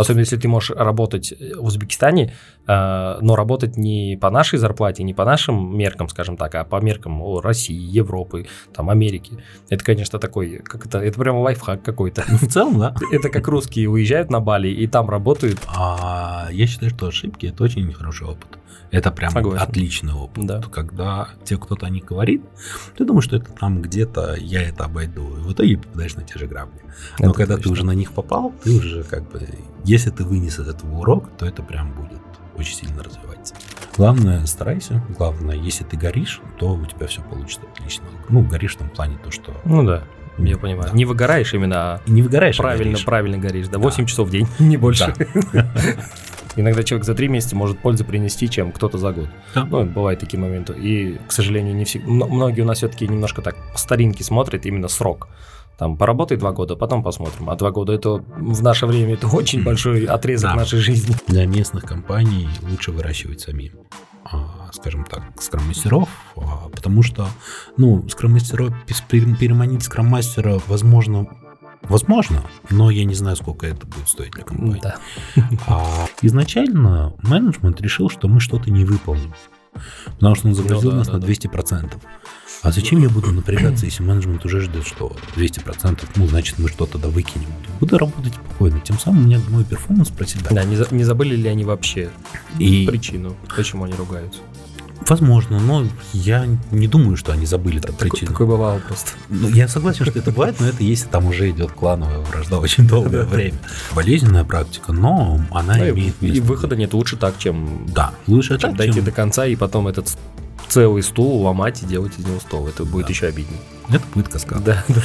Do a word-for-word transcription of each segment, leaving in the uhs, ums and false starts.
Особенно если ты можешь работать в Узбекистане, но работать не по нашей зарплате, не по нашим меркам, скажем так, а по меркам России, Европы, там, Америки. Это, конечно, такой, как это, это прямо лайфхак какой-то. В целом, да. Это как русские уезжают на Бали и там работают. А я считаю, что ошибки – это очень хороший опыт. Это прям Согласен. Отличный опыт. Да. Когда тебе кто-то о них говорит, ты думаешь, что это там где-то я это обойду. И в итоге попадаешь на те же грабли. Но Это когда точно. ты уже на них попал, ты уже как бы... Если ты вынес из этого урок, то это прям будет очень сильно развиваться. Главное, старайся. Главное, если ты горишь, то у тебя все получится отлично. Ну, горишь в том плане то, что... Ну да, я понимаю. Да. Не выгораешь именно, а И не выгораешь, а правильно, горишь. правильно горишь. Да, Да. восемь часов в день, не больше. Да. Иногда человек за три месяца может пользу принести, чем кто-то за год. Да. Ну, бывают такие моменты. И, к сожалению, не всегда. Многие у нас все-таки немножко так по старинке смотрят именно срок. Там поработай два года, потом посмотрим. А два года это в наше время это очень большой отрезок Да. нашей жизни. Для местных компаний лучше выращивать самим, а, скажем так, скрам-мастеров, а, потому что, ну, скрам-мастеров, пер- переманить скрам-мастера, возможно, возможно, но я не знаю, сколько это будет стоить для компании. Да. А изначально менеджмент решил, что мы что-то не выполним, потому что он загрузил Ну да, нас да, на да. двести процентов. А зачем я буду напрягаться, если менеджмент уже ждет, что двести процентов, ну, значит, мы что-то да выкинем. Буду работать спокойно. Тем самым у меня мой перформанс про себя. Да, не, за- не забыли ли они вообще И- причину, почему они ругаются? Возможно, но я не думаю, что они забыли эту Такое, причину. такое бывало просто. Ну, я согласен, что это бывает, но это если там уже идет клановая вражда очень долгое время. Болезненная практика, но она Ну, и, имеет и место. выхода нет, лучше так, чем, Да, лучше чем так, дойти чем- до конца и потом этот целый стул ломать и делать из него стол. Это будет Да. еще обиднее. Это будет каскад. Да, да.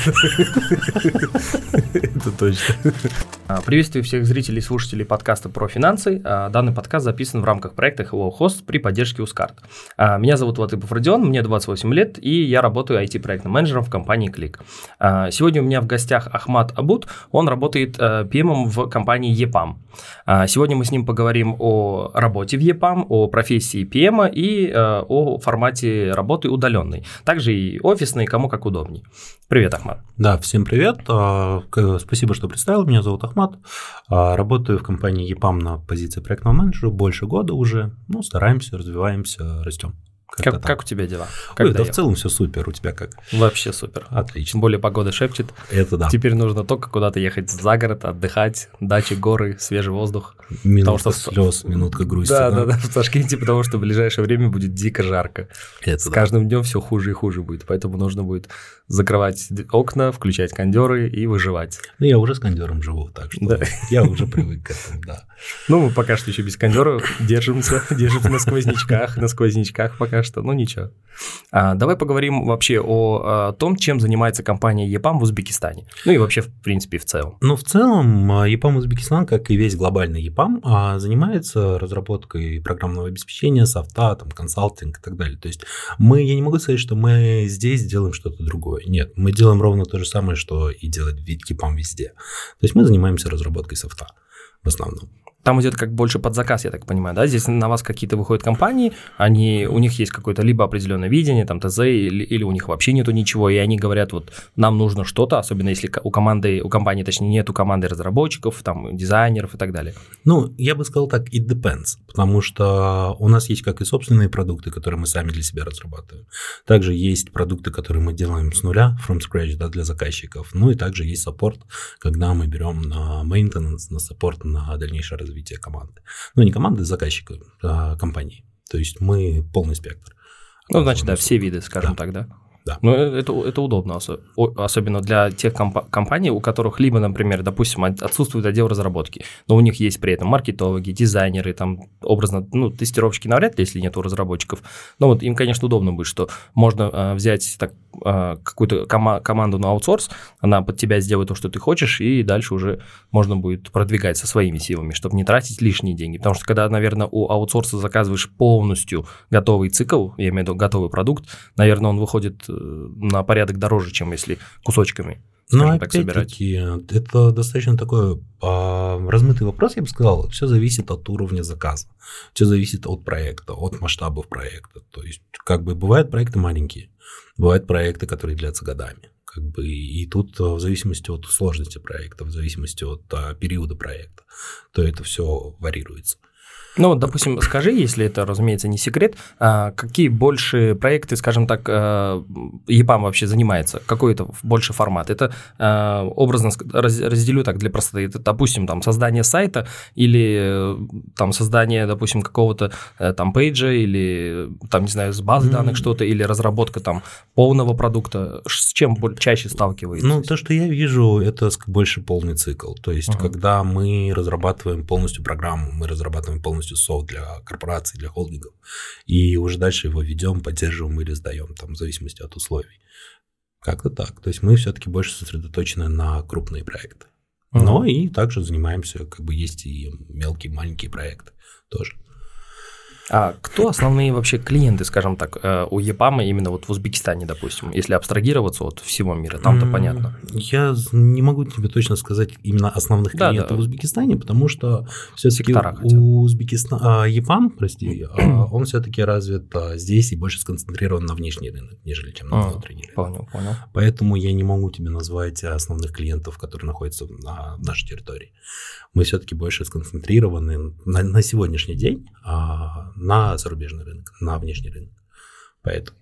Это точно. А, Приветствую всех зрителей и слушателей подкаста про финансы. А, Данный подкаст записан в рамках проекта Hello Host при поддержке Ускарт. А, Меня зовут Латыпов Родион, мне двадцать восемь лет, и я работаю ай ти-проектным менеджером в компании Click. А, Сегодня у меня в гостях Ахмат Абуд, он работает э, пи эм в компании ЕПАМ. А, Сегодня мы с ним поговорим о работе в ЕПАМ, о профессии пи эм и э, о формате работы удаленной. Также и офисной, кому как удобней. Привет, Ахмат. Да, всем привет. А, к- Спасибо, что представил. Меня зовут Ахмат. А, Работаю в компании ЕПАМ на позиции проектного менеджера больше года уже. Ну, стараемся, развиваемся, растем. Как-то Как, так. как у тебя дела? Ой, Как да, в доехал? целом все супер. У тебя как? Вообще супер. Тем Отлично. более погода шепчет. Это да. Теперь нужно только куда-то ехать за город, отдыхать, дачи, горы, свежий воздух. Минутка что- слез, минутка грусти. Да, да, да, в Ташкенте, потому что в ближайшее время будет дико жарко. Это С да. каждым днем все хуже и хуже будет, поэтому нужно будет закрывать окна, включать кондеры и выживать. Ну, я уже с кондером живу, так что Да. я уже привык к этому, да. Ну, мы пока что еще без кондера держимся, держимся на сквознячках, на сквознячках пока что, ну ничего. А, давай поговорим вообще о, а, том, чем занимается компания ЕПАМ в Узбекистане. Ну и вообще, в принципе, в целом. Ну, в целом, а, ЕПАМ Узбекистан, как и весь глобальный ЕПАМ, а, занимается разработкой программного обеспечения, софта, там, консалтинг и так далее. То есть мы, я не могу сказать, что мы здесь делаем что-то другое. Нет, мы делаем ровно то же самое, что и делает ЕПАМ везде. То есть мы занимаемся разработкой софта в основном. Там идет как больше под заказ, я так понимаю, да? Здесь на вас какие-то выходят компании, они, у них есть какое-то либо определенное видение, там ТЗ, или, или у них вообще нету ничего, и они говорят, вот нам нужно что-то, особенно если у команды, у компании, точнее, нету команды разработчиков, там, дизайнеров и так далее. Ну, я бы сказал так, it depends, потому что у нас есть как и собственные продукты, которые мы сами для себя разрабатываем. Также есть продукты, которые мы делаем с нуля, from scratch, да, для заказчиков. Ну и также есть саппорт, когда мы берем на maintenance, на саппорт, на дальнейшее развитие команды. Ну, не команды, заказчика, а компании. То есть мы полный спектр. Ну, значит, да, все виды, скажем Да. так, да? Да. Ну, это, это удобно, осо- о- особенно для тех компа- компаний, у которых либо, например, допустим, от- отсутствует отдел разработки, но у них есть при этом маркетологи, дизайнеры, там, образно, ну, тестировщики навряд ли, если нету разработчиков, но вот им, конечно, удобно будет, что можно э, взять так, э, какую-то кома- команду на аутсорс, она под тебя сделает то, что ты хочешь, и дальше уже можно будет продвигать со своими силами, чтобы не тратить лишние деньги, потому что когда, наверное, у аутсорса заказываешь полностью готовый цикл, я имею в виду готовый продукт, наверное, он выходит на порядок дороже, чем если кусочками, скажем Ну, так, собирать. опять-таки, это достаточно такой а, размытый вопрос, я бы сказал. Все зависит от уровня заказа, все зависит от проекта, от масштабов проекта. То есть, как бы бывают проекты маленькие, бывают проекты, которые длятся годами. Как бы, и тут в зависимости от сложности проекта, в зависимости от а, периода проекта, то это все варьируется. Ну, допустим, скажи, если это, разумеется, не секрет, а какие больше проекты, скажем так, ЕПАМ вообще занимается? Какой это больше формат? Это, образно разделю так для простоты, это, допустим, там создание сайта или там создание, допустим, какого-то там пейджа или там, не знаю, с базы данных mm-hmm. что-то, или разработка там полного продукта. С чем чаще сталкиваетесь? Ну, то, что я вижу, это больше полный цикл. То есть, uh-huh. когда мы разрабатываем полностью программу, мы разрабатываем полностью софт для корпораций, для холдингов, и уже дальше его ведем, поддерживаем или сдаем, там, в зависимости от условий. Как-то так. То есть мы все-таки больше сосредоточены на крупные проекты. Uh-huh. Но и также занимаемся, как бы есть и мелкие, маленькие проекты тоже. А кто основные вообще клиенты, скажем так, у ЕПАМа именно вот в Узбекистане, допустим, если абстрагироваться от всего мира, там-то mm, понятно. Я не могу тебе точно сказать именно основных да, клиентов да. в Узбекистане, потому что все-таки у Узбекистана, ЕПАМ, прости, он все-таки развит здесь и больше сконцентрирован на внешний рынок, нежели чем на внутренний рынок. Понял, понял. Поэтому я не могу тебе назвать основных клиентов, которые находятся на нашей территории. Мы все-таки больше сконцентрированы на, на сегодняшний день а, на зарубежный рынок, на внешний рынок. Поэтому.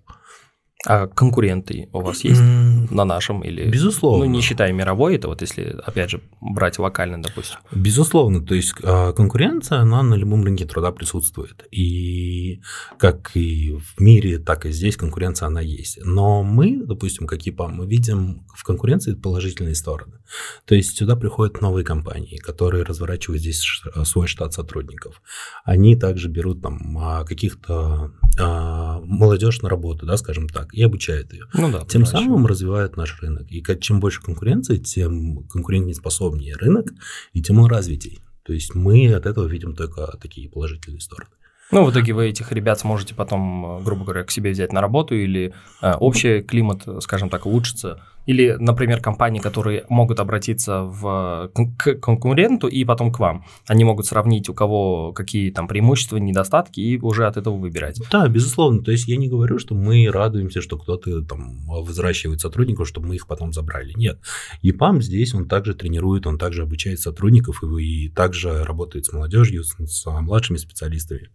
А конкуренты у вас есть mm, на нашем или? Безусловно. Ну, не считая мировой, это вот если, опять же, брать локально, допустим. Безусловно, то есть конкуренция, она на любом рынке труда присутствует. И как и в мире, так и здесь конкуренция, она есть. Но мы, допустим, как ЕПАМ, мы видим в конкуренции положительные стороны. То есть сюда приходят новые компании, которые разворачивают здесь свой штат сотрудников. Они также берут там каких-то молодежь на работу, да, скажем так, и обучают ее. Ну да, тем дальше. Самым развивают наш рынок. И чем больше конкуренции, тем конкурентоспособнее рынок, и тем он развитей. То есть мы от этого видим только такие положительные стороны. Ну, в итоге вы этих ребят сможете потом, грубо говоря, к себе взять на работу, или э, общий климат, скажем так, улучшится. Или, например, компании, которые могут обратиться в, к конкуренту и потом к вам. Они могут сравнить, у кого какие там преимущества, недостатки, и уже от этого выбирать. Да, безусловно. То есть я не говорю, что мы радуемся, что кто-то там возвращает сотрудников, чтобы мы их потом забрали. Нет. ЕПАМ здесь, он также тренирует, он также обучает сотрудников, и, и также работает с молодежью, с, с младшими специалистами.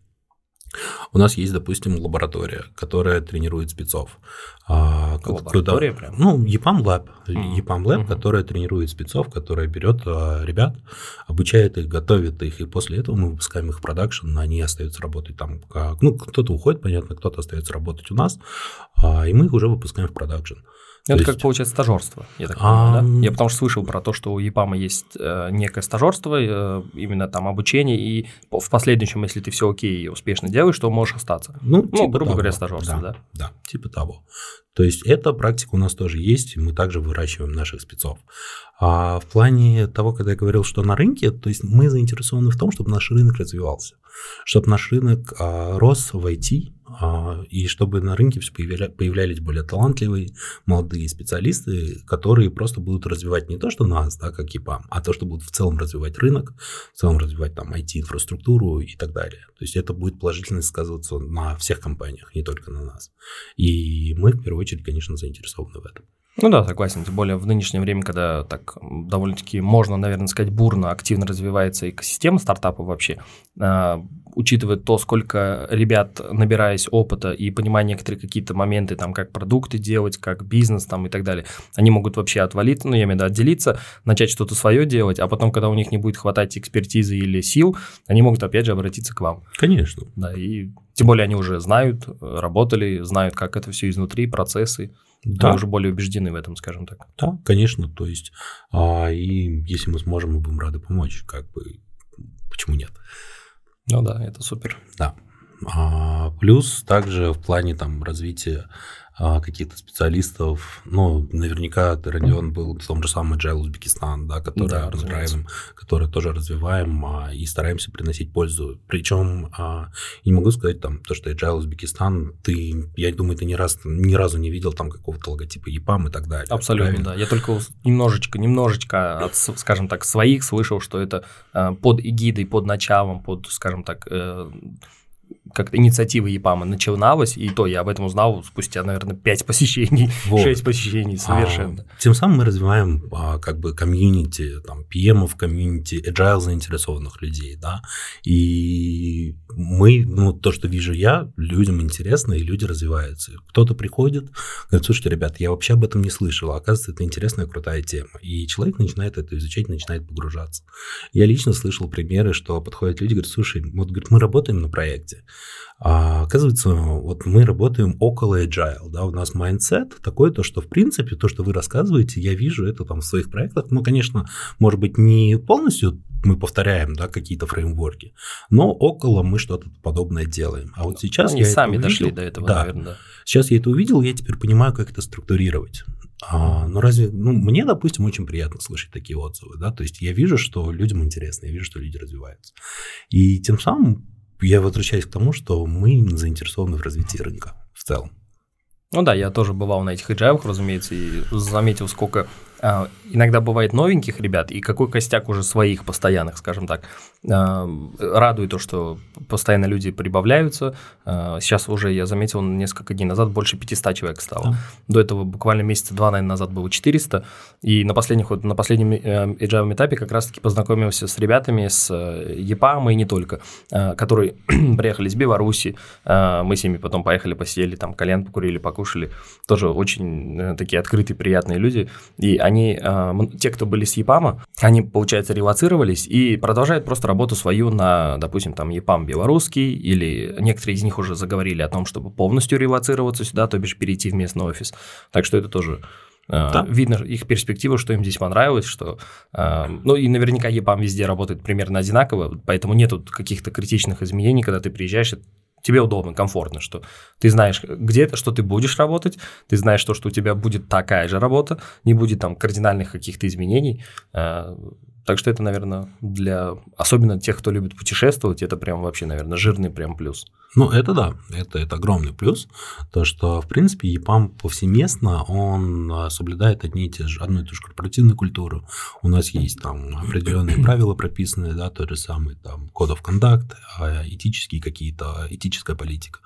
У нас есть, допустим, лаборатория, которая тренирует спецов. Лаборатория прям? Ну, ЕПАМ Lab, mm-hmm. ЕПАМ Lab, mm-hmm. которая тренирует спецов, которая берет ребят, обучает их, готовит их, и после этого мы выпускаем их в продакшн, они остаются работать там. Ну, кто-то уходит, понятно, кто-то остается работать у нас, и мы их уже выпускаем в продакшн. Это есть... как получается стажерство, я так понимаю, а... да? Я потому что слышал про то, что у ЕПАМа есть э, некое стажерство, э, именно там обучение, и в последующем, если ты все окей и успешно делаешь, то можешь остаться. Ну, типа ну грубо того. говоря, стажерство, да, да? Да, типа того. То есть эта практика у нас тоже есть, и мы также выращиваем наших спецов. А в плане того, когда я говорил, что на рынке, то есть мы заинтересованы в том, чтобы наш рынок развивался, чтобы наш рынок а, рос в ай ти, а, и чтобы на рынке все появля, появлялись более талантливые молодые специалисты, которые просто будут развивать не то, что нас, да, как ЕПАМ, а то, что будут в целом развивать рынок, в целом развивать там ай ти-инфраструктуру и так далее. То есть это будет положительно сказываться на всех компаниях, не только на нас. И мы, в первую очередь, конечно, заинтересованы в этом. Ну да, согласен, тем более в нынешнее время, когда так довольно-таки, можно, наверное, сказать, бурно, активно развивается экосистема стартапов вообще, э, учитывая то, сколько ребят, набираясь опыта и понимая некоторые какие-то моменты, там, как продукты делать, как бизнес там, и так далее, они могут вообще отвалиться, ну, я имею в виду отделиться, начать что-то свое делать, а потом, когда у них не будет хватать экспертизы или сил, они могут, опять же, обратиться к вам. Конечно. Да, и тем более они уже знают, работали, знают, как это все изнутри, процессы. Да. Мы уже более убеждены в этом, скажем так. Да, конечно, то есть, а, и если мы сможем, мы будем рады помочь, как бы, почему нет? Ну да, это супер. Да. А, плюс также в плане там развития а, каких-то специалистов, ну, наверняка ты, Родион, был в том же самом Agile Узбекистан, да, который да, развиваем, который тоже развиваем а, и стараемся приносить пользу. Причем, а, я не могу сказать там то, что Agile Узбекистан, ты, я думаю, ты ни, раз, ни разу не видел там какого-то логотипа ЕПАМ и так далее. Абсолютно, правильно? Да. Я только немножечко, немножечко от, скажем так, своих слышал, что это а, под эгидой, под началом, под, скажем так, э, как-то инициатива ЕПАМа начиналась, и то я об этом узнал спустя, наверное, пять посещений, вот. шесть посещений совершенно. А, тем самым мы развиваем а, как бы комьюнити, там, пи эм-ов, комьюнити, agile заинтересованных людей, да, и мы, ну, то, что вижу я, людям интересно, и люди развиваются. Кто-то приходит, говорит, слушайте, ребят, я вообще об этом не слышал, а оказывается, это интересная, крутая тема, и человек начинает это изучать, начинает погружаться. Я лично слышал примеры, что подходят люди, говорят, слушай, вот, говорит, мы работаем на проекте, а оказывается, вот мы работаем около agile, да, у нас майндсет такой, то, что в принципе, то, что вы рассказываете, я вижу это там в своих проектах, ну, конечно, может быть, не полностью мы повторяем, да, какие-то фреймворки, но около мы что-то подобное делаем. А вот сейчас Они я сами это дошли увидел, до этого, да, наверное, да. Сейчас я это увидел, я теперь понимаю, как это структурировать. А, ну, разве, ну, мне, допустим, очень приятно слышать такие отзывы, да, то есть я вижу, что людям интересно, я вижу, что люди развиваются. И тем самым я возвращаюсь к тому, что мы именно заинтересованы в развитии рынка в целом. Ну да, я тоже бывал на этих эджайлах, разумеется, и заметил, сколько а, иногда бывает новеньких ребят, и какой костяк уже своих постоянных, скажем так. А, радует то, что постоянно люди прибавляются. А, сейчас уже, я заметил, несколько дней назад больше пятьсот человек стало. Да. До этого буквально месяца два, наверное, назад было четыреста. И на, последних, вот, на последнем эджайловом этапе как раз-таки познакомился с ребятами с ЕПАМа и не только, а, которые приехали из Беларуси. А, мы с ними потом поехали, посидели, там кальян покурили, покушали. Тоже очень такие открытые, приятные люди. И они, те, кто были с ЕПАМа, они, получается, релоцировались и продолжают просто работу свою на, допустим, там ЕПАМ белорусский, или некоторые из них уже заговорили о том, чтобы полностью релоцироваться сюда, то бишь перейти в местный офис. Так что это тоже да. видно их перспективу, что им здесь понравилось, что, ну и наверняка ЕПАМ везде работает примерно одинаково, поэтому нету каких-то критичных изменений, когда ты приезжаешь, тебе удобно, комфортно, что ты знаешь, где это, что ты будешь работать, ты знаешь то, что у тебя будет такая же работа, не будет там кардинальных каких-то изменений. Так что это, наверное, для особенно тех, кто любит путешествовать, это прям вообще, наверное, жирный прям плюс. Ну, это да, это, это огромный плюс, то, что, в принципе, ЕПАМ повсеместно, он соблюдает одни и те же, одну и ту же корпоративную культуру, у нас есть там определенные правила прописанные, да, тот же самый там Code of Conduct, этические какие-то, этическая политика,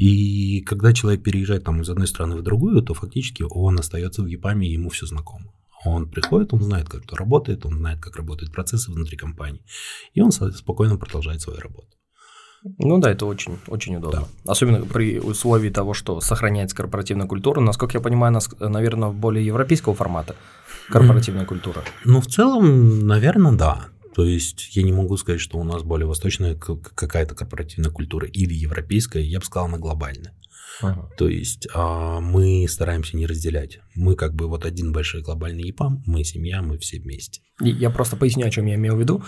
и когда человек переезжает там из одной страны в другую, то фактически он остается в ЕПАМе, и ему все знакомо. Он приходит, он знает, как это работает, он знает, как работают процессы внутри компании, и он спокойно продолжает свою работу. Ну да, это очень, очень удобно. Да. Особенно при условии того, что сохраняется корпоративная культура. Насколько я понимаю, у нас, наверное, более европейского формата корпоративная культура. Ну, в целом, наверное, да. То есть я не могу сказать, что у нас более восточная какая-то корпоративная культура или европейская, я бы сказал, она глобальная. Ага. То есть а, мы стараемся не разделять. Мы как бы вот один большой глобальный ЕПАМ, мы семья, мы все вместе. Я просто поясню, о чем я имел в виду.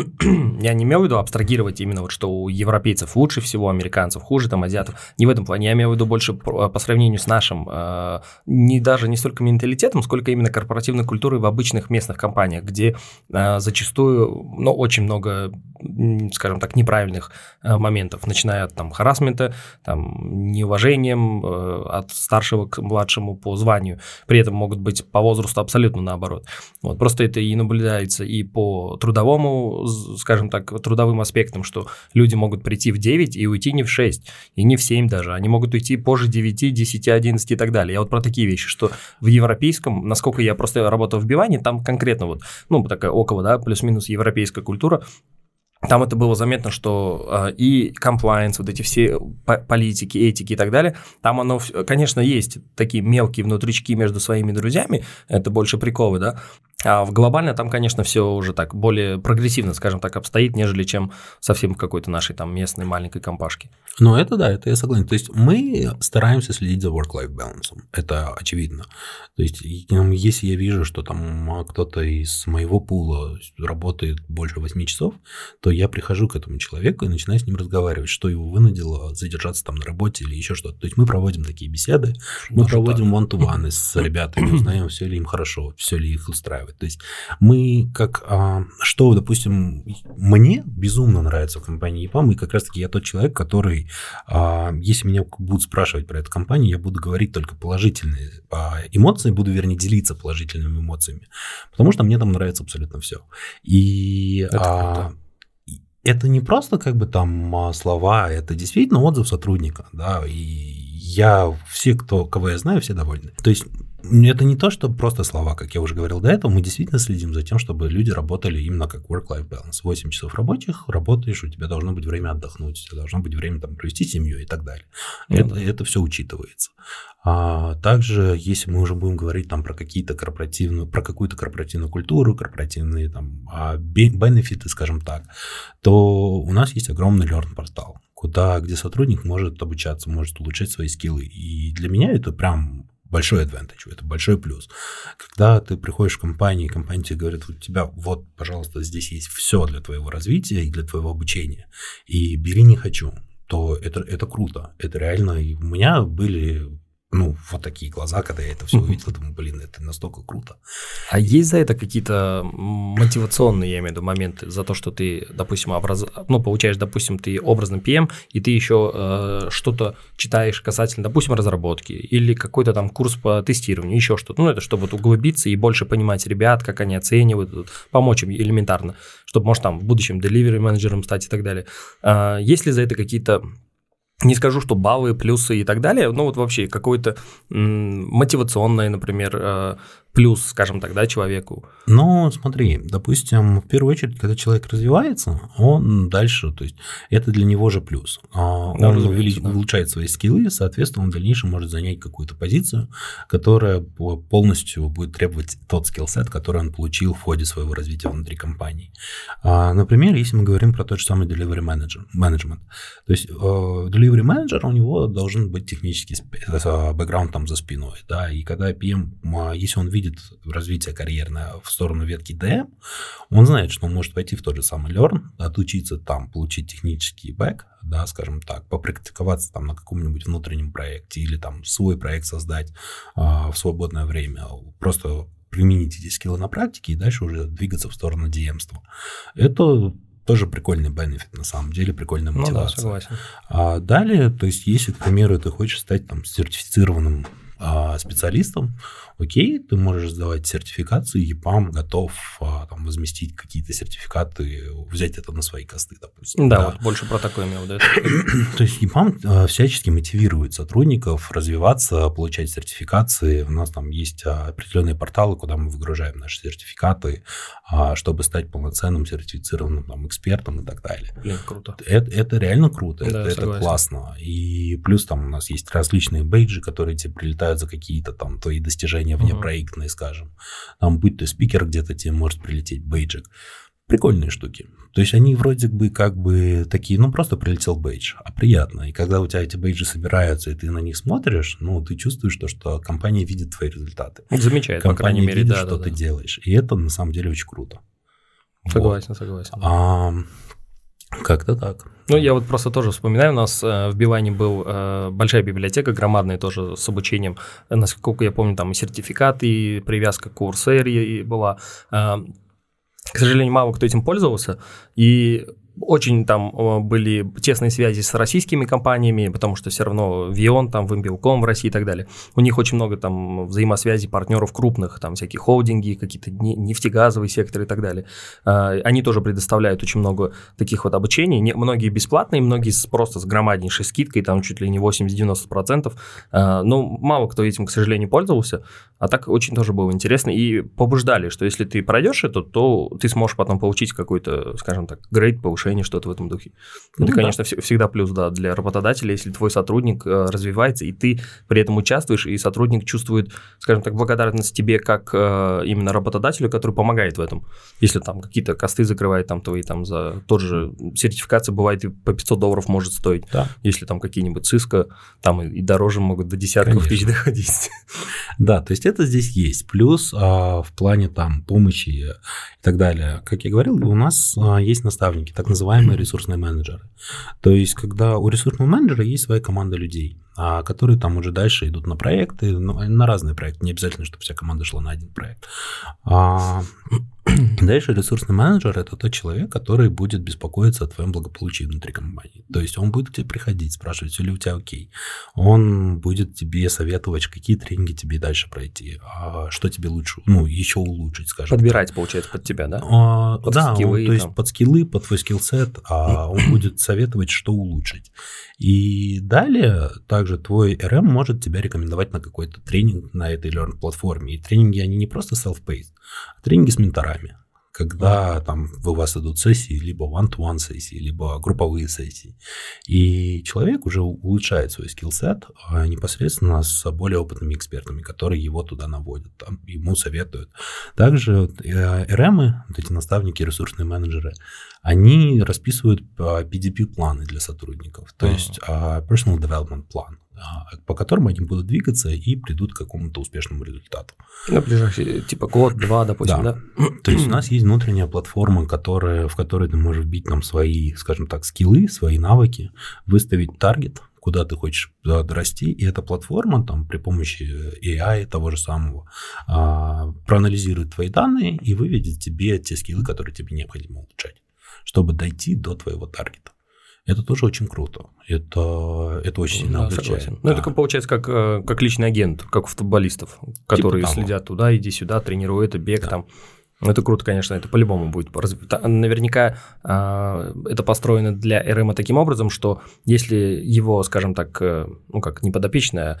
Я не имел в виду абстрагировать именно вот, что у европейцев лучше всего, американцев хуже, там, азиатов. Не в этом плане. Я имел в виду больше по сравнению с нашим, не даже не столько менталитетом, сколько именно корпоративной культурой в обычных местных компаниях, где зачастую, ну, очень много, скажем так, неправильных моментов, начиная от там харассмента, там, неуважением от старшего к младшему по званию. При этом могут быть по возрасту абсолютно наоборот. Вот. Просто это и наблюдается и по трудовому, скажем так, трудовым аспектам, что люди могут прийти в девять и уйти не в шесть, и не в семь даже. Они могут уйти позже девяти, десяти, одиннадцати и так далее. Я вот про такие вещи, что в европейском, насколько я просто работал в Биване, там конкретно вот, ну, такая около, да, плюс-минус европейская культура. Там это было заметно, что э, и compliance, вот эти все политики, этики и так далее, там оно, конечно, есть такие мелкие внутрички между своими друзьями, это больше приколы, да, а в глобально там, конечно, все уже так более прогрессивно, скажем так, обстоит, нежели чем совсем в какой-то нашей там местной маленькой компашке. Ну, это да, это я согласен. То есть мы стараемся следить за work-life balance, это очевидно. То есть если я вижу, что там кто-то из моего пула работает больше восьми часов, то я прихожу к этому человеку и начинаю с ним разговаривать, что его вынудило задержаться там на работе или еще что-то. То есть мы проводим такие беседы, мы Даже проводим one-to-one с ребятами, узнаем, все ли им хорошо, все ли их устраивает. То есть мы как, что, допустим, мне безумно нравится в компании ЕПАМ, и как раз-таки я тот человек, который, если меня будут спрашивать про эту компанию, я буду говорить только положительные эмоции, буду, вернее, делиться положительными эмоциями, потому что мне там нравится абсолютно все. И... это не просто как бы там слова, это действительно отзыв сотрудника, да, и я, все, кто, кого я знаю, все довольны. То есть это не то, что просто слова, как я уже говорил до этого, мы действительно следим за тем, чтобы люди работали именно как work-life balance. восемь часов рабочих, работаешь, у тебя должно быть время отдохнуть, у тебя должно быть время там, провести с семьей и так далее. Mm-hmm. Это, это все учитывается. А также, если мы уже будем говорить там про какие-то корпоративную, про какую-то корпоративную культуру, корпоративные там бенефиты, скажем так, то у нас есть огромный learn-портал, куда, где сотрудник может обучаться, может улучшать свои скиллы. И для меня это прям большой advantage, это большой плюс. Когда ты приходишь в компанию, и компания тебе говорит, у тебя вот, пожалуйста, здесь есть все для твоего развития и для твоего обучения, и бери не хочу, то это, это круто. Это реально. И у меня были... Ну, вот такие глаза, когда я это все увидел, думаю, блин, это настолько круто. А есть за это какие-то мотивационные, я имею в виду, моменты за то, что ты, допустим, образ... ну, получаешь, допустим, ты образный пи эм, и ты еще э, что-то читаешь касательно, допустим, разработки или какой-то там курс по тестированию, еще что-то. Ну, это чтобы вот углубиться и больше понимать ребят, как они оценивают, помочь им элементарно, чтобы, может, там в будущем delivery менеджером стать и так далее. А есть ли за это какие-то... Не скажу, что баллы, плюсы и так далее, но вот вообще какое-то м- мотивационное, например, э, плюс, скажем так, да, человеку. Ну, смотри, допустим, в первую очередь, когда человек развивается, он дальше, то есть это для него же плюс. Он да, увелич... да. улучшает свои скиллы, соответственно, он в дальнейшем может занять какую-то позицию, которая полностью будет требовать тот скиллсет, который он получил в ходе своего развития внутри компании. Например, если мы говорим про тот же самый delivery management, то есть delivery manager, у него должен быть технический бэкграунд там за спиной, да, и когда пи эм, если он видит развитие карьерное в сторону ветки ди эм, он знает, что он может пойти в тот же самый Learn, отучиться там, получить технический бэк, да, скажем так, попрактиковаться там на каком-нибудь внутреннем проекте или там свой проект создать а, в свободное время, просто применить эти скиллы на практике и дальше уже двигаться в сторону ди эм-ства. Это тоже прикольный бенефит, на самом деле, прикольная мотивация. Ну да, согласен. А далее, то есть, если, к примеру, ты хочешь стать там сертифицированным а, специалистом, окей, ты можешь сдавать сертификацию, и ЕПАМ готов а, там, возместить какие-то сертификаты, взять это на свои косты, допустим. Да, да. Вот больше про такое имел, да? То есть ЕПАМ всячески мотивирует сотрудников развиваться, получать сертификации. У нас там есть определенные порталы, куда мы выгружаем наши сертификаты, чтобы стать полноценным сертифицированным там, экспертом и так далее. Блин, круто. Это, это реально круто, да, это, это классно. И плюс там у нас есть различные бейджи, которые тебе прилетают за какие-то там твои достижения внепроектные, uh-huh. скажем. Там, будь ты спикер, где-то тебе может прилететь бейджик. Прикольные штуки. То есть они вроде бы как бы такие, ну просто прилетел бейдж, а приятно. И когда у тебя эти бейджи собираются, и ты на них смотришь, ну ты чувствуешь то, что компания видит твои результаты. Замечает, компания по крайней мере, видит, да, что да, ты да. делаешь. И это на самом деле очень круто. Согласен, вот. согласен. А, как-то так. Ну, я вот просто тоже вспоминаю, у нас э, в Билайне был э, большая библиотека, громадная тоже с обучением, насколько я помню, там и сертификаты, и привязка к Coursera была. Э, к сожалению, мало кто этим пользовался, и очень там были тесные связи с российскими компаниями, потому что все равно Вион, там, Вимпелком в России и так далее. У них очень много там взаимосвязей партнеров крупных, там всякие холдинги, какие-то нефтегазовые секторы и так далее. Они тоже предоставляют очень много таких вот обучений. Многие бесплатные, многие просто с громаднейшей скидкой, там чуть ли не восемьдесят-девяносто процентов. Но мало кто этим, к сожалению, пользовался. А так очень тоже было интересно. И побуждали, что если ты пройдешь это, то ты сможешь потом получить какой-то, скажем так, грейд, повышение, что-то в этом духе. Ну, это, да. конечно, всегда плюс, да, для работодателя, если твой сотрудник развивается, и ты при этом участвуешь, и сотрудник чувствует, скажем так, благодарность тебе как именно работодателю, который помогает в этом. Если там какие-то косты закрывает там твои, там за тот же сертификация бывает и по пятьсот долларов может стоить. Да. Если там какие-нибудь Cisco, там и дороже могут до десятков конечно. Тысяч доходить. Да, то есть это здесь есть. Плюс а, в плане там помощи и так далее. Как я говорил, у нас а, есть наставники, так называемые ресурсные менеджеры. То есть, когда у ресурсного менеджера есть своя команда людей, а, которые там уже дальше идут на проекты, ну, на разные проекты. Не обязательно, чтобы вся команда шла на один проект. А, Дальше ресурсный менеджер – это тот человек, который будет беспокоиться о твоем благополучии внутри компании. То есть он будет к тебе приходить, спрашивать, все ли у тебя окей. Он будет тебе советовать, какие тренинги тебе дальше пройти, а что тебе лучше, ну, еще улучшить, скажем. Подбирать, так. Получается, под тебя, да? А, под да, скиллы, он, то есть там. под скиллы, под твой скиллсет, а он будет советовать, что улучшить. И далее также твой эр эм может тебя рекомендовать на какой-то тренинг на этой Learn-платформе. И тренинги, они не просто self-paced, а тренинги с менторами. Когда там у вас идут сессии, либо one-to-one сессии, либо групповые сессии. И человек уже улучшает свой скиллсет непосредственно с более опытными экспертами, которые его туда наводят, там, ему советуют. Также эр эм, вот эти наставники, ресурсные менеджеры, они расписывают пи ди пи-планы для сотрудников, то есть personal development план, по которому они будут двигаться и придут к какому-то успешному результату. На ближайший, типа год-два, допустим, да? да? То есть у нас есть внутренняя платформа, которая, в которой ты можешь вбить там свои, скажем так, скиллы, свои навыки, выставить таргет, куда ты хочешь расти, и эта платформа там при помощи эй ай того же самого проанализирует твои данные и выведет тебе те скиллы, которые тебе необходимо улучшать, чтобы дойти до твоего таргета. Это тоже очень круто. Это, это очень сильно да, облегчает. Согласен. Ну, да. Это получается как, как личный агент, как у футболистов, которые типа следят туда, иди сюда, тренируют, бег да. там. Это круто, конечно, это по-любому будет. Наверняка это построено для эр эм таким образом, что если его, скажем так, ну как неподопечная,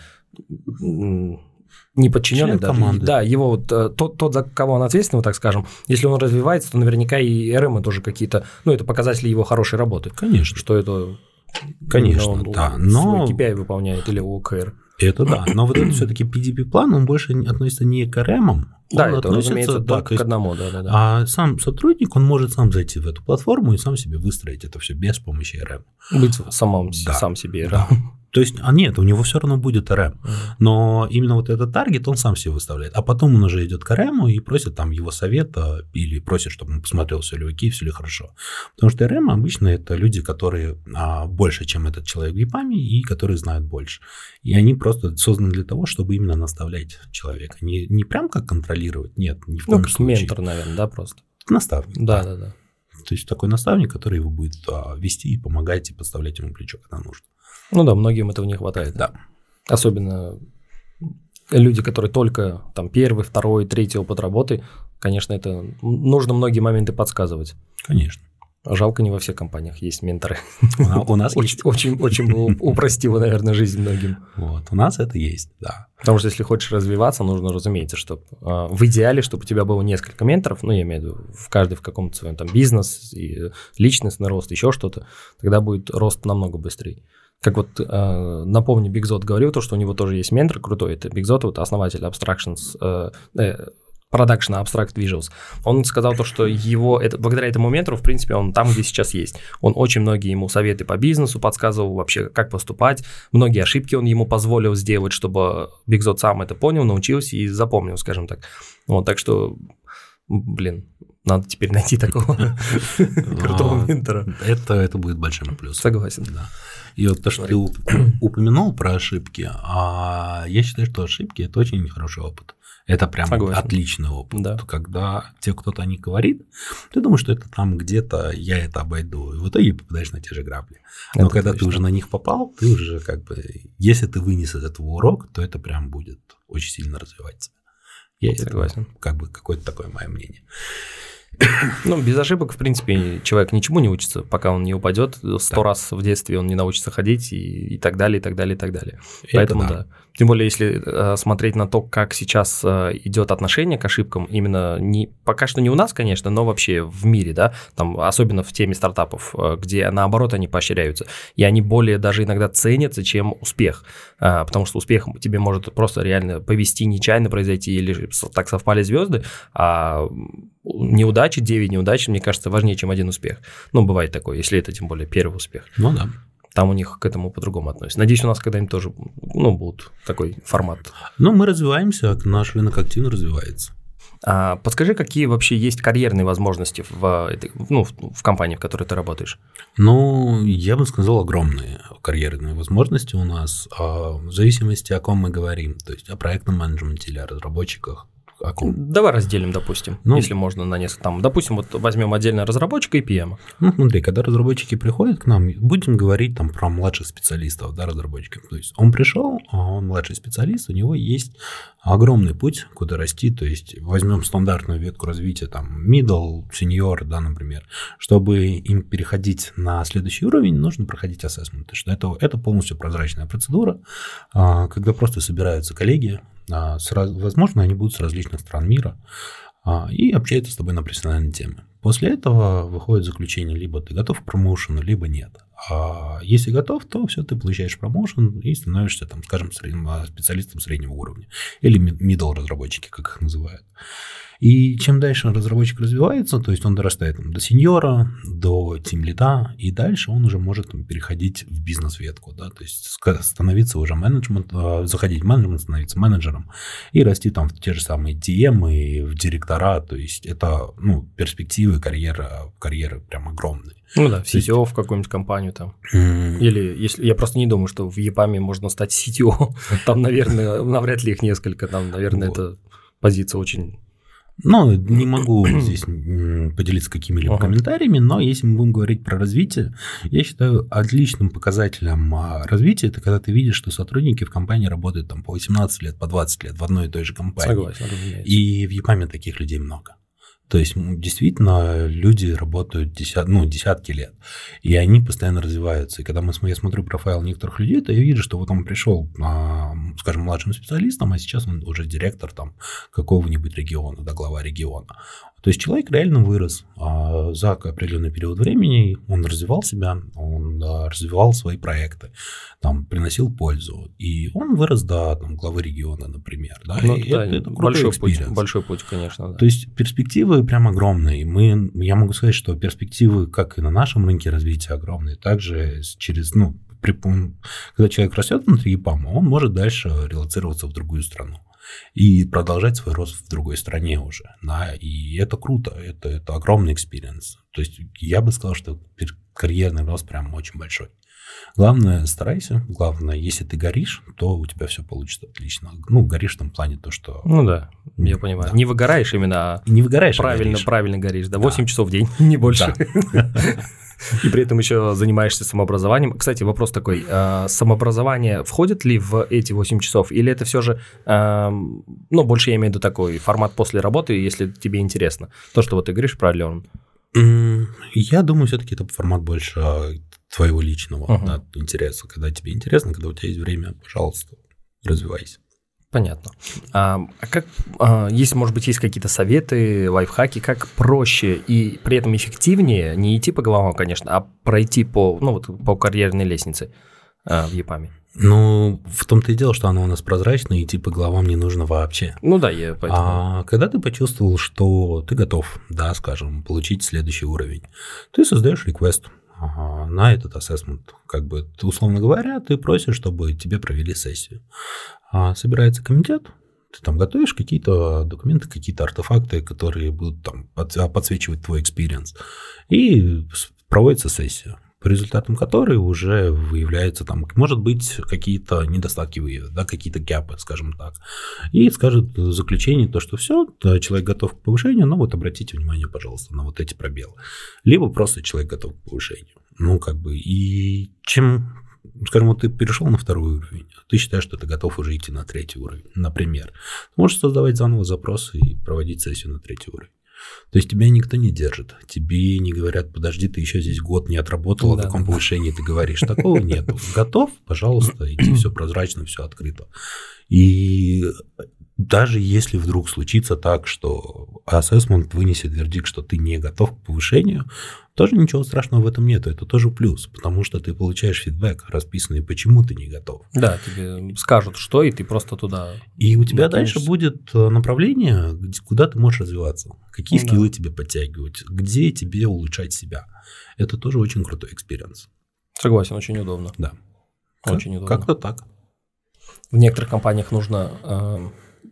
не подчиненный, да, да, его вот тот, тот, за кого он ответственный, вот так скажем, если он развивается, то наверняка и эр эм тоже какие-то, ну, это показатели его хорошей работы. Конечно. Что это, конечно, он, да, он но... свой кей пи ай выполняет или о ка эр. Это да, но вот это все-таки пи ди пи-план, он больше относится не к эр эм, да, это, разумеется, да, только к одному, да, да, да. А сам сотрудник, он может сам зайти в эту платформу и сам себе выстроить это все без помощи эр эм. Быть самым, да, сам себе эр эм. Да. То есть, а нет, у него все равно будет эр эм, mm-hmm. но именно вот этот таргет он сам себе выставляет, а потом он уже идет к эр эм и просит там его совета или просит, чтобы он посмотрел, все ли окей, все ли хорошо. Потому что эр эм обычно это люди, которые а, больше, чем этот человек в ЕПАМе и которые знают больше. И они просто созданы для того, чтобы именно наставлять человека. Не, не прям как контролировать, нет, ни в коем ну, как случае. ментор, наверное, да, просто? Наставник. Да, да, да. да. То есть такой наставник, который его будет а, вести и помогать, и подставлять ему плечо, когда нужно. Ну да, многим этого не хватает. Да. Особенно люди, которые только там первый, второй, третий опыт работы, конечно, это нужно многие моменты подсказывать. Конечно. Жалко, не во всех компаниях есть менторы. У нас есть. Очень, очень бы упростило, наверное, жизнь многим. Вот, у нас это есть, да. Потому что если хочешь развиваться, нужно, разумеется, чтобы в идеале, чтобы у тебя было несколько менторов, ну, я имею в виду, в каждый в каком-то своем там бизнес, и личностный рост, еще что-то, тогда будет рост намного быстрее. Как вот, э, напомню, Бигзот говорил, то, что у него тоже есть ментор крутой, это Бигзот, вот основатель Abstractions, э, э, Production Abstract Visuals. Он сказал то, что его, это, благодаря этому ментору, в принципе, он там, где сейчас есть. Он очень многие ему советы по бизнесу подсказывал вообще, как поступать, многие ошибки он ему позволил сделать, чтобы Бигзот сам это понял, научился и запомнил, скажем так. Вот, так что, блин, надо теперь найти такого крутого ментора. Это, это будет большим плюсом. Согласен. Да. И вот то, что ты упомянул про ошибки, а я считаю, что ошибки – это очень хороший опыт. Это прям Согласен. Отличный опыт. Да. Когда тебе кто-то о них говорит, ты думаешь, что это там где-то я это обойду, и в итоге попадаешь на те же грабли. Но это когда точно. Ты уже на них попал, ты уже как бы, если ты вынес из этого урок, то это прям будет очень сильно развивать тебя. Я Согласен. Это, как бы какое-то такое мое мнение. Ну, без ошибок, в принципе, человек ничему не учится, пока он не упадет. Сто да. раз в детстве он не научится ходить и, и так далее, и так далее, и так далее. Это Поэтому да. да. Тем более, если э, смотреть на то, как сейчас э, идет отношение к ошибкам, именно не, пока что не у нас, конечно, но вообще в мире, да, там, особенно в теме стартапов, э, где наоборот они поощряются, и они более даже иногда ценятся, чем успех, э, потому что успех тебе может просто реально повести, нечаянно произойти, или так совпали звезды, а неудачи, девять неудач, мне кажется, важнее, чем один успех. Ну, бывает такое, если это тем более первый успех. Ну да. Там у них к этому по-другому относятся. Надеюсь, у нас когда-нибудь тоже, ну, будет такой формат. Ну, мы развиваемся, наш рынок активно развивается. А подскажи, какие вообще есть карьерные возможности в, этой, ну, в, в компании, в которой ты работаешь? Ну, я бы сказал, огромные карьерные возможности у нас, в зависимости, о ком мы говорим, то есть о проектном менеджменте или о разработчиках, о ком? Давай разделим, допустим, ну, если можно на несколько. Там, допустим, вот возьмем отдельно разработчика и пи эм. Ну, смотри, когда разработчики приходят к нам, будем говорить там про младших специалистов, да, разработчиков. То есть он пришел, он младший специалист, у него есть огромный путь, куда расти. То есть возьмем стандартную ветку развития, там, middle, senior, да, например. Чтобы им переходить на следующий уровень, нужно проходить ассессмент. Что это, это полностью прозрачная процедура, когда просто собираются коллеги, возможно, они будут с различных стран мира и общаются с тобой на профессиональные темы. После этого выходит заключение, либо ты готов к промоушену, либо нет. А если готов, то все, ты получаешь промоушен и становишься, там, скажем, средним, специалистом среднего уровня. Или middle разработчики, как их называют. И чем дальше разработчик развивается, то есть он дорастает там, до сеньора, до тимлида, и дальше он уже может там, переходить в бизнес-ветку, да, то есть становиться уже менеджмент, заходить в менеджмент, становиться менеджером и расти там в те же самые ди эм и в директора, то есть это, ну, перспективы карьеры, карьеры прям огромные. Ну да, в си ти о в какую-нибудь компанию там. Mm. Или если я просто не думаю, что в EPAM можно стать си ти о, там, наверное, навряд ли их несколько, там, наверное, это позиция очень... Ну, не могу здесь поделиться какими-либо ага. комментариями, но если мы будем говорить про развитие, я считаю, отличным показателем развития это когда ты видишь, что сотрудники в компании работают там по восемнадцать лет, по двадцать лет в одной и той же компании. Согласен, разумеется. И в EPAM таких людей много. То есть, действительно, люди работают десят, ну, десятки лет, и они постоянно развиваются. И когда мы, я смотрю профайл некоторых людей, то я вижу, что вот он пришел, скажем, младшим специалистом, а сейчас он уже директор там, какого-нибудь региона, да, глава региона. То есть, человек реально вырос за определенный период времени, он развивал себя, он развивал свои проекты, там, приносил пользу. И он вырос до там, главы региона, например. Да? Ну, и да, это, это большой путь, большой путь, конечно. Да. То есть, перспективы прям огромные. Мы, я могу сказать, что перспективы как и на нашем рынке развития огромные, также через, ну, при, когда человек растет внутри EPAM, он может дальше релоцироваться в другую страну и продолжать свой рост в другой стране уже. Да? И это круто, это, это огромный экспириенс. То есть, я бы сказал, что карьерный рост прям очень большой. Главное, старайся. Главное, если ты горишь, то у тебя все получится отлично. Ну, горишь в том плане то, что... Ну да, я понимаю. Да. Не выгораешь именно, а не выгораешь, правильно, а горишь. правильно горишь. Да, восемь да. часов в день, не больше. Да. И при этом еще занимаешься самообразованием. Кстати, вопрос такой. Самообразование входит ли в эти восемь часов? Или это все же, ну, больше я имею в виду такой формат после работы, если тебе интересно? То, что вот ты говоришь про Леон. Я думаю, все-таки это формат больше твоего личного uh-huh. да, интереса. Когда тебе интересно, когда у тебя есть время, пожалуйста, развивайся. Понятно. А, а как, а, есть, может быть, есть какие-то советы, лайфхаки, как проще и при этом эффективнее не идти по головам, конечно, а пройти по, ну, вот, по карьерной лестнице а, в EPAM? Ну, в том-то и дело, что оно у нас прозрачно, идти по головам не нужно вообще. Ну да, я поэтому... А когда ты почувствовал, что ты готов, да, скажем, получить следующий уровень, ты создаешь реквест на этот ассессмент. Как бы, условно говоря, ты просишь, чтобы тебе провели сессию. Собирается комитет, ты там готовишь какие-то документы, какие-то артефакты, которые будут там подсвечивать твой экспириенс, и проводится сессия, по результатам которой уже выявляются там, может быть, какие-то недостатки выявят, да, какие-то гэпы, скажем так. И скажет заключение то, что все, человек готов к повышению, но вот обратите внимание, пожалуйста, на вот эти пробелы. Либо просто человек готов к повышению. Ну, как бы, и чем, скажем, вот ты перешел на второй уровень, ты считаешь, что ты готов уже идти на третий уровень, например. Ты можешь создавать заново запросы и проводить сессию на третий уровень. То есть тебя никто не держит, тебе не говорят, подожди, ты еще здесь год не отработал, да, о каком да, повышении да. ты говоришь. Такого нет. Готов? Пожалуйста, иди, все прозрачно, все открыто. И даже если вдруг случится так, что ассессмент вынесет вердикт, что ты не готов к повышению, тоже ничего страшного в этом нет, это тоже плюс, потому что ты получаешь фидбэк расписанный, почему ты не готов. Да, тебе скажут, что, и ты просто туда... И у тебя дальше будет направление, куда ты можешь развиваться, какие ну, скиллы да. тебе подтягивать, где тебе улучшать себя. Это тоже очень крутой экспириенс. Согласен, очень удобно. Да. Очень как, удобно. Как-то так. В некоторых компаниях нужно... Э...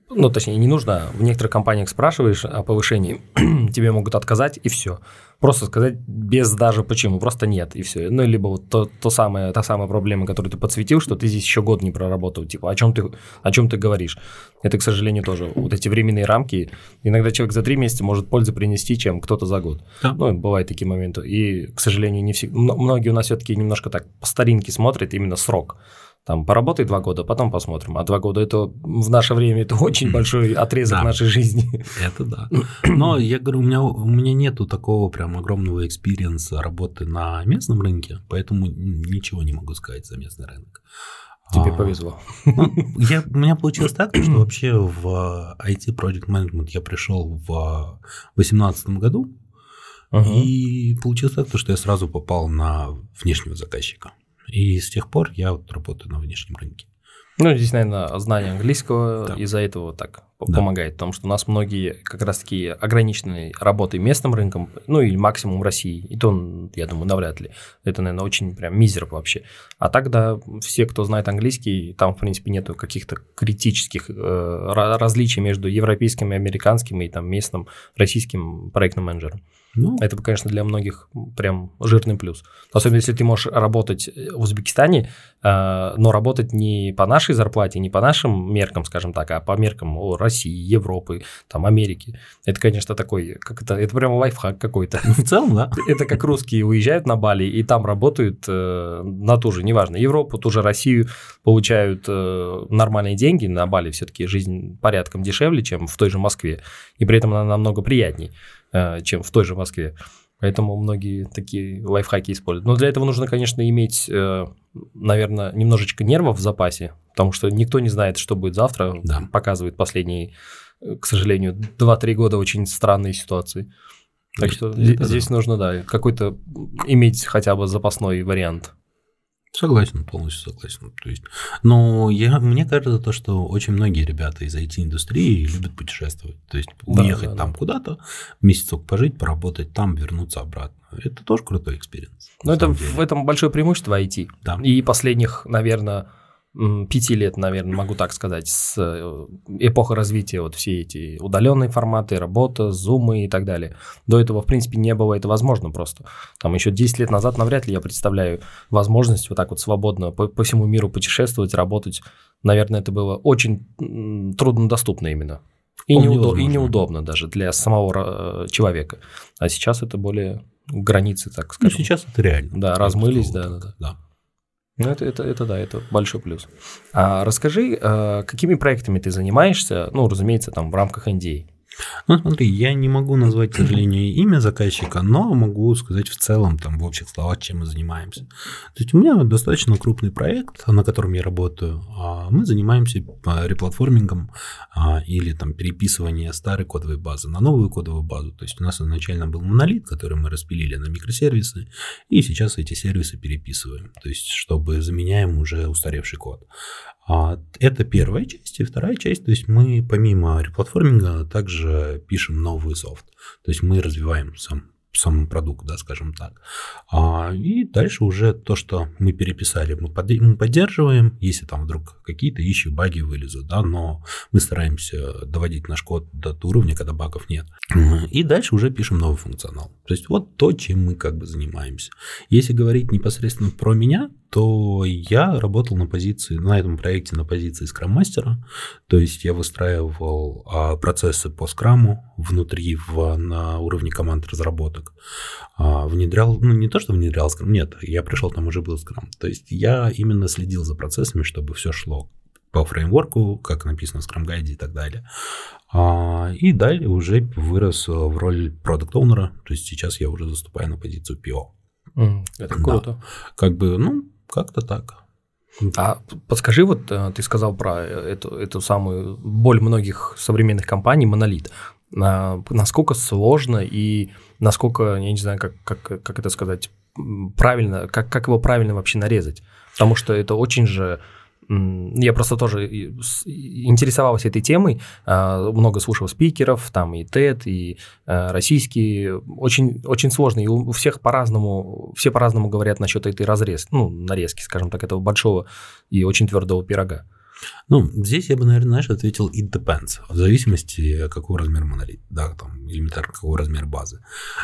Ну, точнее, не нужно. В некоторых компаниях спрашиваешь о повышении, тебе могут отказать, и все. Просто сказать без даже почему, просто нет, и все. Ну, либо вот то, то самое, та самая проблема, которую ты подсветил, что ты здесь еще год не проработал. Типа, о чем ты, о чем ты говоришь? Это, к сожалению, тоже. Вот эти временные рамки. Иногда человек за три месяца может пользу принести, чем кто-то за год. Да. Ну, бывают такие моменты. И, к сожалению, не всегда. Многие у нас все-таки немножко так по старинке смотрят именно срок. Там поработай два года, потом посмотрим. А два года – это в наше время это очень большой отрезок да. нашей жизни. Это да. Но я говорю, у меня, у меня нету такого прям огромного экспириенса работы на местном рынке, поэтому ничего не могу сказать за местный рынок. Тебе а, повезло. Ну, я, у меня получилось так, что вообще в ай ти Project Management я пришел в две тысячи восемнадцатом году, uh-huh. и получилось так, что я сразу попал на внешнего заказчика. И с тех пор я вот работаю на внешнем рынке. Ну, здесь, наверное, знание английского да. из-за этого так да. помогает, потому что у нас многие как раз-таки ограничены работой местным рынком, ну, или максимум России, и то, я думаю, навряд ли. Это, наверное, очень прям мизер вообще. А тогда все, кто знает английский, там, в принципе, нету каких-то критических э, различий между европейским и американским и там местным российским проектным менеджером. Ну, это, конечно, для многих прям жирный плюс. Особенно, если ты можешь работать в Узбекистане, но работать не по нашей зарплате, не по нашим меркам, скажем так, а по меркам России, Европы, там, Америки. Это, конечно, такой, как это, это прям лайфхак какой-то. В целом, да. Это как русские уезжают на Бали и там работают на ту же, неважно, Европу, ту же Россию, получают нормальные деньги. На Бали все-таки жизнь порядком дешевле, чем в той же Москве, и при этом она намного приятней, чем в той же Москве. Поэтому многие такие лайфхаки используют. Но для этого нужно, конечно, иметь, наверное, немножечко нервов в запасе, потому что никто не знает, что будет завтра. Да. Показывает последние, к сожалению, два-три года очень странные ситуации. Так что это здесь да. нужно, да, какой-то иметь хотя бы запасной вариант. Согласен, полностью согласен. То есть, но я, мне кажется, то, что очень многие ребята из ай ти-индустрии любят путешествовать. То есть, да, уехать да, там да. куда-то, месяцок пожить, поработать там, вернуться обратно. Это тоже крутой экспириенс. Ну, это в этом большое преимущество ай ти. Да. И последних, наверное, пяти лет, наверное, могу так сказать, с эпохи развития вот все эти удаленные форматы, работа, зумы и так далее. До этого, в принципе, не было это возможно просто. Там еще десять лет назад навряд ли я представляю возможность вот так вот свободно по, по всему миру путешествовать, работать. Наверное, это было очень труднодоступно именно. И, неудоб, и неудобно даже для самого человека. А сейчас это более границы, так скажем. Ну, сейчас это реально. Да, размылись, да, да, да. да. Ну, это, это, это да, это большой плюс. А расскажи, какими проектами ты занимаешься, ну, разумеется, там в рамках эн ди эй? Ну, смотри, я не могу назвать, к сожалению, имя заказчика, но могу сказать в целом, там, в общих словах, чем мы занимаемся. То есть у меня достаточно крупный проект, на котором я работаю. Мы занимаемся реплатформингом или там переписыванием старой кодовой базы на новую кодовую базу. То есть у нас изначально был монолит, который мы распилили на микросервисы, и сейчас эти сервисы переписываем, то есть чтобы заменяем уже устаревший код. Это первая часть. И вторая часть, то есть мы помимо реплатформинга также пишем новый софт. То есть мы развиваем сам, сам продукт, да, скажем так. И дальше уже то, что мы переписали, мы поддерживаем, если там вдруг какие-то ищи, баги вылезут, да, но мы стараемся доводить наш код до того уровня, когда багов нет. И дальше уже пишем новый функционал. То есть вот то, чем мы как бы занимаемся. Если говорить непосредственно про меня, то я работал на позиции, на этом проекте на позиции скрам-мастера, то есть я выстраивал а, процессы по скраму внутри, в, на уровне команд разработок, а, внедрял, ну не то, что внедрял скрам, нет, я пришел, там уже был скрам, то есть я именно следил за процессами, чтобы все шло по фреймворку, как написано в скрам-гайде и так далее. А, и далее уже вырос в роль продакт-оунера, то есть сейчас я уже заступаю на позицию пи о. Mm, это круто. Да, как бы, ну, как-то так. А подскажи, вот ты сказал про эту, эту самую боль многих современных компаний, монолит. Насколько сложно и насколько, я не знаю, как, как, как это сказать, правильно, как, как его правильно вообще нарезать? Потому что это очень же... Я просто тоже интересовался этой темой, много слушал спикеров, там и тед, и российские, очень, очень сложно, и у всех по-разному, все по-разному говорят насчет этой разрезки, ну, нарезки, скажем так, этого большого и очень твердого пирога. Ну, здесь я бы, наверное, знаешь, ответил it depends, в зависимости, какого размера монолит, да, там, элементарно, какого размера базы.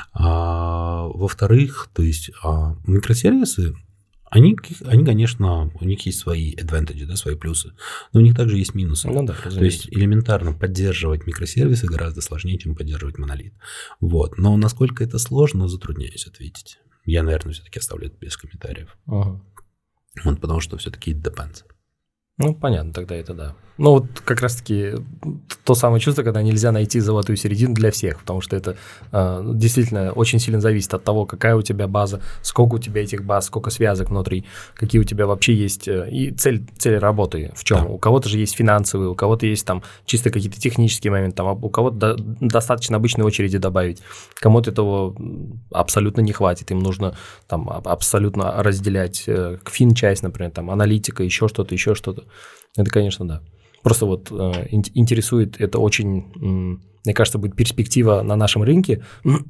А, во-вторых, то есть а, микросервисы, Они, они, конечно, у них есть свои advantage, да, свои плюсы, но у них также есть минусы. Ну да, то есть элементарно поддерживать микросервисы гораздо сложнее, чем поддерживать монолит. Вот. Но насколько это сложно, затрудняюсь ответить. Я, наверное, все-таки оставлю это без комментариев. Ага. Вот, потому что все-таки it depends. Ну, понятно, тогда это да. Ну, вот как раз-таки то самое чувство, когда нельзя найти золотую середину для всех, потому что это э, действительно очень сильно зависит от того, какая у тебя база, сколько у тебя этих баз, сколько связок внутри, какие у тебя вообще есть, э, и цель, цель работы в чем. Да. У кого-то же есть финансовые, у кого-то есть там чисто какие-то технические моменты, там, у кого-то до, достаточно обычной очереди добавить, кому-то этого абсолютно не хватит, им нужно там абсолютно разделять э, фин-часть, например, там, аналитика, еще что-то, еще что-то. Это, конечно, да. Просто вот э, интересует это очень, э, мне кажется, будет перспектива на нашем рынке.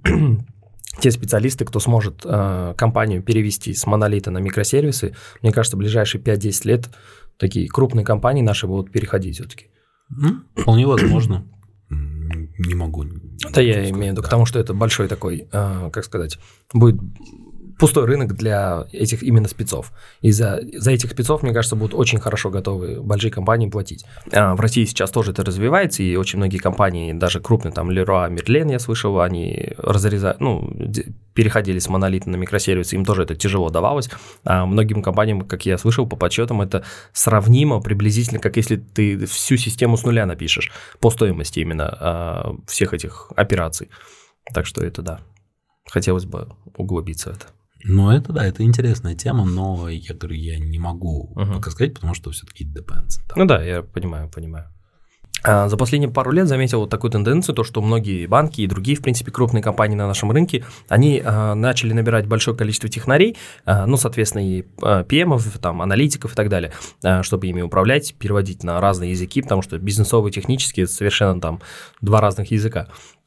Те специалисты, кто сможет э, компанию перевести с монолита на микросервисы, мне кажется, в ближайшие пять-десять лет такие крупные компании наши будут переходить все-таки. Вполне возможно. Не могу. Да, я сказать, имею в виду да. к тому, что это большой такой, э, как сказать, будет... пустой рынок для этих именно спецов. И за, за этих спецов, мне кажется, будут очень хорошо готовы большие компании платить. А в России сейчас тоже это развивается, и очень многие компании, даже крупные, там, Leroy Merlin, я слышал, они разрезают, ну, переходили с монолита на микросервисы, им тоже это тяжело давалось. А многим компаниям, как я слышал, по подсчетам, это сравнимо приблизительно, как если ты всю систему с нуля напишешь по стоимости именно а, всех этих операций. Так что это да. Хотелось бы углубиться в это. Ну, это да, это интересная тема, но я говорю, я не могу uh-huh. пока сказать, потому что все-таки it depends. Да. Ну да, я понимаю, понимаю. А за последние пару лет заметил вот такую тенденцию, то, что многие банки и другие, в принципе, крупные компании на нашем рынке, они а, начали набирать большое количество технарей, а, ну, соответственно, и а, пи эм-ов, там, аналитиков и так далее, а, чтобы ими управлять, переводить на разные языки, потому что бизнесовые и технические совершенно там два разных языка.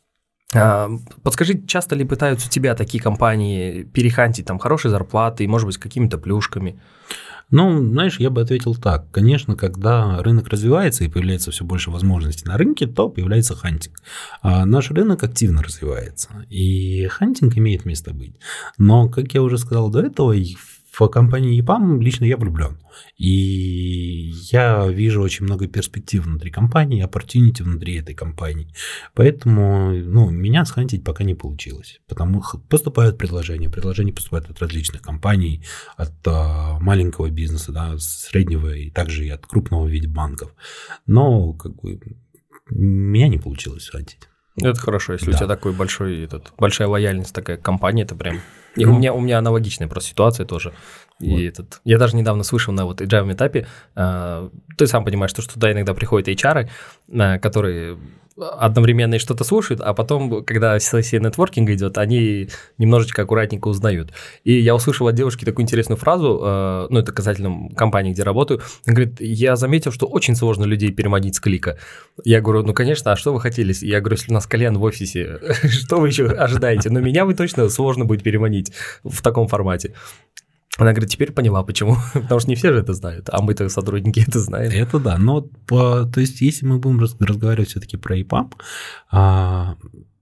Подскажи, часто ли пытаются тебя такие компании перехантить там хорошие зарплаты, может быть, с какими-то плюшками? Ну, знаешь, я бы ответил так. Конечно, когда рынок развивается и появляется все больше возможностей на рынке, то появляется хантинг. А наш рынок активно развивается, и хантинг имеет место быть. Но, как я уже сказал до этого, в компании и пам лично я влюблен. И я вижу очень много перспектив внутри компании, opportunity внутри этой компании. Поэтому ну, меня схантить пока не получилось. Потому что поступают предложения. Предложения поступают от различных компаний, от а, маленького бизнеса, да, среднего и также и от крупного в виде банков. Но как бы, меня не получилось схантить. Это хорошо, если да. у тебя такой большой, этот, большая лояльность, такая компания, это прям... И ну, у, меня, у меня аналогичная просто ситуация тоже. Вот. И этот, я даже недавно слышал на вот agile этапе, э, ты сам понимаешь, что туда иногда приходят эйч ар, э, которые одновременно и что-то слушают, а потом, когда сессия нетворкинга идет, они немножечко аккуратненько узнают. И я услышал от девушки такую интересную фразу, э, ну, это касательно компании, где работаю. Она говорит, я заметил, что очень сложно людей переманить с клика. Я говорю, ну, конечно, а что вы хотели? Я говорю, если у нас кальян в офисе, что вы еще ожидаете? Но меня вы точно сложно будет переманить в таком формате. Она говорит, теперь поняла, почему. Потому что не все же это знают, а мы-то сотрудники это знаем. Это да, но по, то есть если мы будем разговаривать все-таки про и пам, а,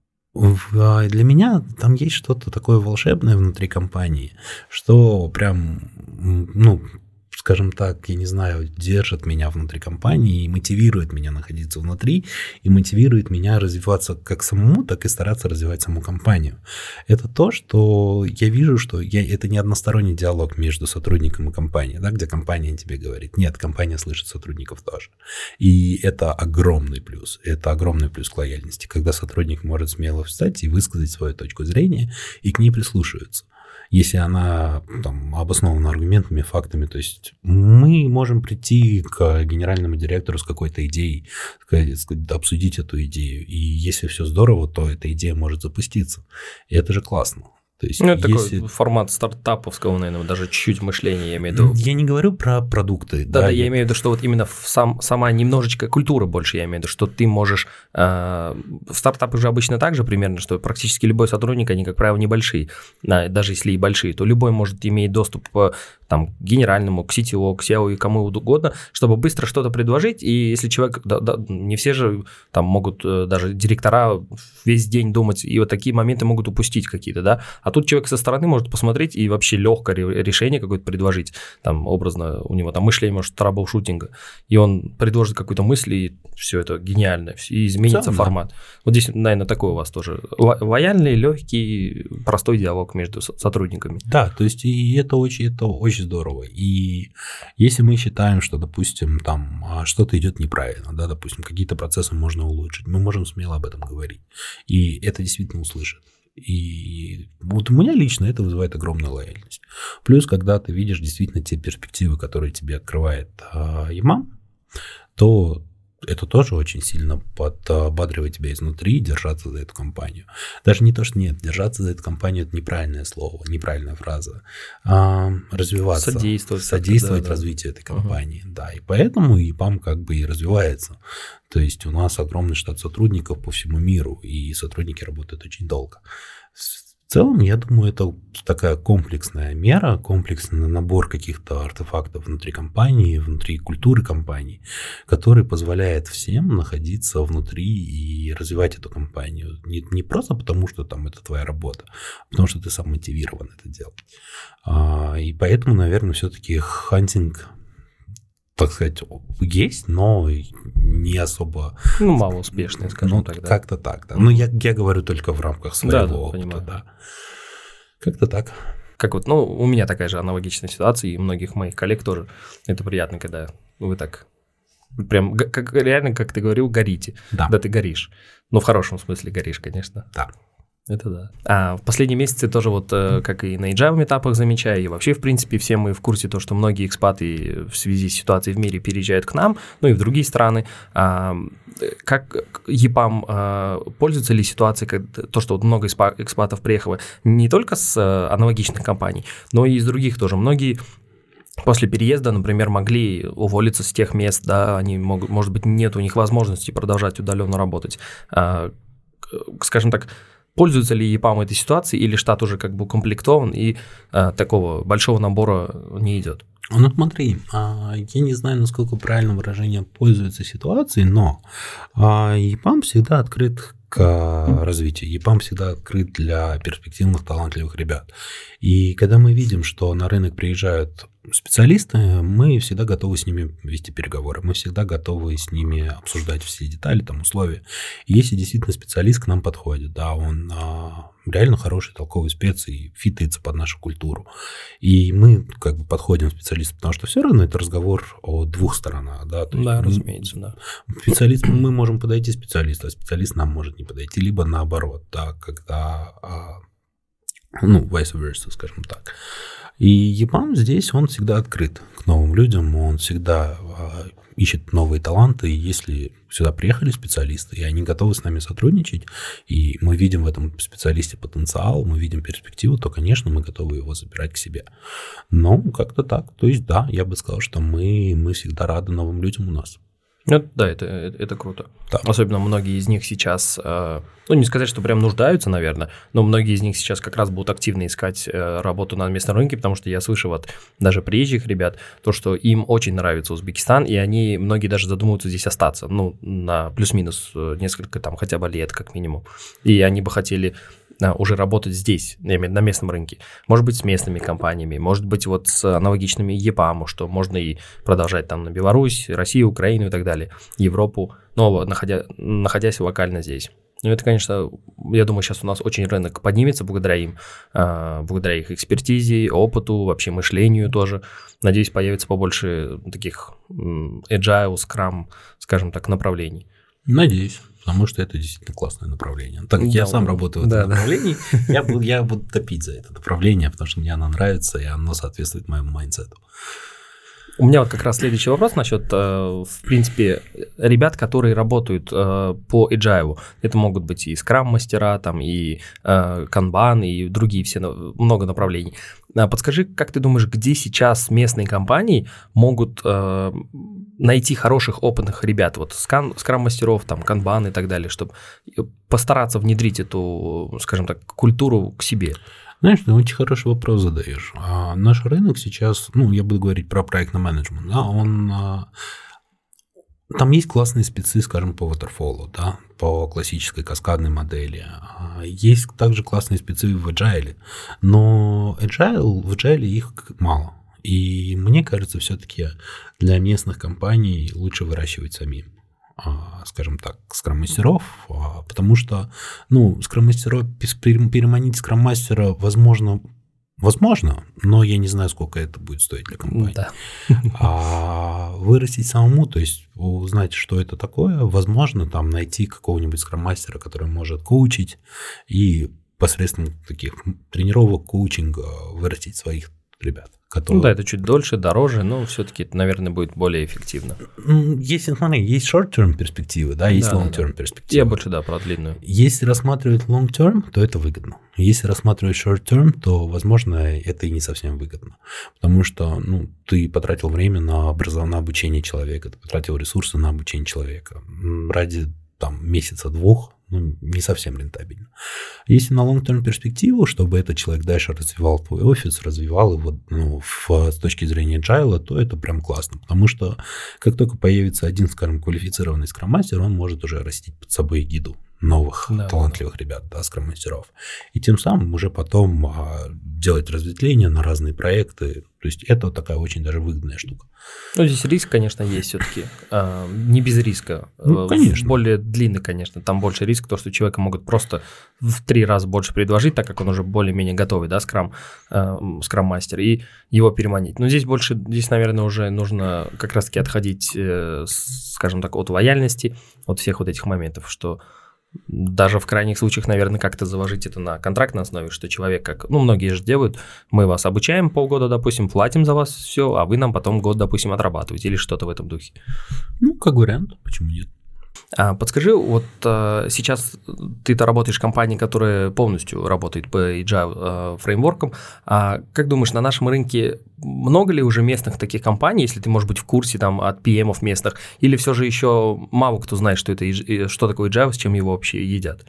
для меня там есть что-то такое волшебное внутри компании, что прям, ну, скажем так, я не знаю, держит меня внутри компании и мотивирует меня находиться внутри, и мотивирует меня развиваться как самому, так и стараться развивать саму компанию. Это то, что я вижу, что я, это не односторонний диалог между сотрудником и компанией, да, где компания тебе говорит. Нет, компания слышит сотрудников тоже. И это огромный плюс. Это огромный плюс к лояльности, когда сотрудник может смело встать и высказать свою точку зрения, и к ней прислушиваются. Если она там, обоснована аргументами, фактами, то есть мы можем прийти к генеральному директору с какой-то идеей, сказать, обсудить эту идею, и если все здорово, то эта идея может запуститься, и это же классно. То есть, ну, это если... такой формат стартаповского, наверное, даже чуть-чуть мышления, я имею в виду. Я не говорю про продукты. Да, да, я, я имею в виду, что вот именно в сам, сама немножечко культура больше, я имею в виду, что ты можешь... Э, в стартапах же обычно так же примерно, что практически любой сотрудник, они, как правило, небольшие. А, даже если и большие, то любой может иметь доступ там, к генеральному, к си ти о, к си и о и кому угодно, чтобы быстро что-то предложить. И если человек... Да, да, не все же там могут даже директора весь день думать, и вот такие моменты могут упустить какие-то, да. А тут человек со стороны может посмотреть и вообще легкое решение какое-то предложить. Там образно у него там мышление, может, трабл-шутинга. И он предложит какую-то мысль, и все это гениально, и изменится Сам, формат. Да. Вот здесь, наверное, такой у вас тоже лояльный, легкий, простой диалог между сотрудниками. Да, то есть и это очень, это очень здорово. И если мы считаем, что, допустим, там что-то идет неправильно, да, допустим, какие-то процессы можно улучшить, мы можем смело об этом говорить. И это действительно услышат. И вот у меня лично это вызывает огромную лояльность. Плюс, когда ты видишь действительно те перспективы, которые тебе открывает ИМАМ, то это тоже очень сильно подбадривает тебя изнутри держаться за эту компанию. Даже не то, что нет, держаться за эту компанию – это неправильное слово, неправильная фраза. А, развиваться, содействовать, содействовать да, развитию да. этой компании. Uh-huh. Да, и поэтому ИПАМ как бы и развивается. То есть у нас огромный штат сотрудников по всему миру, и сотрудники работают очень долго. В целом, я думаю, это такая комплексная мера, комплексный набор каких-то артефактов внутри компании, внутри культуры компании, который позволяет всем находиться внутри и развивать эту компанию. Не, не просто потому, что там это твоя работа, а потому что ты сам мотивирован это делать. А, и поэтому, наверное, все-таки хантинг, так сказать, есть, но не особо... Ну, мало успешный, скажем ну, так. Да. Как-то так, да. Ну, я, я говорю только в рамках своего да, да, опыта, понимаю. да. Как-то так. Как вот, ну, у меня такая же аналогичная ситуация, и у многих моих коллег тоже. Это приятно, когда вы так прям, как, реально, как ты говорил, горите. Да. Да, ты горишь. Ну, в хорошем смысле горишь, конечно. Да. Это да. А в последние месяцы тоже вот, как и на Agile метапах замечаю, и вообще, в принципе, все мы в курсе то, что многие экспаты в связи с ситуацией в мире переезжают к нам, ну и в другие страны. А, как ЕПАМ а, пользуется ли ситуацией, как, то, что вот много экспатов приехало не только с аналогичных компаний, но и из других тоже. Многие после переезда, например, могли уволиться с тех мест, да, они могут, может быть, нет у них возможности продолжать удаленно работать. А, скажем так, пользуется ли ЕПАМ этой ситуацией, или штат уже как бы укомплектован, и а, такого большого набора не идет? Ну смотри, я не знаю, насколько правильно выражение пользуется ситуацией, но ЕПАМ всегда открыт к развитию. ЕПАМ всегда открыт для перспективных, талантливых ребят. И когда мы видим, что на рынок приезжают специалисты, мы всегда готовы с ними вести переговоры, мы всегда готовы с ними обсуждать все детали, там, условия. И если действительно специалист к нам подходит, да, он а, реально хороший, толковый спец и фитается под нашу культуру, и мы как бы подходим к специалисту, потому что все равно это разговор о двух сторонах. Да, то есть да мы, разумеется, да. Специалист, мы можем подойти специалисту, а специалист нам может не подойти, либо наоборот, да, когда, а, ну, vice versa, скажем так. И ЕПАМ здесь, он всегда открыт к новым людям, он всегда а, ищет новые таланты, и если сюда приехали специалисты, и они готовы с нами сотрудничать, и мы видим в этом специалисте потенциал, мы видим перспективу, то, конечно, мы готовы его забирать к себе. Но как-то так. То есть, да, я бы сказал, что мы, мы всегда рады новым людям у нас. Ну, да, это, это круто. Да. Особенно многие из них сейчас, ну, не сказать, что прям нуждаются, наверное, но многие из них сейчас как раз будут активно искать работу на местном рынке, потому что я слышал от даже приезжих ребят, то, что им очень нравится Узбекистан, и они, многие даже задумываются здесь остаться, ну, на плюс-минус несколько там хотя бы лет, как минимум. И они бы хотели уже работать здесь, на местном рынке. Может быть, с местными компаниями, может быть, вот с аналогичными ЕПАМу, что можно и продолжать там на Беларусь, Россию, Украину и так далее, Европу, но находя, находясь локально здесь. Ну, это, конечно, я думаю, сейчас у нас очень рынок поднимется благодаря им, благодаря их экспертизе, опыту, вообще мышлению тоже. Надеюсь, появится побольше таких agile, scrum, скажем так, направлений. Надеюсь. Потому что это действительно классное направление. Так как да, я сам работаю в этом да, направлении, да. я, буду, я буду топить за это направление, потому что мне оно нравится, и оно соответствует моему майндсету. У меня вот как раз следующий вопрос насчет, в принципе, ребят, которые работают по Agile. Это могут быть и скрам-мастера, там, и канбан, и другие все, много направлений. Подскажи, как ты думаешь, где сейчас местные компании могут найти хороших опытных ребят, вот скрам-мастеров, там, канбан и так далее, чтобы постараться внедрить эту, скажем так, культуру к себе? Знаешь, ты очень хороший вопрос задаешь. А наш рынок сейчас, ну, я буду говорить про проектный менеджмент, да, он... Там есть классные спецы, скажем, по waterfall, да, по классической каскадной модели. Есть также классные спецы в Agile, но Agile, в Agile их мало. И мне кажется, все-таки для местных компаний лучше выращивать самим, скажем так, скрам-мастеров, потому что, ну, скрам-мастеров, переманить скрам-мастера, возможно, возможно, но я не знаю, сколько это будет стоить для компании. Да. А вырастить самому, то есть узнать, что это такое, возможно, там найти какого-нибудь скрам-мастера, который может коучить, и посредством таких тренировок, коучинга вырастить своих ребят. Которые... Ну да, это чуть дольше, дороже, но все-таки это, наверное, будет более эффективно. Есть, смотри, есть short-term перспективы, да, есть да, long-term да. перспективы. Я больше, да, про длинную. Если рассматривать long-term, то это выгодно. Если рассматривать short-term, то, возможно, это и не совсем выгодно. Потому что, ну, ты потратил время на, образов... на обучение человека, ты потратил ресурсы на обучение человека. Ради там месяца-двух, ну, не совсем рентабельно. Если на long-term перспективу, чтобы этот человек дальше развивал твой офис, развивал его, ну, в, с точки зрения agile, то это прям классно, потому что как только появится один, скажем, квалифицированный скрам-мастер, он может уже растить под собой гиду новых да, талантливых да. ребят, да, скрам-мастеров. И тем самым уже потом а, делать разветвления на разные проекты. То есть это такая очень даже выгодная штука. Ну, здесь риск, конечно, есть все-таки. А, не без риска. Ну, конечно. Более длинный, конечно. Там больше риск, то, что человека могут просто в три раза больше предложить, так как он уже более-менее готовый, да, скрам, э, скрам-мастер, и его переманить. Но здесь больше, здесь, наверное, уже нужно как раз-таки отходить, э, скажем так, от лояльности, от всех вот этих моментов, что даже в крайних случаях, наверное, как-то заложить это на контрактной основе, что человек, как, ну, многие же делают, мы вас обучаем полгода, допустим, платим за вас все, а вы нам потом год, допустим, отрабатываете или что-то в этом духе. Ну, как вариант, почему нет? А, подскажи, вот а, сейчас ты-то работаешь в компании, которая полностью работает по Agile а, фреймворкам. А как думаешь, на нашем рынке много ли уже местных таких компаний, если ты, может быть, в курсе там от пи эм-ов местных, или все же еще мало кто знает, что это, что такое Agile, с чем его вообще едят?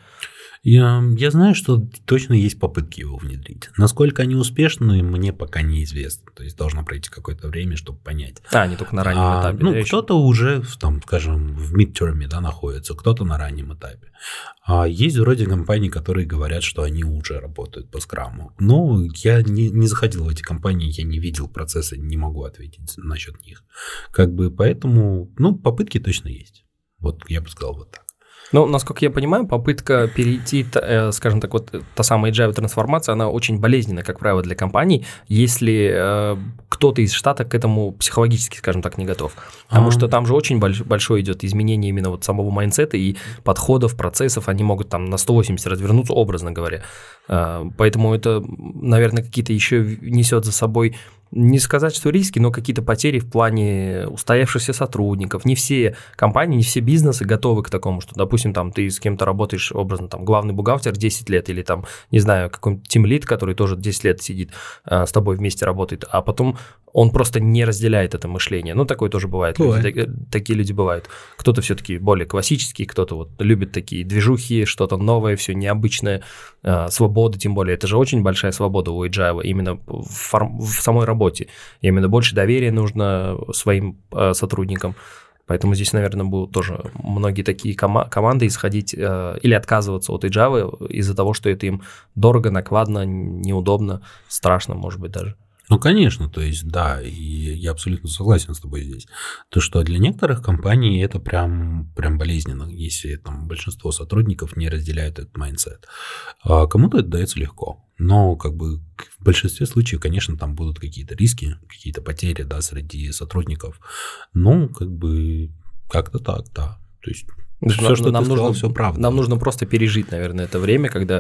Я, я знаю, что точно есть попытки его внедрить. Насколько они успешны, мне пока неизвестно. То есть должно пройти какое-то время, чтобы понять. А, не только на раннем а, этапе. Ну, да, кто-то еще? Уже, там, скажем, в мидтерме, да, находится, кто-то на раннем этапе. А есть вроде компании, которые говорят, что они уже работают по скраму. Но я не, не заходил в эти компании, я не видел процесса, не могу ответить насчет них. Как бы поэтому, ну, попытки точно есть. Вот я бы сказал вот так. Ну, насколько я понимаю, попытка перейти, скажем так, вот та самая Agile трансформация, она очень болезненна, как правило, для компаний, если э, кто-то из штата к этому психологически, скажем так, не готов. Потому а... что там же очень больш, большое идет изменение именно вот самого майндсета и подходов, процессов, они могут там на сто восемьдесят развернуться, образно говоря. Э, поэтому это, наверное, какие-то еще несет за собой... Не сказать, что риски, но какие-то потери в плане устоявшихся сотрудников. Не все компании, не все бизнесы готовы к такому, что, допустим, там ты с кем-то работаешь, образно, там, главный бухгалтер десять лет, или там, не знаю, какой-нибудь тимлид, который тоже десять лет сидит, а, с тобой вместе работает, а потом он просто не разделяет это мышление. Ну, такое тоже бывает. бывает. Люди, такие люди бывают. Кто-то все-таки более классический, кто-то вот любит такие движухи, что-то новое, все необычное, а, свобода, тем более. Это же очень большая свобода у Agile именно в, форм- в самой работе. Именно больше доверия нужно своим э, сотрудникам. Поэтому здесь, наверное, будут тоже многие такие кома- команды исходить э, или отказываться от Agile из-за того, что это им дорого, накладно, неудобно, страшно, может быть, даже. Ну, конечно, то есть, да, и я абсолютно согласен с тобой здесь. То, что для некоторых компаний это прям, прям болезненно, если там большинство сотрудников не разделяют этот майндсет. А кому-то это дается легко, но как бы в большинстве случаев, конечно, там будут какие-то риски, какие-то потери, да, среди сотрудников. Ну, как бы как-то так, да. То есть... Все, нам, что нам ты нужно, сказал, все правда. Нам нужно просто пережить, наверное, это время, когда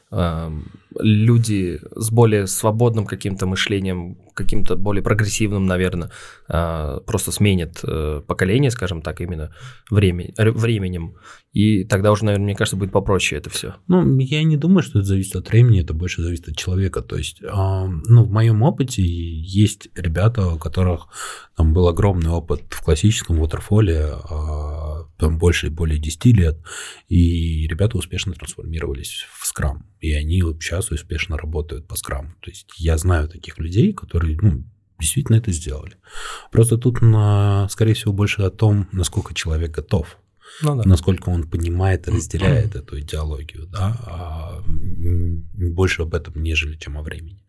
люди с более свободным каким-то мышлением, каким-то более прогрессивным, наверное, просто сменят поколение, скажем так, именно время, временем, и тогда уже, наверное, мне кажется, будет попроще это все. Ну, я не думаю, что это зависит от времени, это больше зависит от человека. То есть, ну, в моем опыте есть ребята, у которых там был огромный опыт в классическом waterfall, там больше и более десять лет, и ребята успешно трансформировались в Scrum, и они вот сейчас успешно работают по Scrum. То есть я знаю таких людей, которые, ну, действительно это сделали. Просто тут, на, скорее всего, больше о том, насколько человек готов, ну, да. насколько он понимает и разделяет mm-hmm. эту идеологию, да, а больше об этом, нежели чем о времени.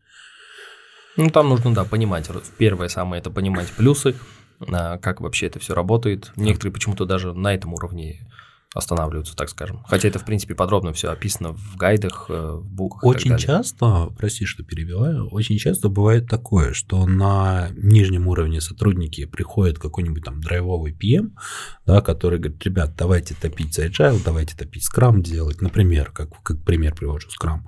Ну, там нужно, да, понимать, первое самое, это понимать плюсы, как вообще это все работает. Некоторые почему-то даже на этом уровне останавливаются, так скажем. Хотя это, в принципе, подробно все описано в гайдах, в буках. Очень часто, прости, что перебиваю, очень часто бывает такое, что на нижнем уровне сотрудники приходят какой-нибудь там драйвовый пи эм, да, который говорит: ребят, давайте топить за Agile, давайте топить Scrum делать. Например, как, как пример привожу Scrum.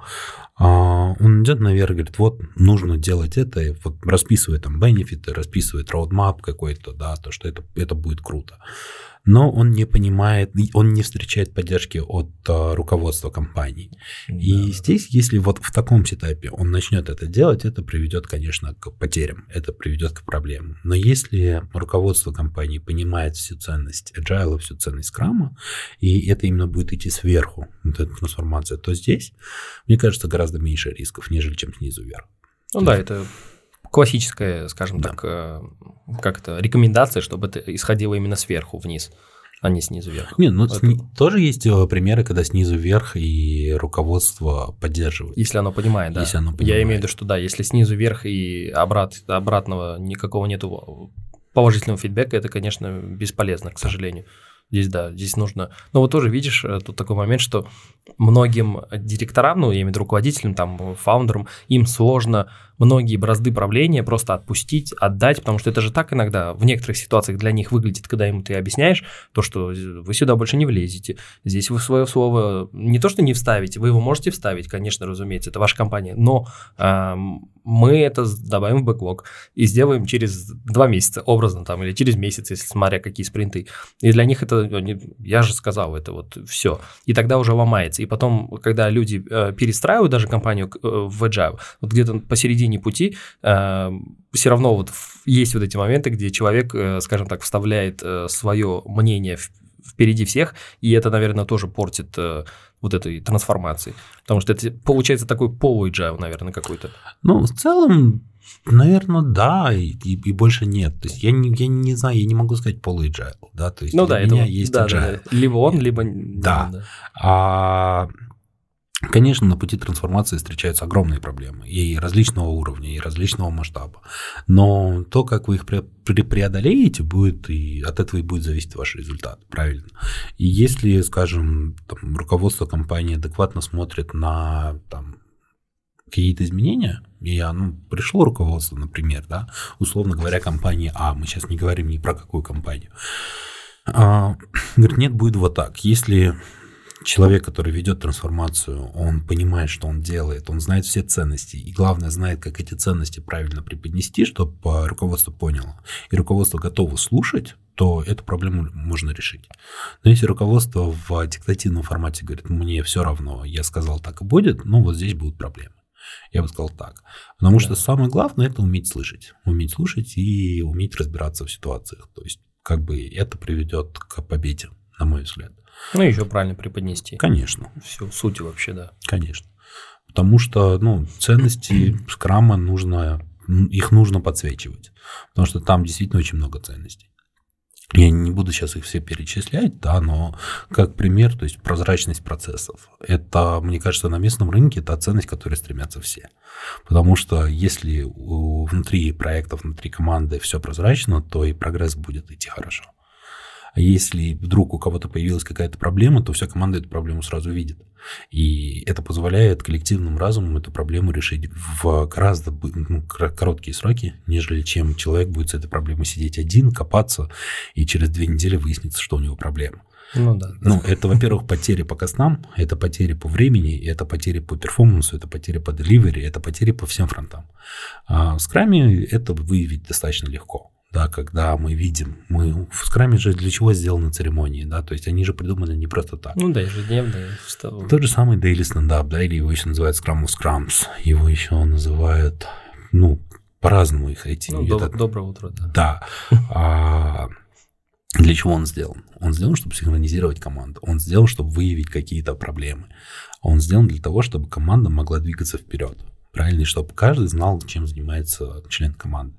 А он идет наверх и говорит: вот нужно делать это, и вот расписывает там бенефиты, расписывает роудмап какой-то, да, то, что это, это будет круто. Но он не понимает, он не встречает поддержки от а, руководства компании. Да. И здесь, если вот в таком сетапе он начнет это делать, это приведет, конечно, к потерям, это приведет к проблемам. Но если руководство компании понимает всю ценность Agile, всю ценность Scrum, и это именно будет идти сверху, вот эта трансформация, то здесь, мне кажется, гораздо меньше рисков, нежели чем снизу вверх. Ну то да, есть... это... классическая, скажем да. так, как это, рекомендация, чтобы это исходило именно сверху вниз, а не снизу вверх. Нет, ну это... сни... тоже есть примеры, когда снизу вверх и руководство поддерживает. Если оно понимает, да. Если оно понимает. Я имею в виду, что да, если снизу вверх и обрат... обратного никакого нету положительного фидбэка, это, конечно, бесполезно, к сожалению. Здесь, да, здесь нужно... Но вот тоже видишь, тут такой момент, что многим директорам, ну, я имею в виду руководителям, там, фаундерам, им сложно многие бразды правления просто отпустить, отдать, потому что это же так иногда в некоторых ситуациях для них выглядит, когда им ты объясняешь, то, что вы сюда больше не влезете, здесь вы свое слово не то, что не вставите, вы его можете вставить, конечно, разумеется, это ваша компания, но э, мы это добавим в бэклог и сделаем через два месяца, образно там, или через месяц, если смотря какие спринты. И для них это, я же сказал, это вот все. И тогда уже ломается. И потом, когда люди э, перестраивают даже компанию э, в Agile, вот где-то посередине пути э, все равно вот есть вот эти моменты, где человек, э, скажем так, вставляет э, свое мнение в, впереди всех, и это, наверное, тоже портит э, вот этой трансформации. Потому что это получается такой полу-agile, наверное, какой-то. Ну, в целом, наверное, да, и, и больше нет. То есть я не, я не знаю, я не могу сказать полу-agile, да, то есть ну, для да, меня это, есть да, agile. Да, либо он, либо... Да, да. А... Конечно, на пути трансформации встречаются огромные проблемы и различного уровня, и различного масштаба. Но то, как вы их преодолеете, будет и от этого и будет зависеть ваш результат, правильно? И если, скажем, там, руководство компании адекватно смотрит на там, какие-то изменения, и оно пришло руководство, например, да, условно говоря, компании А, мы сейчас не говорим ни про какую компанию, а, говорит, нет, будет вот так, если... Человек, который ведет трансформацию, он понимает, что он делает, он знает все ценности, и главное, знает, как эти ценности правильно преподнести, чтобы руководство поняло, и руководство готово слушать, то эту проблему можно решить. Но если руководство в диктативном формате говорит, мне все равно, я сказал, так и будет, ну вот здесь будут проблемы. Я бы сказал так. Потому да. что самое главное – это уметь слышать. Уметь слушать и уметь разбираться в ситуациях. То есть, как бы это приведет к победе, на мой взгляд. Ну, еще правильно преподнести. Конечно. Всю суть вообще, да. Конечно. Потому что, ну, ценности скрама нужно, их нужно подсвечивать. Потому что там действительно очень много ценностей. Я не буду сейчас их все перечислять, да, но как пример, то есть прозрачность процессов. Это, мне кажется, на местном рынке та ценность, к которой стремятся все. Потому что если внутри проектов, внутри команды все прозрачно, то и прогресс будет идти хорошо. А если вдруг у кого-то появилась какая-то проблема, то вся команда эту проблему сразу видит. И это позволяет коллективным разумом эту проблему решить в гораздо ну, короткие сроки, нежели чем человек будет с этой проблемой сидеть один, копаться, и через две недели выяснится, что у него проблема. Ну да. Ну, это, во-первых, потери по костам, это потери по времени, это потери по перформансу, это потери по деливери, это потери по всем фронтам. А в скраме это выявить достаточно легко. Да, когда мы видим, мы в скраме же для чего сделаны церемонии, да, то есть они же придуманы не просто так. Ну да, ежедневные. Тот же самый daily stand-up, да, или его еще называют Scrum of Scrums, его еще называют, ну, по-разному их эти. Ну, это, доб- доброе утро, да. Да. А, для чего он сделан? Он сделан, чтобы синхронизировать команду, он сделан, чтобы выявить какие-то проблемы, он сделан для того, чтобы команда могла двигаться вперед, правильно, и чтобы каждый знал, чем занимается член команды.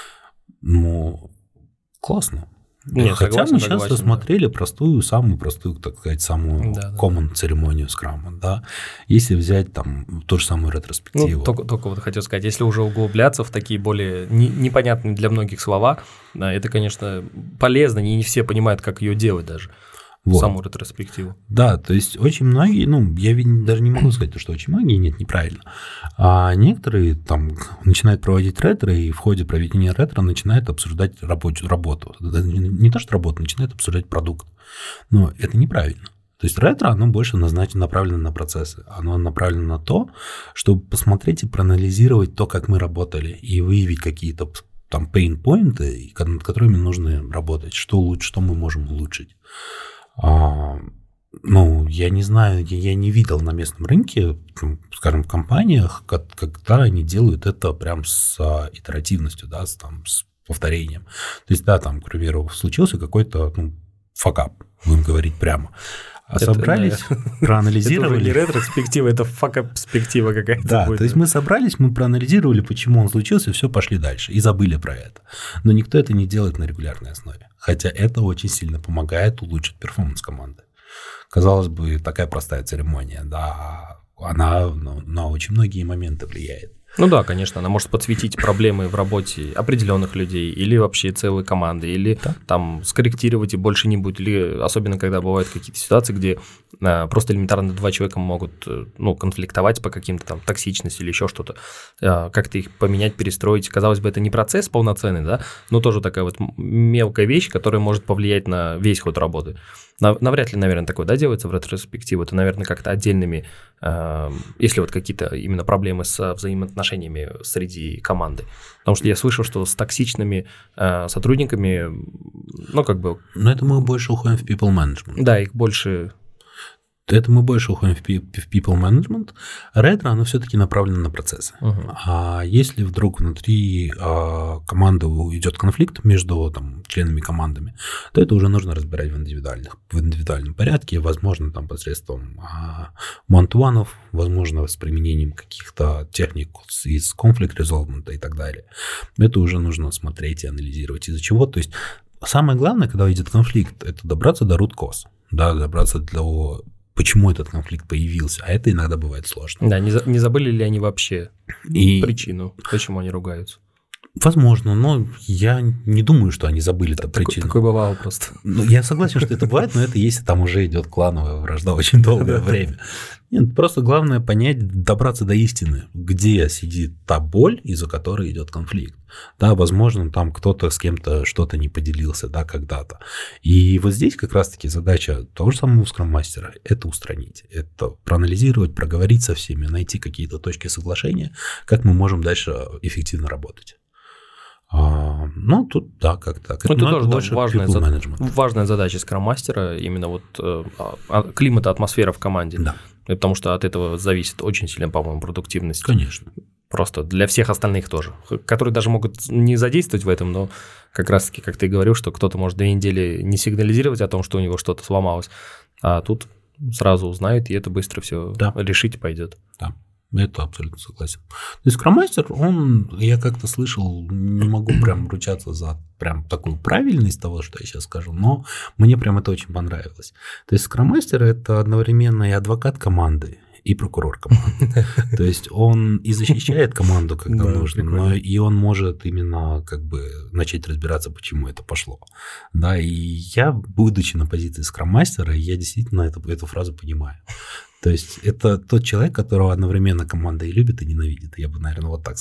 Ну, классно. Нет, Хотя согласен, мы сейчас согласен, рассмотрели да. простую, самую простую, так сказать, самую да, common да. церемонию скрама, да. Если взять там ту же самую ретроспективу. Ну, только, только вот хотел сказать, если уже углубляться в такие более не, непонятные для многих слова, да, это, конечно, полезно, не, не все понимают, как ее делать даже. Вот. Саму ретроспективу. Да, то есть очень многие, ну, я ведь даже не могу сказать, что очень многие, нет, неправильно. А некоторые там начинают проводить ретро, и в ходе проведения ретро начинают обсуждать рабочую работу. Не то, что работу, начинают обсуждать продукт. Но это неправильно. То есть ретро, оно больше назначено, направлено на процессы. Оно направлено на то, чтобы посмотреть и проанализировать то, как мы работали, и выявить какие-то там pain-поинты, над которыми нужно работать, что лучше, что мы можем улучшить. А, ну, я не знаю, я, я не видел на местном рынке, скажем, в компаниях, как, когда они делают это прям с итеративностью, да, с, там, с повторением. То есть, да, там, к примеру, случился какой-то ну, факап, будем говорить прямо. А это, собрались, да. проанализировали. Это уже не ретроспектива, это факап-спектива какая-то да, будет. То есть мы собрались, мы проанализировали, почему он случился, все, пошли дальше и забыли про это. Но никто это не делает на регулярной основе. Хотя это очень сильно помогает улучшить перформанс команды. Казалось бы, такая простая церемония, да, она ну, на очень многие моменты влияет. Ну да, конечно, она может подсветить проблемы в работе определенных людей или вообще целой команды, или да. там скорректировать и больше не будет, или особенно когда бывают какие-то ситуации, где а, просто элементарно два человека могут ну, конфликтовать по каким-то там токсичности или еще что-то, а, как-то их поменять, перестроить. Казалось бы, это не процесс полноценный, да, но тоже такая вот мелкая вещь, которая может повлиять на весь ход работы. Навряд ли, наверное, такое, да, делается в ретроспективу, это, наверное, как-то отдельными, э, если вот какие-то именно проблемы с взаимоотношениями среди команды. Потому что я слышал, что с токсичными э, сотрудниками, ну, как бы... Но это мы больше уходим в people management. Да, их больше... Это мы больше уходим в people management. Ретро, оно все-таки направлено на процессы. Uh-huh. А если вдруг внутри а, команды идет конфликт между там, членами командами, то это уже нужно разбирать в, индивидуальных, в индивидуальном порядке, возможно, там, посредством а, one-to-one, возможно, с применением каких-то техник из conflict resolvement и так далее. Это уже нужно смотреть и анализировать. Из-за чего? То есть самое главное, когда идет конфликт, это добраться до root cause, да, добраться до... почему этот конфликт появился, а это иногда бывает сложно. Да, не, за, не забыли ли они вообще и... причину, почему они ругаются? Возможно, но я не думаю, что они забыли эту причину. Такое бывало просто. Ну, я согласен, что это бывает, но это если там уже идет клановая вражда очень долгое время. Нет, просто главное понять, добраться до истины, где сидит та боль, из-за которой идет конфликт. Да, возможно, там кто-то с кем-то что-то не поделился, да, когда-то. И вот здесь как раз-таки задача того же самого скрам-мастера – это устранить, это проанализировать, проговорить со всеми, найти какие-то точки соглашения, как мы можем дальше эффективно работать. А, ну, тут да, как так. Это тоже да, важная, зад... важная задача скрам-мастера, именно вот э, климат, атмосфера в команде. Да. Потому что от этого зависит очень сильно, по-моему, продуктивность. Конечно. Просто для всех остальных тоже, которые даже могут не задействовать в этом, но как раз-таки, как ты говорил, что кто-то может две недели не сигнализировать о том, что у него что-то сломалось, а тут сразу узнает, и это быстро все да. решить пойдет. Да. Это абсолютно согласен. То есть скрам-мастер, он, я как-то слышал, не могу прям ручаться за прям такую правильность того, что я сейчас скажу, но мне прям это очень понравилось. То есть скрам-мастер – это одновременно и адвокат команды, и прокурор команды. То есть он и защищает команду, когда нужно, но и он может именно как бы начать разбираться, почему это пошло. Да, и я, будучи на позиции скрам-мастера, я действительно эту, эту фразу понимаю. То есть это тот человек, которого одновременно команда и любит, и ненавидит. Я бы, наверное, вот так сказал.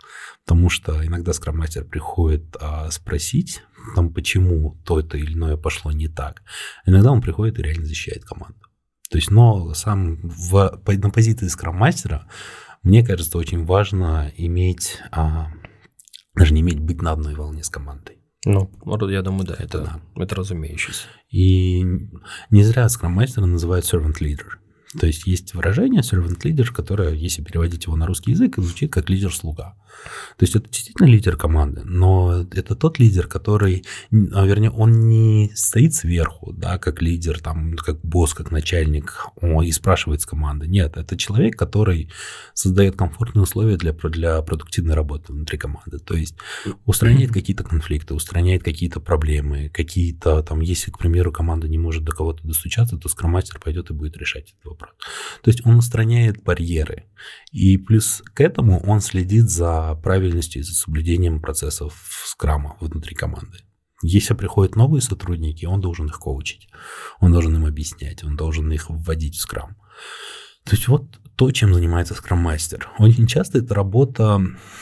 Потому что иногда скрам-мастер приходит а, спросить, там, почему то-то или иное пошло не так. Иногда он приходит и реально защищает команду. То есть, но сам в, на позиции скрам-мастера, мне кажется, очень важно иметь, а, даже не иметь, быть на одной волне с командой. Ну, я думаю, да, это, это, да. это разумеющееся. И не зря скрам-мастера называют servant leader. То есть есть выражение servant leader, которое, если переводить его на русский язык, звучит как лидер-слуга. То есть это действительно лидер команды, но это тот лидер, который, вернее, он не стоит сверху, да, как лидер, там, как босс, как начальник, и спрашивает с команды. Нет, это человек, который создает комфортные условия для, для продуктивной работы внутри команды. То есть устраняет какие-то конфликты, устраняет какие-то проблемы, какие-то там, если, к примеру, команда не может до кого-то достучаться, то скрам-мастер пойдет и будет решать этот вопрос. То есть он устраняет барьеры. И плюс к этому он следит за правильностью и за соблюдением процессов скрама внутри команды. Если приходят новые сотрудники, он должен их коучить, он должен им объяснять, он должен их вводить в скрам. То есть вот то, чем занимается скрам-мастер. Очень часто эта работа,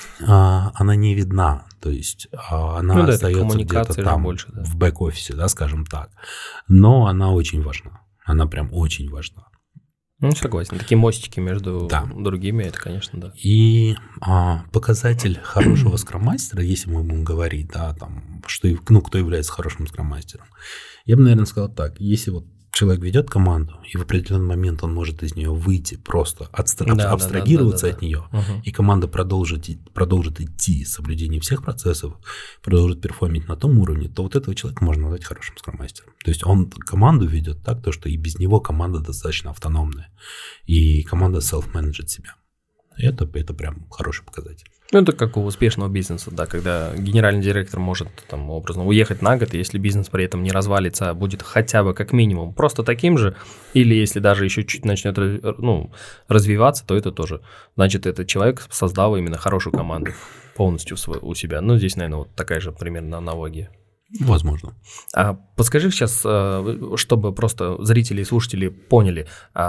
она не видна. То есть она ну, да, остается где-то там больше, да. в бэк-офисе, да, скажем так. Но она очень важна. Она прям очень важна. Ну, согласен. Такие мостики между да. другими, это, конечно, да. И а, показатель хорошего скрам-мастера, если мы будем говорить, да, там, что, ну, кто является хорошим скрам-мастером, я бы, наверное, сказал так, если вот человек ведет команду, и в определенный момент он может из нее выйти, просто отстра- да, абстрагироваться да, да, да, да, от нее, угу. и команда продолжит, продолжит идти с соблюдением всех процессов, продолжит перформить на том уровне, то вот этого человека можно назвать хорошим скрам-мастером. То есть он команду ведет так, то, что и без него команда достаточно автономная, и команда self-менеджит себя. Это, это прям хороший показатель. Ну, это как у успешного бизнеса, да, когда генеральный директор может, там, образно уехать на год, и если бизнес при этом не развалится, а будет хотя бы как минимум просто таким же, или если даже еще чуть начнет, ну, развиваться, то это тоже, значит, этот человек создал именно хорошую команду полностью у себя. Ну, здесь, наверное, вот такая же примерно аналогия. Возможно. А подскажи сейчас, чтобы просто зрители и слушатели поняли,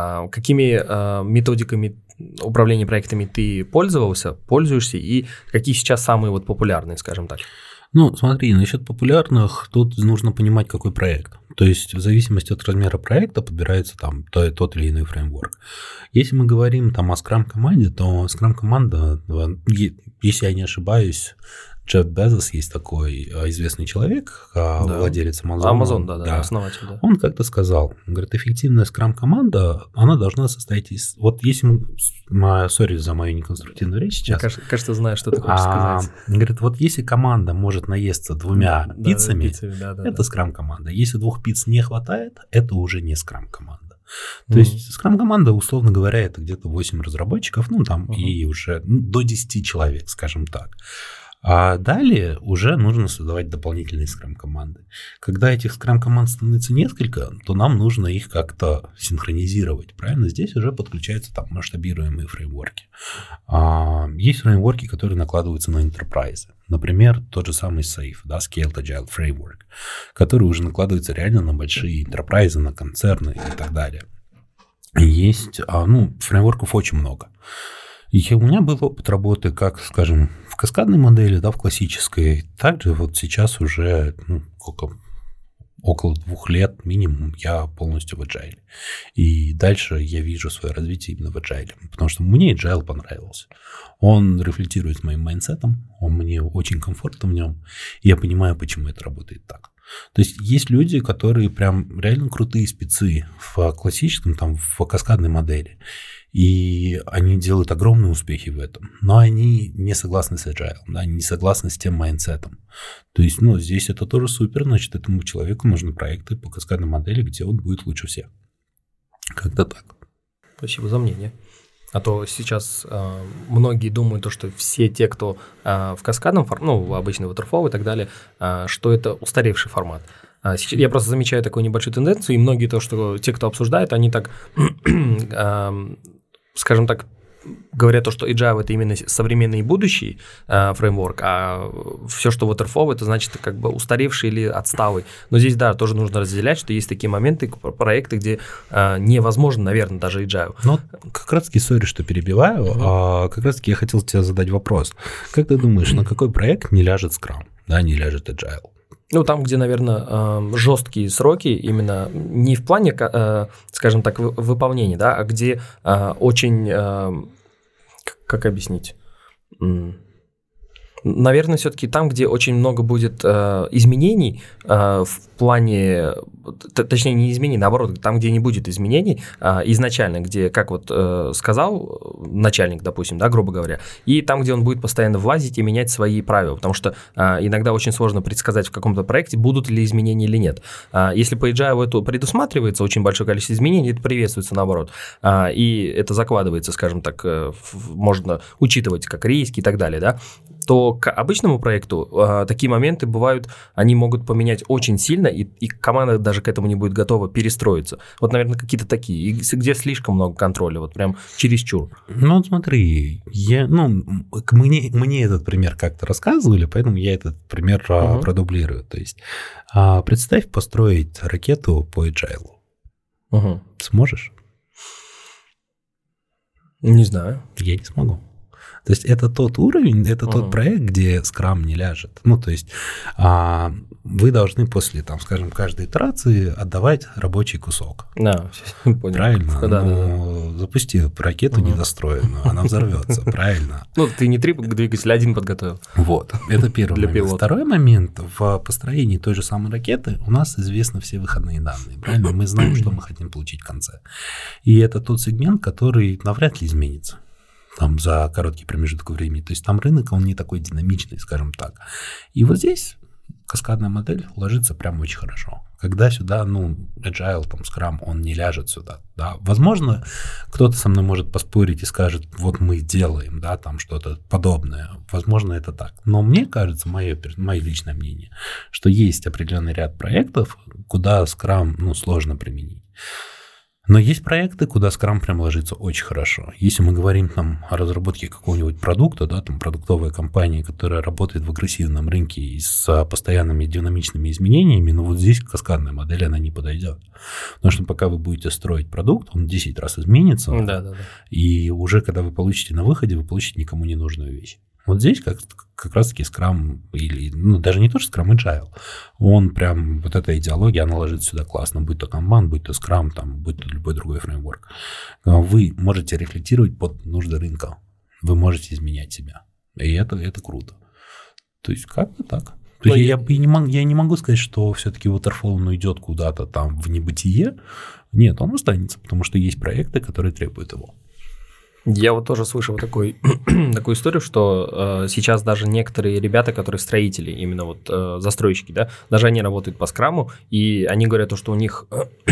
какими методиками управления проектами ты пользовался, пользуешься, и какие сейчас самые вот популярные, скажем так? Ну, смотри, насчет популярных, тут нужно понимать, какой проект. То есть в зависимости от размера проекта подбирается там тот или иной фреймворк. Если мы говорим там о скрам-команде, то скрам-команда, если я не ошибаюсь, Джефф Безос есть такой известный человек, да. владелец Amazon. Amazon, да, да, да, основатель. Да. Он как-то сказал, говорит, эффективная скрам-команда, она должна состоять из... Вот если мы... Сори за мою неконструктивную речь сейчас. Я, кажется, знаю, что ты хочешь а, сказать. Говорит, вот если команда может наесться двумя да, пиццами, да, пиццами да, да, это да. скрам-команда. Если двух пиц не хватает, это уже не скрам-команда. То mm-hmm. есть скрам-команда, условно говоря, это где-то восемь разработчиков, ну там mm-hmm. и уже ну, до десяти человек, скажем так. А далее уже нужно создавать дополнительные скрам-команды. Когда этих скрам-команд становится несколько, то нам нужно их как-то синхронизировать. Правильно? Здесь уже подключаются там масштабируемые фреймворки. А, есть фреймворки, которые накладываются на enterprise. Например, тот же самый Safe, да, Scaled Agile Framework, который уже накладывается реально на большие enterprise, на концерны и так далее. Есть, а, ну, фреймворков очень много. И у меня был опыт работы, как, скажем, в каскадной модели, да, в классической. Также вот сейчас уже ну, сколько, около двух лет минимум я полностью в Agile. И дальше я вижу свое развитие именно в Agile. Потому что мне Agile понравился. Он рефлектирует с моим майндсетом, он мне очень комфортно в нем. И я понимаю, почему это работает так. То есть есть люди, которые прям реально крутые спецы в классическом, там, в каскадной модели. И они делают огромные успехи в этом, но они не согласны с Agile, да, они не согласны с тем майндсетом. То есть, ну, здесь это тоже супер, значит, этому человеку нужны проекты по каскадной модели, где он будет лучше всех. Как-то так. Спасибо за мнение. А то сейчас э, многие думают, что все те, кто э, в каскадном, ну, обычный waterfall и так далее, э, что это устаревший формат. Я просто замечаю такую небольшую тенденцию, и многие то, что те, кто обсуждает, они так, э, скажем так, говоря то, что Agile это именно современный и будущий э, фреймворк, а все, что Waterfall, это значит как бы устаревший или отсталый. Но здесь, да, тоже нужно разделять, что есть такие моменты, проекты, где э, невозможно, наверное, даже Agile. Ну, как раз-таки, сори, что перебиваю, mm-hmm. а, как раз-таки я хотел тебе задать вопрос. Как ты думаешь, mm-hmm. на какой проект не ляжет Scrum, да, не ляжет Agile? Ну, там, где, наверное, жесткие сроки, именно не в плане, скажем так, выполнения, да, а где очень, как объяснить, наверное, все-таки там, где очень много будет изменений в плане, точнее, не изменений, наоборот, там, где не будет изменений изначально, где, как вот сказал начальник, допустим, да, грубо говоря, и там, где он будет постоянно влазить и менять свои правила, потому что иногда очень сложно предсказать в каком-то проекте, будут ли изменения или нет. Если по Agile это предусматривается очень большое количество изменений, это приветствуется наоборот, и это закладывается, скажем так, можно учитывать как риски и так далее, да, то к обычному проекту э, такие моменты бывают, они могут поменять очень сильно, и, и команда даже к этому не будет готова перестроиться. Вот, наверное, какие-то такие, и где слишком много контроля, вот прям чересчур. Ну, вот смотри, я, ну, мне, мне этот пример как-то рассказывали, поэтому я этот пример uh-huh. продублирую. То есть представь построить ракету по Agile. Uh-huh. Сможешь? Не знаю. Я не смогу. То есть это тот уровень, это uh-huh. тот проект, где Scrum не ляжет. Ну, то есть а, вы должны после, там, скажем, каждой итерации отдавать рабочий кусок. Да, понял. Правильно? Да, ну, да, да. Запусти ракету uh-huh. недостроенную, она взорвется, правильно? Ну, ты не три двигателя, один подготовил. Вот, это первый Для момент. пилота. Второй момент, в построении той же самой ракеты у нас известны все выходные данные, правильно? Мы знаем, что мы хотим получить в конце. И это тот сегмент, который навряд ли изменится там за короткий промежуток времени. То есть там рынок, он не такой динамичный, скажем так. И вот здесь каскадная модель ложится прям очень хорошо. Когда сюда, ну, Agile, там, Scrum, он не ляжет сюда, да. Возможно, кто-то со мной может поспорить и скажет, вот мы делаем, да, там что-то подобное. Возможно, это так. Но мне кажется, мое, мое личное мнение, что есть определенный ряд проектов, куда Scrum, ну, сложно применить. Но есть проекты, куда Scrum прям ложится очень хорошо. Если мы говорим там о разработке какого-нибудь продукта, да, там продуктовая компания, которая работает в агрессивном рынке и с постоянными динамичными изменениями, но вот здесь каскадная модель, она не подойдет. Потому что пока вы будете строить продукт, он десять раз изменится, да, да, да. И уже когда вы получите на выходе, вы получите никому не нужную вещь. Вот здесь как, как раз-таки Scrum, или, ну, даже не то, что Scrum, Agile, он прям, вот эта идеология, она ложится сюда классно, будь то Kanban, будь то Scrum, там, будь то любой другой фреймворк. Вы можете рефлектировать под нужды рынка, вы можете изменять себя, и это, это круто. То есть как-то так. То есть я, я, не могу, я не могу сказать, что все-таки Waterfall он уйдет куда-то там в небытие. Нет, он останется, потому что есть проекты, которые требуют его. Я вот тоже слышал такой, такую историю, что э, сейчас даже некоторые ребята, которые строители, именно вот э, застройщики, да, даже они работают по скраму, и они говорят, то, что у них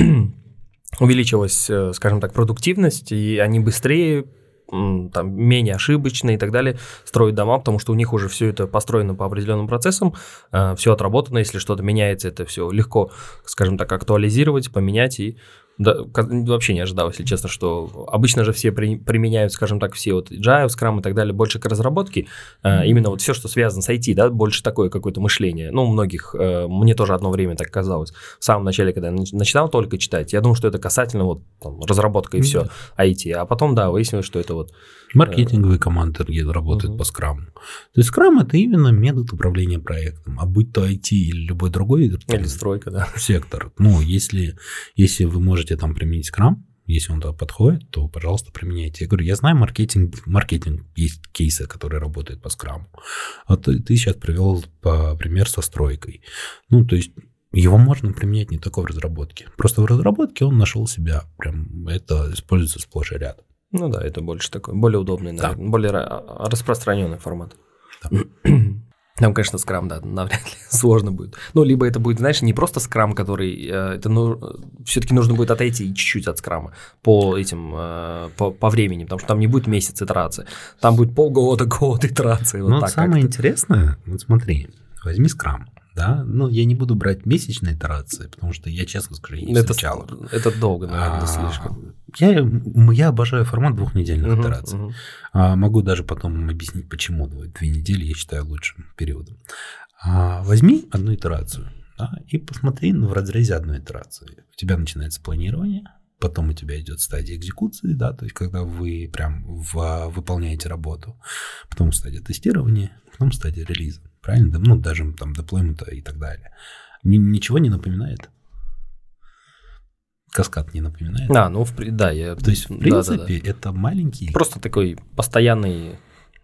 увеличилась, э, скажем так, продуктивность, и они быстрее, м, там, менее ошибочные и так далее строят дома, потому что у них уже все это построено по определенным процессам, э, все отработано, если что-то меняется, это все легко, скажем так, актуализировать, поменять и... Да, вообще не ожидал, если честно, что обычно же все при, применяют, скажем так, все вот Agile, Scrum и так далее больше к разработке, mm-hmm. именно вот все, что связано с ай ти, да, больше такое какое-то мышление. Ну, у многих, мне тоже одно время так казалось. В самом начале, когда я начинал только читать, я думал, что это касательно вот там, разработка и mm-hmm. все, ай ти, а потом, да, выяснилось, что это вот... Маркетинговые команды работают uh-huh. по Scrum. То есть Scrum – это именно метод управления проектом. А будь то ай ти или любой другой или стройка, да. сектор. Ну, если, если вы можете там применить Scrum, если он туда подходит, то, пожалуйста, применяйте. Я говорю, я знаю маркетинг, маркетинг есть кейсы, которые работают по Scrum. А ты, ты сейчас привел пример со стройкой. Ну, то есть его можно применять не только в разработке. Просто в разработке он нашел себя. Прям это используется сплошь и рядом. Ну да, это больше такой, более удобный, наверное, да. более распространенный формат. Да. Там, конечно, скрам, да, навряд ли сложно будет. Ну, либо это будет, знаешь, не просто скрам, который, это ну, все-таки нужно будет отойти чуть-чуть от скрама по этим, по, по времени, потому что там не будет месяц итерации, там будет полгода, год итерации. Вот ну, так самое как-то. Интересное, вот смотри, возьми скрам, Да, ну, я не буду брать месячные итерации, потому что я, честно скажу, я не это, встречал. Это долго, наверное, а, слишком. Я, я обожаю формат двухнедельных uh-huh, итераций. Uh-huh. А, могу даже потом объяснить, почему две недели я считаю лучшим периодом. А, возьми одну итерацию, да, и посмотри в разрезе одной итерации. У тебя начинается планирование, потом у тебя идет стадия экзекуции, да, то есть когда вы прям в, выполняете работу, потом стадия тестирования, потом стадия релиза. Правильно? Ну, даже там деплоймента и так далее. Ничего не напоминает? Каскад не напоминает? Да, ну, в, да, я... То есть, в принципе, да, да, да. это маленький... Просто такой постоянный...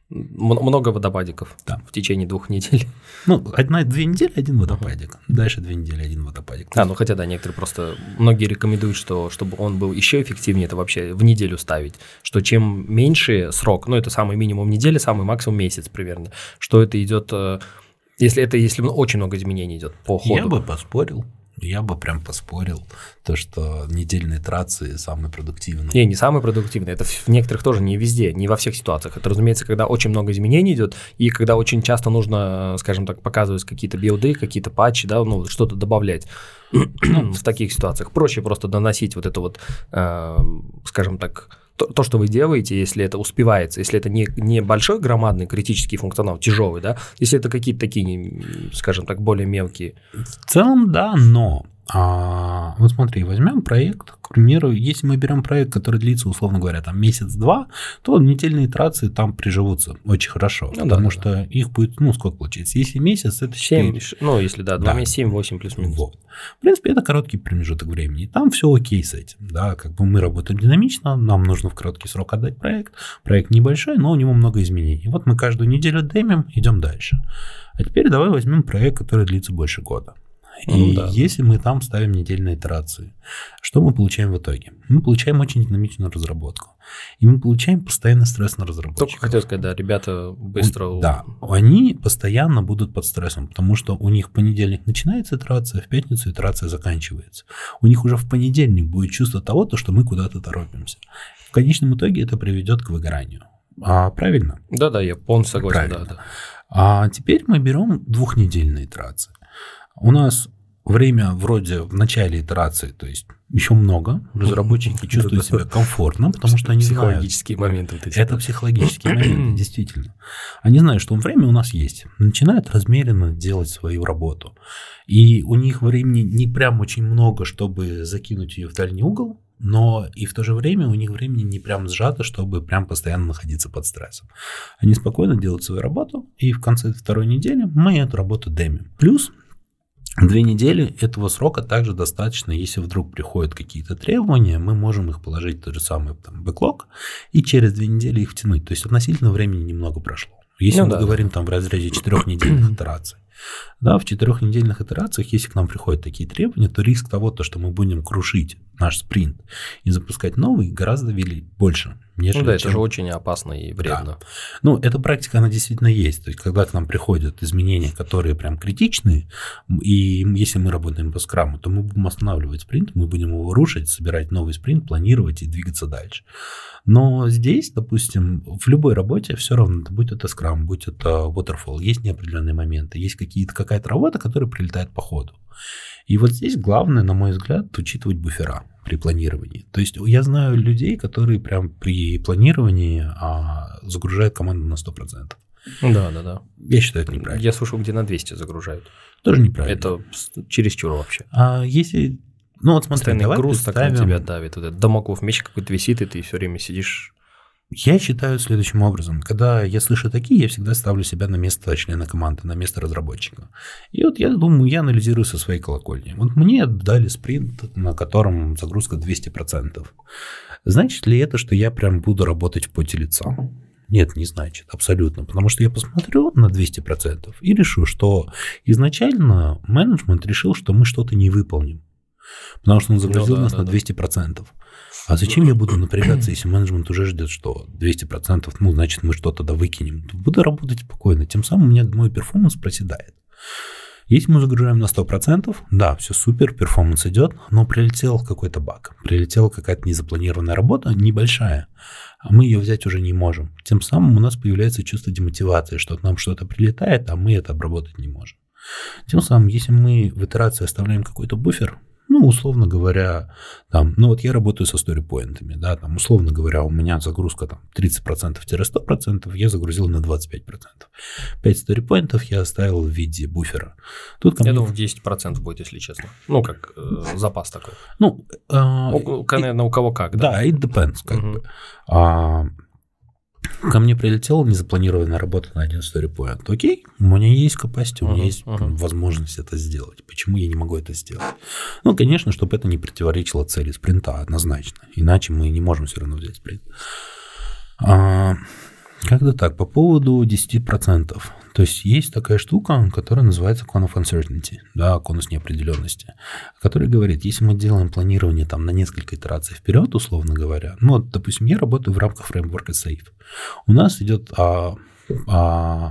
Много водопадиков да. в течение двух недель. Ну, одна-две недели один водопадик, uh-huh. дальше две недели один водопадик. А, ну хотя да, некоторые просто, многие рекомендуют, что чтобы он был еще эффективнее, это вообще в неделю ставить, что чем меньше срок, ну это самый минимум недели, самый максимум месяц примерно, что это идет, если это если очень много изменений идет по ходу. Я бы поспорил. Я бы прям поспорил, то, что недельные итерации самые продуктивные. Не, не самые продуктивные, это в некоторых тоже не везде, не во всех ситуациях. Это, разумеется, когда очень много изменений идет, и когда очень часто нужно, скажем так, показывать какие-то билды, какие-то патчи, да, ну, что-то добавлять. В таких ситуациях проще просто доносить вот это вот, э, скажем так, то, то, что вы делаете, если это успевается, если это не, не большой громадный критический функционал, тяжелый, да, если это какие-то такие, скажем так, более мелкие. В целом, да, но а, вот смотри, возьмем проект, к примеру, если мы берем проект, который длится, условно говоря, там месяц-два, то недельные итерации там приживутся очень хорошо, ну, потому да, что да. их будет, ну, сколько получается, если месяц, это семь, ну, если да, два да. месяца, семь-восемь плюс-минус. Вот. В принципе, это короткий промежуток времени, там все окей с этим, да, как бы мы работаем динамично, нам нужно в короткий срок отдать проект, проект небольшой, но у него много изменений. Вот мы каждую неделю демим, идем дальше. А теперь давай возьмем проект, который длится больше года. И ну, да, если да. мы там ставим недельные итерации, что мы получаем в итоге? Мы получаем очень динамичную разработку. И мы получаем постоянно стресс на разработчиков. Только хотел сказать, да, ребята быстро... Да, они постоянно будут под стрессом, потому что у них в понедельник начинается итерация, в пятницу итерация заканчивается. У них уже в понедельник будет чувство того, что мы куда-то торопимся. В конечном итоге это приведет к выгоранию. А, правильно? Да-да, я полностью согласен. Да, да. А теперь мы берем двухнедельные итерации. У нас время вроде в начале итерации, то есть еще много, разработчики чувствуют себя комфортно, потому что они знают... Психологические моменты. Вот эти, это да. психологические моменты, действительно. Они знают, что время у нас есть, начинают размеренно делать свою работу. И у них времени не прям очень много, чтобы закинуть ее в дальний угол, но и в то же время у них времени не прям сжато, чтобы прям постоянно находиться под стрессом. Они спокойно делают свою работу, и в конце второй недели мы эту работу демим. Плюс две недели этого срока также достаточно, если вдруг приходят какие-то требования, мы можем их положить в тот же самый там, бэклог и через две недели их втянуть. То есть относительно времени немного прошло. Если ну, мы да, говорим да. там в разрезе четырехнедельных итераций, да, в четырехнедельных итерациях, если к нам приходят такие требования, то риск того, то, что мы будем крушить наш спринт и запускать новый, гораздо больше. Нежели, ну да, чем... это же очень опасно и вредно. Да. Ну, эта практика, она действительно есть. То есть, когда к нам приходят изменения, которые прям критичные, и если мы работаем по скраму, то мы будем останавливать спринт, мы будем его рушить, собирать новый спринт, планировать и двигаться дальше. Но здесь, допустим, в любой работе все равно, будь это скрам, будь это waterfall, есть неопределенные моменты, есть какие-то, какая-то работа, которая прилетает по ходу. И вот здесь главное, на мой взгляд, учитывать буфера при планировании. То есть я знаю людей, которые прям при планировании а, загружают команду на сто процентов. Да, да, да. Я считаю, это неправильно. Я слышал, где на двести загружают. Тоже неправильно. Это чересчур вообще. А если... Ну вот смотри, постоянный давай груз представим... так на тебя давит. Вот этот дамоклов меч какой-то висит, и ты все время сидишь... Я считаю следующим образом. Когда я слышу такие, я всегда ставлю себя на место члена команды, на место разработчика. И вот я думаю, я анализирую со своей колокольни. Вот мне дали спринт, на котором загрузка двести процентов. Значит ли это, что я прям буду работать в поте лица? Нет, не значит, абсолютно. Потому что я посмотрю на двести процентов и решу, что изначально менеджмент решил, что мы что-то не выполним. Потому что он загрузил ну, да, нас да, на двести процентов. А зачем я буду напрягаться, если менеджмент уже ждет, что двести процентов, ну, значит, мы что-то да выкинем. Буду работать спокойно. Тем самым у меня мой перформанс проседает. Если мы загружаем на сто процентов, да, все супер, перформанс идет, но прилетел какой-то баг, прилетела какая-то незапланированная работа, небольшая, а мы ее взять уже не можем. Тем самым у нас появляется чувство демотивации, что нам что-то прилетает, а мы это обработать не можем. Тем самым, если мы в итерации оставляем какой-то буфер, ну, условно говоря, там, ну, вот я работаю со сторипоинтами, да, там, условно говоря, у меня загрузка там тридцать процентов-сто процентов, я загрузил на двадцать пять процентов. пять сторипоинтов я оставил в виде буфера. Тут я мне... думаю, десять процентов будет, если честно. Ну, как э, запас такой. Ну, э, у, наверное, у кого как, да? Да, it depends, как uh-huh. бы. А, ко мне прилетела незапланированная работа на один сторипоинт. Окей, у меня есть capacity, у меня uh-huh, есть uh-huh. возможность это сделать. Почему я не могу это сделать? Ну, конечно, чтобы это не противоречило цели спринта, однозначно. Иначе мы не можем все равно взять спринт. А, как-то так, по поводу десять процентов. То есть есть такая штука, которая называется cone of uncertainty, да, конус неопределенности, который говорит, если мы делаем планирование там на несколько итераций вперед, условно говоря, ну, вот, допустим, я работаю в рамках фреймворка Safe. У нас идет а, а,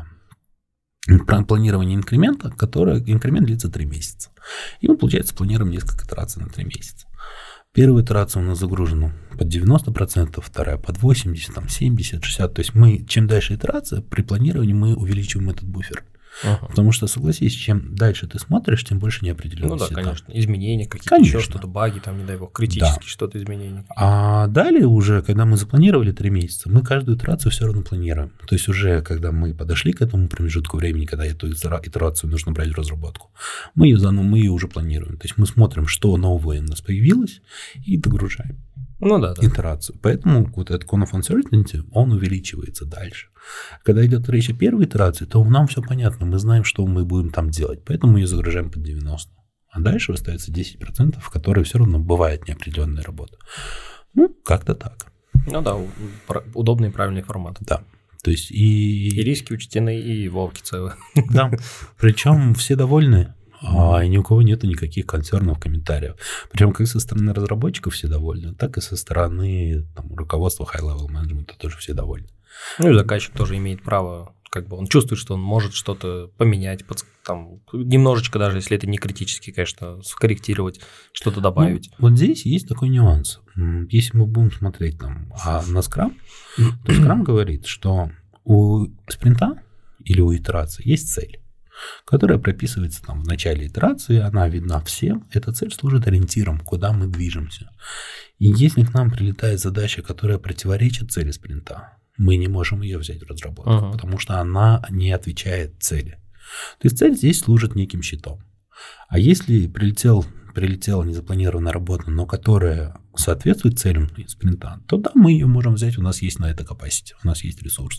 планирование инкремента, которое инкремент длится три месяца. И мы, получается, планируем несколько итераций на три месяца. Первая итерация у нас загружена под девяносто процентов, вторая под восемьдесят процентов, там семьдесят, шестьдесят процентов. То есть мы, чем дальше итерация, при планировании мы увеличиваем этот буфер. Ага. Потому что, согласись, чем дальше ты смотришь, тем больше неопределенности. Ну да, конечно. Там. Изменения какие-то, еще что-то, баги, там, не дай бог, критические да. что-то изменения. А далее уже, когда мы запланировали три месяца, мы каждую итерацию все равно планируем. То есть уже, когда мы подошли к этому промежутку времени, когда эту итерацию нужно брать в разработку, мы ее заново, мы ее уже планируем. То есть мы смотрим, что новое у нас появилось, и догружаем. Ну да, да. Итерацию. Поэтому вот этот cone of uncertainty, он увеличивается дальше. Когда идет речь о первой итерации, то нам все понятно, мы знаем, что мы будем там делать, поэтому мы ее загружаем под девяносто. А дальше остается десять процентов, в которые все равно бывает неопределенная работа. Ну, как-то так. Ну да, удобный и правильный формат. Да. То есть и... И риски учтены, и волки целые. Да, причем все довольны. А и ни у кого нету никаких концернов, комментариев. Причем как со стороны разработчиков все довольны, так и со стороны там, руководства high-level management тоже все довольны. Ну и заказчик тоже имеет право, как бы он чувствует, что он может что-то поменять, там, немножечко даже, если это не критически, конечно, скорректировать, что-то добавить. Ну, вот здесь есть такой нюанс. Если мы будем смотреть там, а на Scrum, то Scrum говорит, что у спринта или у итерации есть цель, которая прописывается там в начале итерации, она видна всем. Эта цель служит ориентиром, куда мы движемся. И если к нам прилетает задача, которая противоречит цели спринта, мы не можем ее взять в разработку, uh-huh. потому что она не отвечает цели. То есть цель здесь служит неким щитом. А если прилетел, прилетела незапланированная работа, но которая соответствует целям спринта, то да, мы ее можем взять, у нас есть на это capacity, у нас есть ресурс.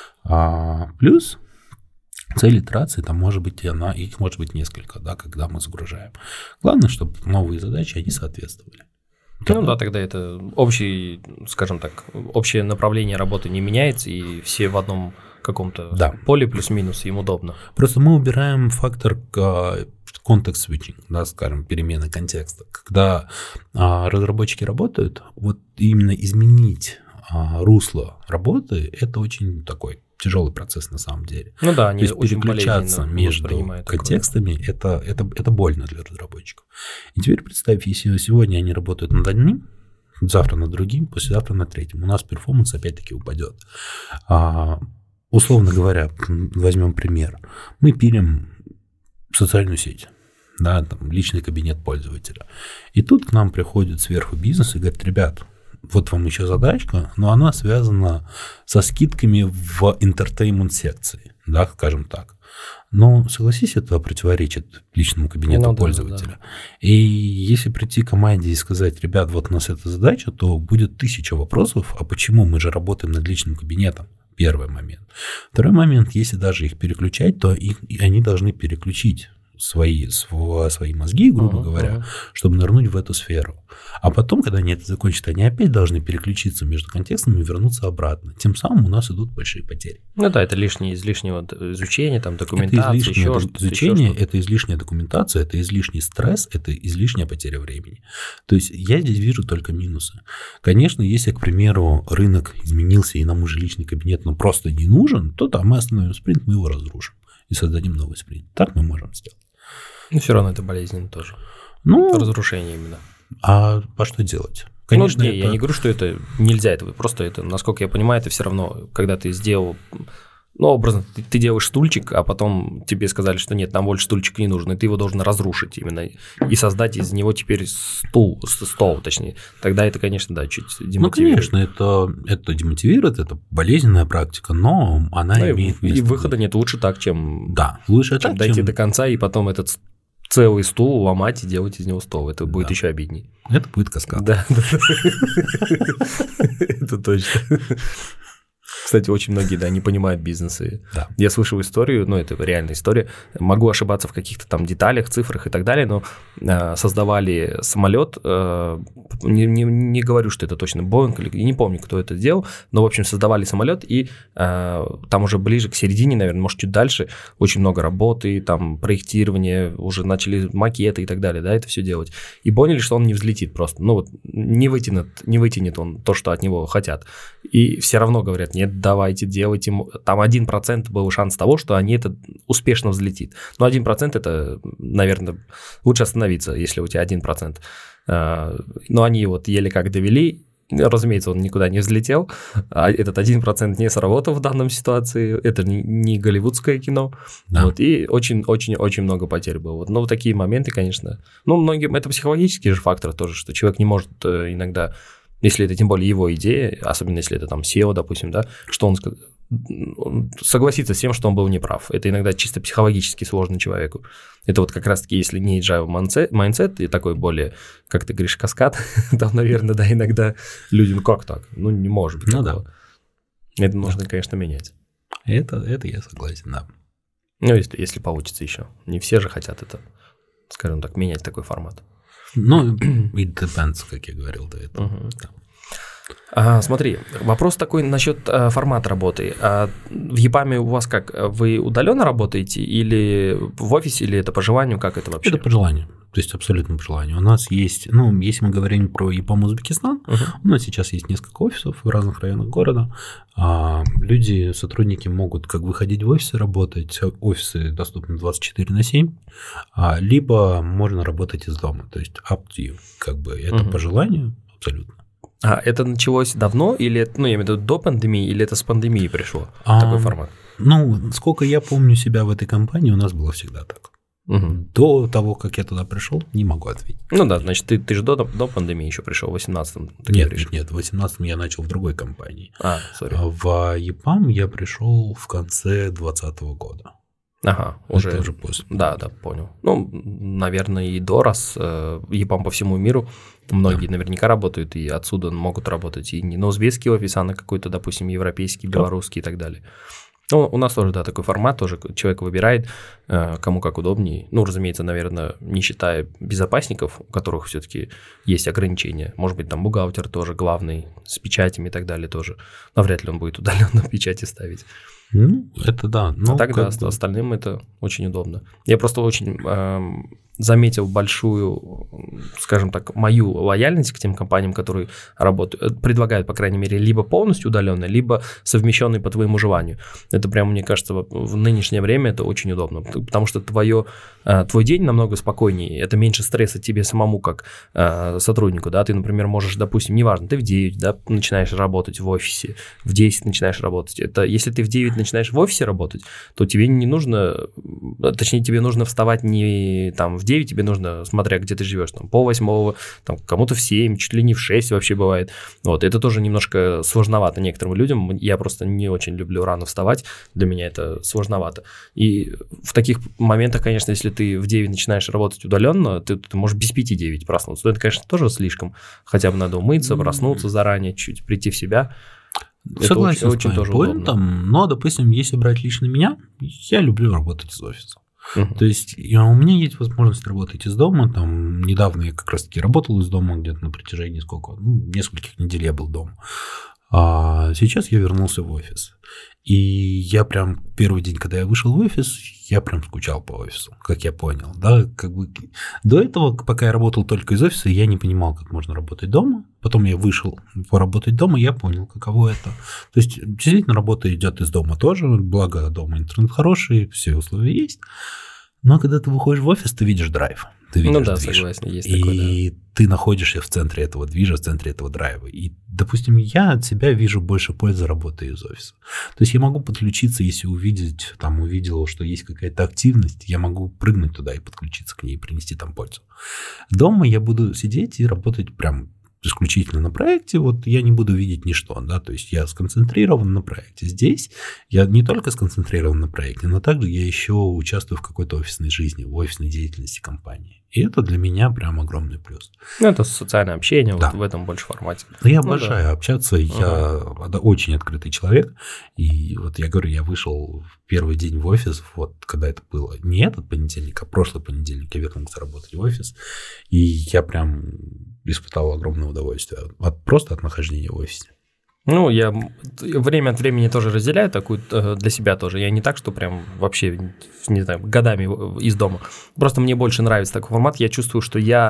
А, плюс цель итерации, там может быть, она, их может быть несколько, да, когда мы загружаем. Главное, чтобы новые задачи, они соответствовали. Ну да, тогда это общий, скажем так, общее направление работы не меняется, и все в одном каком-то да. поле плюс-минус, им удобно. Просто мы убираем фактор context switching, да, скажем, перемены контекста. Когда а, разработчики работают, вот именно изменить а, русло работы, это очень такой тяжелый процесс на самом деле. Ну да, они То есть переключаться между контекстами это, это, это больно для разработчиков. И теперь представь, если сегодня они работают над одним, завтра над другим, послезавтра над третьим, у нас перформанс опять-таки упадет. А, условно говоря, возьмем пример. Мы пилим социальную сеть, да, там, личный кабинет пользователя. И тут к нам приходит сверху бизнес и говорит: ребят, вот вам еще задачка, но она связана со скидками в entertainment-секции, да, скажем так. Но, согласись, это противоречит личному кабинету ну, пользователя. Да, да. И если прийти к команде и сказать: ребят, вот у нас эта задача, то будет тысяча вопросов, а почему мы же работаем над личным кабинетом? Первый момент. Второй момент, если даже их переключать, то их, они должны переключить свои, свои мозги, грубо uh-huh, говоря, uh-huh. чтобы нырнуть в эту сферу. А потом, когда они это закончат, они опять должны переключиться между контекстами и вернуться обратно. Тем самым у нас идут большие потери. Ну да, это лишнее излишнего изучения, там, документации, это еще что-то. Изучение, еще это излишняя документация, это излишний стресс, это излишняя потеря времени. То есть я здесь вижу только минусы. Конечно, если, к примеру, рынок изменился, и нам уже личный кабинет ну, просто не нужен, то да, мы остановим спринт, мы его разрушим и создадим новый спринт. Так мы можем сделать. Но все равно это болезненно тоже. Ну, разрушение именно. А по что делать? Конечно, ну, не, это... я не говорю, что это нельзя этого. Просто это, насколько я понимаю, это все равно, когда ты сделал Ну, образно, ты, ты делаешь стульчик, а потом тебе сказали, что нет, нам больше стульчик не нужен, и ты его должен разрушить именно и создать из него теперь стул, стол, точнее. Тогда это, конечно, да, чуть демотивирует. Ну, конечно, это, это демотивирует, это болезненная практика, но она ну, имеет место. И выхода нет, лучше так, чем, да, лучше чем так, дойти чем... до конца и потом этот целый стул ломать и делать из него стол. Это будет да. еще обидней. Это будет каскад. Да, это точно. Кстати, очень многие, да, не понимают бизнесы. Да. Я слышал историю, ну, это реальная история, могу ошибаться в каких-то там деталях, цифрах и так далее, но э, создавали самолет, э, не, не, не говорю, что это точно Боинг, или не помню, кто это делал, но, в общем, создавали самолет, и э, там уже ближе к середине, наверное, может, чуть дальше, очень много работы, там, проектирования, уже начали макеты и так далее, да, это все делать. И поняли, что он не взлетит просто, ну, вот не вытянет, не вытянет он то, что от него хотят. И все равно говорят, нет, давайте, делайте. Там один процент был шанс того, что они это успешно взлетит. Но один процент это, наверное, лучше остановиться, если у тебя один процент. Но они вот еле как довели. Разумеется, он никуда не взлетел. А этот один процент не сработал в данном ситуации. Это не, не голливудское кино. Да. Вот, и очень-очень-очень много потерь было. Вот, но вот такие моменты, конечно. Ну, многим это психологический же фактор тоже, что человек не может иногда... Если это тем более его идея, особенно если это там сео, допустим, да, что он, он согласится с тем, что он был неправ. Это иногда чисто психологически сложно человеку. Это вот как раз-таки, если не agile mindset, и такой более, как ты говоришь, каскад, там, наверное, да, иногда людям как так? Ну, не может быть. Ну, такого. Да. Это нужно, да. конечно, менять. Это, это я согласен, да. Ну, если, если получится еще. Не все же хотят это, скажем так, менять такой формат. Ну, it depends, как я говорил до этого. Uh-huh. Да. А, смотри, вопрос такой насчет а, формата работы. А в ЕПАМе у вас как? Вы удаленно работаете или в офисе, или это по желанию? Как это вообще? Это по желанию. То есть абсолютно по желанию. У нас есть, ну, если мы говорим про ЕПАМ Узбекистан, uh-huh. у нас сейчас есть несколько офисов в разных районах города. А люди, сотрудники могут как выходить в офисы работать, офисы доступны двадцать четыре на семь, а, либо можно работать из дома. То есть up to you, как бы это uh-huh. по желанию абсолютно. А это началось давно или, ну, я имею в виду до пандемии, или это с пандемией пришло а, такой формат? Ну, сколько я помню себя в этой компании, у нас было всегда так. Угу. До того, как я туда пришел, не могу ответить. Ну да, значит, ты, ты же до, до пандемии еще пришел, в восемнадцатом. Нет, нет, нет, в восемнадцатом я начал в другой компании. А, сори. В ЕПАМ я пришел в конце двадцатого года. Ага, уже, это уже после. Да, да, понял. Ну, наверное, и до раз э, ЕПАМ по всему миру, многие да. наверняка работают, и отсюда могут работать и не на узбекский офис, а на какой-то, допустим, европейский, белорусский да. и так далее. Ну, у нас тоже, да, такой формат, тоже человек выбирает, кому как удобнее. Ну, разумеется, наверное, не считая безопасников, у которых все-таки есть ограничения. Может быть, там бухгалтер тоже главный, с печатями и так далее тоже. Но вряд ли он будет удаленно печати ставить. Ну, это да. А так, да, бы... остальным это очень удобно. Я просто очень э, заметил большую, скажем так, мою лояльность к тем компаниям, которые работают, предлагают, по крайней мере, либо полностью удаленно, либо совмещенный по твоему желанию. Это прямо, мне кажется, в нынешнее время это очень удобно, потому что твое, твой день намного спокойнее, это меньше стресса тебе самому как э, сотруднику, да, ты, например, можешь, допустим, неважно, ты в девять, да, начинаешь работать в офисе, в десять начинаешь работать. Это если ты в девять начинаешь в офисе работать, то тебе не нужно, точнее, тебе нужно вставать не там в девять, тебе нужно, смотря где ты живешь, там пол восьмого, там кому-то в семь, чуть ли не в шесть вообще бывает. Вот, это тоже немножко сложновато некоторым людям, я просто не очень люблю рано вставать, для меня это сложновато. И в таких моментах, конечно, если ты в девять начинаешь работать удаленно, ты, ты можешь без пяти девять проснуться. Но это, конечно, тоже слишком, хотя бы надо умыться, проснуться заранее, чуть прийти в себя. Согласен очень, с твоим поинтом, но, допустим, если брать лично меня, я люблю работать из офиса. Uh-huh. То есть я, у меня есть возможность работать из дома. Там недавно я как раз-таки работал из дома где-то на протяжении сколько, ну, нескольких недель я был дома. А сейчас я вернулся в офис. И я прям первый день, когда я вышел в офис, я прям скучал по офису, как я понял. Да, как бы до этого, пока я работал только из офиса, я не понимал, как можно работать дома. Потом я вышел поработать дома, я понял, каково это. То есть, действительно, работа идет из дома тоже, благо дома интернет хороший, все условия есть. Но когда ты выходишь в офис, ты видишь драйв. Ты видишь ну да, движ. согласен, есть и такое, да. ты находишься в центре этого движа, в центре этого драйва. И, допустим, я от себя вижу больше пользы, работая из офиса. То есть я могу подключиться, если увидеть, там, увидел, что есть какая-то активность, я могу прыгнуть туда и подключиться к ней, и принести там пользу. Дома я буду сидеть и работать прям исключительно на проекте, вот я не буду видеть ничто, да, то есть я сконцентрирован на проекте. Здесь я не только сконцентрирован на проекте, но также я еще участвую в какой-то офисной жизни, в офисной деятельности компании. И это для меня прям огромный плюс. Ну, это социальное общение, да. вот в этом больше формате. Я ну, обожаю да. общаться, я uh-huh. очень открытый человек, и вот я говорю, я вышел в первый день в офис, вот когда это было, не этот понедельник, а прошлый понедельник я вернулся работать в офис, и я прям испытал огромное удовольствие от, просто от нахождения в офисе. Ну, я время от времени тоже разделяю такую для себя тоже. Я не так, что прям вообще, не знаю, годами из дома. Просто мне больше нравится такой формат. Я чувствую, что я,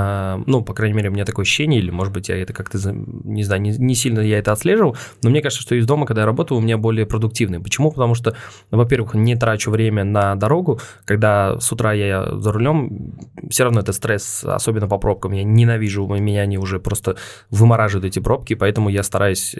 ну, по крайней мере, у меня такое ощущение, или, может быть, я это как-то, не знаю, не, не сильно я это отслеживал, но мне кажется, что из дома, когда я работаю, у меня более продуктивный. Почему? Потому что, во-первых, не трачу время на дорогу. Когда с утра я за рулем, все равно это стресс, особенно по пробкам. Я ненавижу, меня они уже просто вымораживают эти пробки, поэтому я стараюсь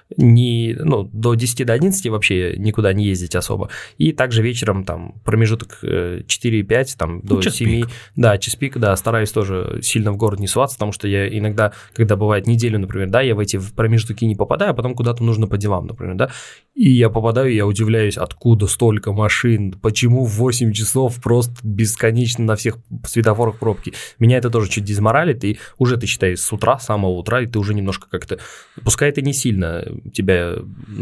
не, ну, до десяти до одиннадцати вообще никуда не ездить особо. И также вечером там промежуток четыре-пять, там до ну, семи, да, час пик, да, стараюсь тоже сильно в город не суваться, потому что я иногда, когда бывает неделю, например, да, я в эти промежутки не попадаю, а потом куда-то нужно по делам, например, да, и я попадаю, я удивляюсь, откуда столько машин, почему в восемь часов просто бесконечно на всех светофорах пробки. Меня это тоже чуть дезморалит, и уже ты считаешь с утра, с самого утра, и ты уже немножко как-то, пускай это не сильно тебя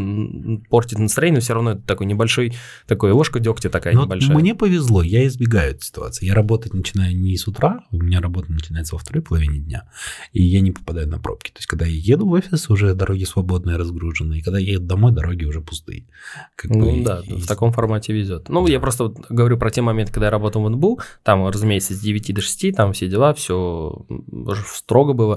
портит настроение, но все равно это такой небольшой, такой ложка дегтя такая но небольшая. Мне повезло, я избегаю этой ситуации. Я работать начинаю не с утра, у меня работа начинается во второй половине дня, и я не попадаю на пробки. То есть, когда я еду в офис, уже дороги свободные, разгруженные, и когда я еду домой, дороги уже пустые. Как ну бы, да, и... в таком формате везет. Ну, я просто вот говорю про те моменты, когда я работал в эн бэ у, там, разумеется, с девяти до шести, там все дела, все строго было.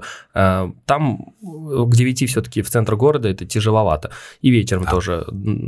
Там к девяти все-таки в центр города это тяжеловато. И вечером да. тоже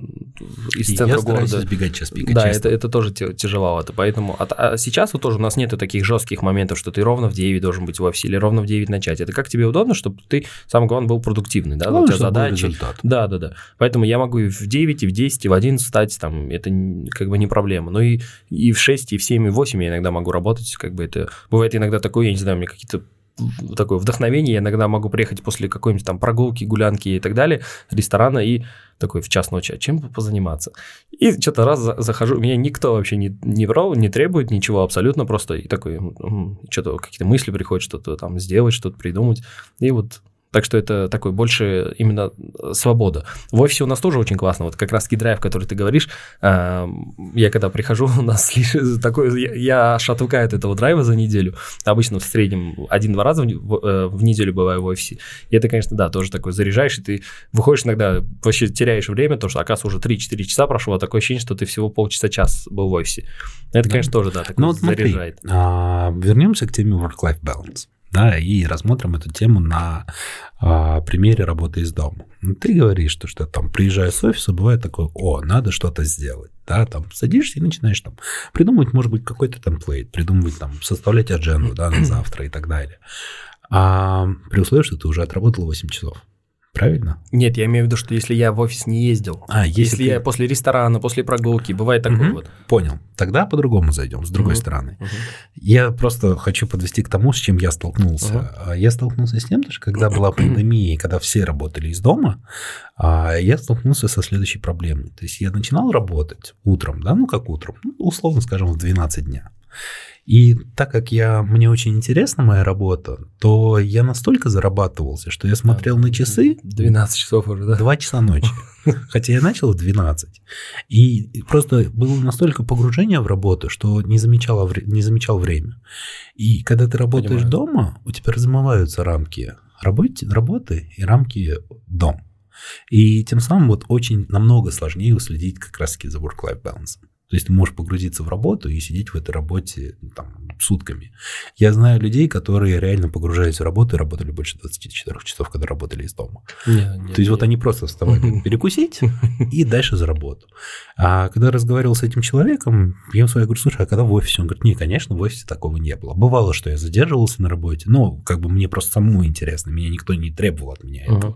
из и центра я города. избегать час пика, да, это, это тоже тяжеловато. Поэтому а, а сейчас вот тоже у нас нету таких жестких моментов, что ты ровно в девять должен быть в офисе или ровно в девять начать. Это как тебе удобно, чтобы ты, самое главное, был продуктивный, да, ну, у тебя задачи. Да, да, да. Поэтому я могу и в девять, и в десять, и в одиннадцать встать, там, это как бы не проблема. Но и, и в шесть, и в семь, и в восемь я иногда могу работать, как бы это... Бывает иногда такое, я не знаю, у меня какие-то такое вдохновение, я иногда могу приехать после какой-нибудь там прогулки, гулянки и так далее, ресторана, и такой в час ночи, а чем бы позаниматься? И что-то раз захожу, меня никто вообще не, не брал, не требует ничего абсолютно, просто и такой, что-то какие-то мысли приходят, что-то там сделать, что-то придумать, и вот... Так что это такой больше именно свобода. В офисе у нас тоже очень классно. Вот как раз-таки драйв, который ты говоришь, я когда прихожу, у нас такой, я аж отвыкаю от этого драйва за неделю. Обычно в среднем один-два раза в неделю бываю в офисе. И это, конечно, да, тоже такой заряжаешь, и ты выходишь иногда, вообще теряешь время, потому что, оказывается, уже три-четыре часа прошло, а такое ощущение, что ты всего полчаса-час был в офисе. Это, да. конечно, тоже, да, такой ну, заряжает. Смотри, а, вернемся к теме work-life balance. Да, и рассмотрим эту тему на а, примере работы из дома. Ты говоришь, что, что там, приезжая с офиса, бывает такое, о, надо что-то сделать. Да, там садишься и начинаешь там придумывать, может быть, какой-то темплейт, придумывать, там, составлять адженду, да, на завтра и так далее. А при условии, что ты уже отработал восемь часов. Правильно? Нет, я имею в виду, что если я в офис не ездил, а, если, если ты... я после ресторана, после прогулки, бывает такое угу, вот. Понял. Тогда по-другому зайдем, с другой угу, стороны. Угу. Я просто хочу подвести к тому, с чем я столкнулся. Угу. Я столкнулся с тем, что когда была пандемия, когда все работали из дома, я столкнулся со следующей проблемой. То есть я начинал работать утром, да, ну как утром, ну, условно скажем, в двенадцать дня. И так как я, мне очень интересна моя работа, то я настолько зарабатывался, что я смотрел да, на часы... двенадцать часов уже, да? два часа ночи. Хотя я начал в двенадцать. И просто было настолько погружение в работу, что не замечал, не замечал время. И когда ты работаешь Понимаю. дома, у тебя размываются рамки работы, работы и рамки дома. И тем самым вот очень намного сложнее уследить как раз-таки за work-life balance. То есть ты можешь погрузиться в работу и сидеть в этой работе там, сутками. Я знаю людей, которые реально погружаются в работу и работали больше двадцати четырёх часов, когда работали из дома. Не, не, То есть не. вот они просто вставали перекусить и дальше за работу. А когда разговаривал с этим человеком, я ему говорю, слушай, а когда в офисе? Он говорит, не, конечно, в офисе такого не было. Бывало, что я задерживался на работе, но как бы мне просто самому интересно, меня никто не требовал от меня этого.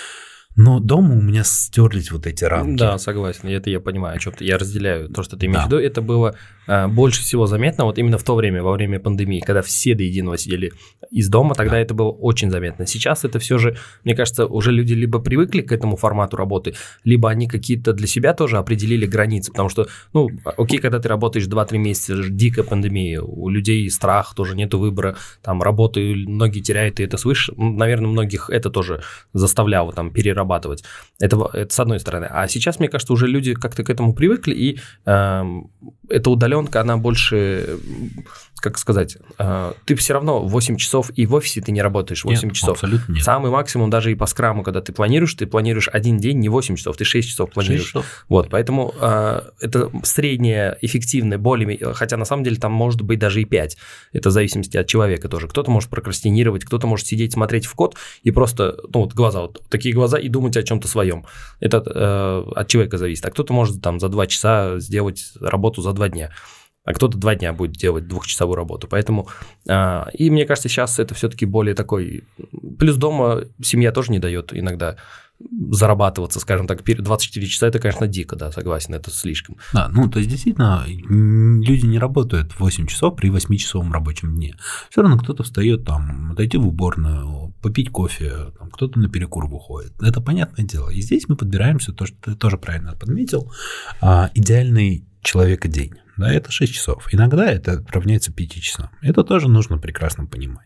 Но дома у меня стерлись вот эти рамки. Да, согласен, это я понимаю, о чем ты. Я разделяю то, что ты имеешь Да. в виду. Это было а, больше всего заметно вот именно в то время, во время пандемии, когда все до единого сидели из дома, тогда да. это было очень заметно. Сейчас это все же, мне кажется, уже люди либо привыкли к этому формату работы, либо они какие-то для себя тоже определили границы, потому что, ну, окей, когда ты работаешь два-три месяца, дикая пандемия, у людей страх, тоже нету выбора, там, работы, многие теряют, и это свыше, наверное, многих это тоже заставляло там перерабатывать. Это, это с одной стороны. А сейчас, мне кажется, уже люди как-то к этому привыкли, и э, эта удаленка, она больше, как сказать, э, ты все равно восемь часов и в офисе ты не работаешь восемь нет, часов. Абсолютно нет. Самый максимум даже и по скраму, когда ты планируешь, ты планируешь один день, не восемь часов, ты шесть часов планируешь. шесть часов. Вот, поэтому э, это среднее, эффективное, более, хотя на самом деле там может быть даже и пять. Это в зависимости от человека тоже. Кто-то может прокрастинировать, кто-то может сидеть, смотреть в код и просто, ну вот глаза, вот такие глаза и думать о чем-то своем. Это э, от человека зависит. А кто-то может там за два часа сделать работу за два дня. А кто-то два дня будет делать двухчасовую работу. Поэтому, э, и мне кажется, сейчас это все-таки более такой... Плюс дома семья тоже не дает иногда зарабатываться, скажем так, двадцать четыре часа, это, конечно, дико, да, согласен, это слишком. Да, ну, то есть, действительно, люди не работают восемь часов при восьмичасовом рабочем дне. Все равно кто-то встает там, отойти в уборную, попить кофе, там, кто-то на перекур выходит. Это понятное дело. И здесь мы подбираемся, то, что ты тоже правильно подметил, идеальный человека день. Да, это шесть часов. Иногда это равняется пяти часам. Это тоже нужно прекрасно понимать.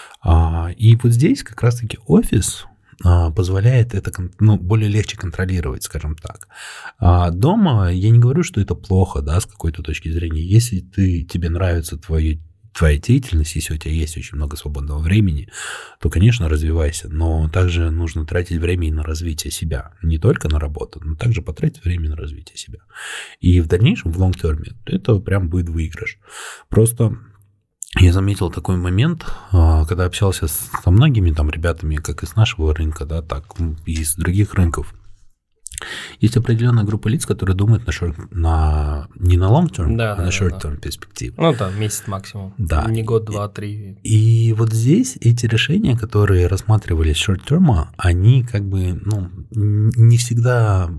И вот здесь как раз-таки офис позволяет это, ну, более легче контролировать, скажем так. А дома я не говорю, что это плохо, да, с какой-то точки зрения. Если ты, тебе нравится твое, твоя деятельность, если у тебя есть очень много свободного времени, то, конечно, развивайся. Но также нужно тратить время и на развитие себя. Не только на работу, но также потратить время на развитие себя. И в дальнейшем, в лонг-терме, это прям будет выигрыш. Просто... Я заметил такой момент, когда общался со многими там ребятами, как из нашего рынка, да, так и из других рынков. Есть определенная группа лиц, которые думают на short, на, не на long-term, да, а да, на short-term да, да. перспективу. Ну да, месяц максимум, да. не год, два, три. И, и вот здесь эти решения, которые рассматривались short-term, они как бы, ну, не всегда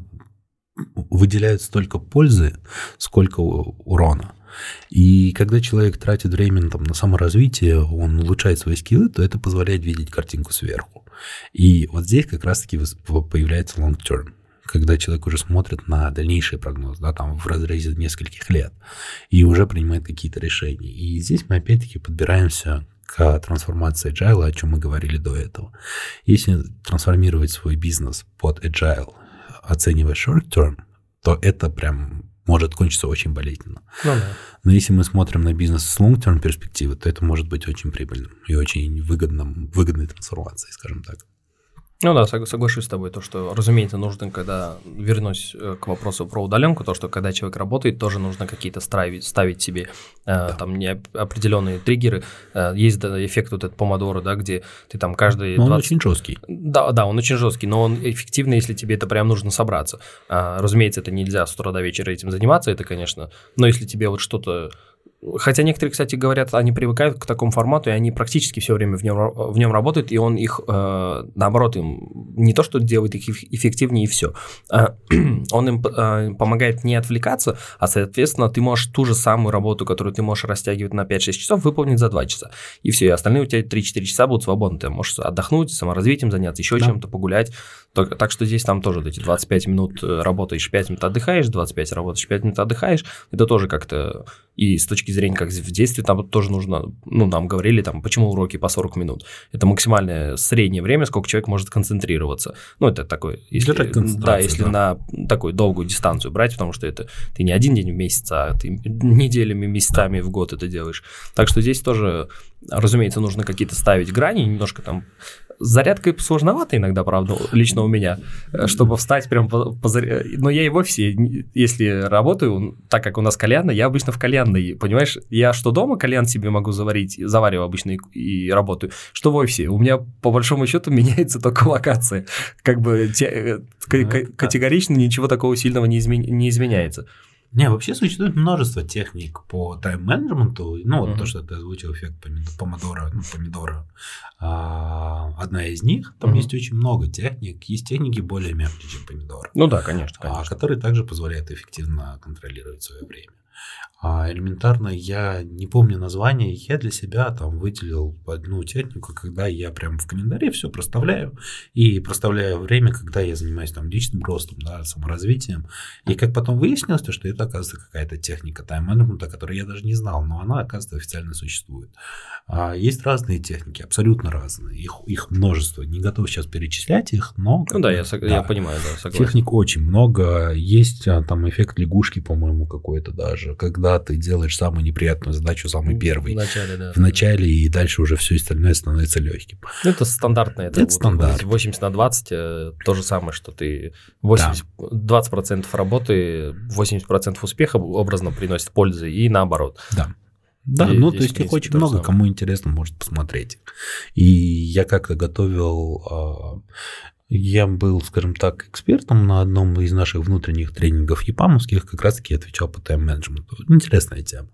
выделяют столько пользы, сколько урона. И когда человек тратит время там, на саморазвитие, он улучшает свои скиллы, то это позволяет видеть картинку сверху. И вот здесь как раз-таки появляется long term, когда человек уже смотрит на дальнейший прогноз, да, там в разрезе нескольких лет, и уже принимает какие-то решения. И здесь мы опять-таки подбираемся к трансформации agile, о чем мы говорили до этого. Если трансформировать свой бизнес под agile, оценивая short term, то это прям может кончиться очень болезненно. Ну, да. Но если мы смотрим на бизнес с long-term перспективы, то это может быть очень прибыльным и очень выгодным, выгодной трансформацией, скажем так. Ну да, соглашусь с тобой, то, что, разумеется, нужно, когда вернусь к вопросу про удаленку, то, что когда человек работает, тоже нужно какие-то ставить, ставить себе э, да. там определенные триггеры. Э, есть да, эффект вот этот помодоро, да, где ты там каждый... Но двадцать... он очень жесткий. Да, да, он очень жесткий, но он эффективный, если тебе это прям нужно собраться. А, разумеется, это нельзя с утра до вечера этим заниматься, это, конечно, но если тебе вот что-то... Хотя некоторые, кстати, говорят, они привыкают к такому формату, и они практически все время в нем, в нем работают, и он их, э, наоборот, им не то, что делает их эффективнее, и все. Э, он им э, помогает не отвлекаться, а, соответственно, ты можешь ту же самую работу, которую ты можешь растягивать на пять-шесть часов, выполнить за два часа. И все, и остальные у тебя три-четыре часа будут свободны. Ты можешь отдохнуть, саморазвитием заняться, еще да. чем-то погулять. Так, так что здесь там тоже эти двадцать пять минут работаешь, пять минут отдыхаешь, двадцать пять работаешь, пять минут отдыхаешь. Это тоже как-то... И с точки зрения, как в детстве, там тоже нужно, ну, нам говорили, там, почему уроки по сорок минут. Это максимальное среднее время, сколько человек может концентрироваться. Ну, это такое, если, да, если да. на такую долгую дистанцию брать, потому что это ты не один день в месяц, а ты неделями, месяцами да. в год это делаешь. Так что здесь тоже, разумеется, нужно какие-то ставить грани, немножко там С зарядкой сложновато иногда, правда, лично у меня, чтобы встать прям по, по заря... Но я и в офисе, если работаю, так как у нас кальянная, я обычно в кальянной, понимаешь? Я что дома кальян себе могу заварить, завариваю обычно и, и работаю, что в офисе. У меня, по большому счету, меняется только локация. Как бы те, к- категорично ничего такого сильного не, измен... не изменяется. Не, вообще существует множество техник по тайм-менеджменту. Ну, вот Uh-huh. то, что ты озвучил, эффект помидора, ну, помидора. А, одна из них, там uh-huh. есть очень много техник. Есть техники более мягкие, чем помидор. Ну да, конечно, конечно. А, которые также позволяют эффективно контролировать свое время. А элементарно, я не помню название, я для себя там выделил одну технику, когда я прям в календаре все проставляю, и проставляю время, когда я занимаюсь там личным ростом, да, саморазвитием. И как потом выяснилось, то, что это, оказывается, какая-то техника тайм-менеджмента, которую я даже не знал, но она, оказывается, официально существует. А есть разные техники, абсолютно разные, их, их множество. Не готов сейчас перечислять их, но... Ну да, я, сог... да, я понимаю, да, согласен. Техник очень много, есть там эффект лягушки, по-моему, какой-то даже, когда ты делаешь самую неприятную задачу самый первый. В начале, да. В начале, и дальше уже все остальное становится легким. Ну, это стандартно. Это, это вот стандарт. восемьдесят на двадцать, то же самое, что ты восемьдесят, да. двадцать процентов работы, восемьдесят процентов успеха образно приносит пользы, и наоборот. Да. Да, здесь, ну, то есть их очень много, самое. Кому интересно, может посмотреть. И я как-то готовил... Я был, скажем так, экспертом на одном из наших внутренних тренингов епамовских, как раз-таки отвечал по тайм-менеджменту. Интересная тема.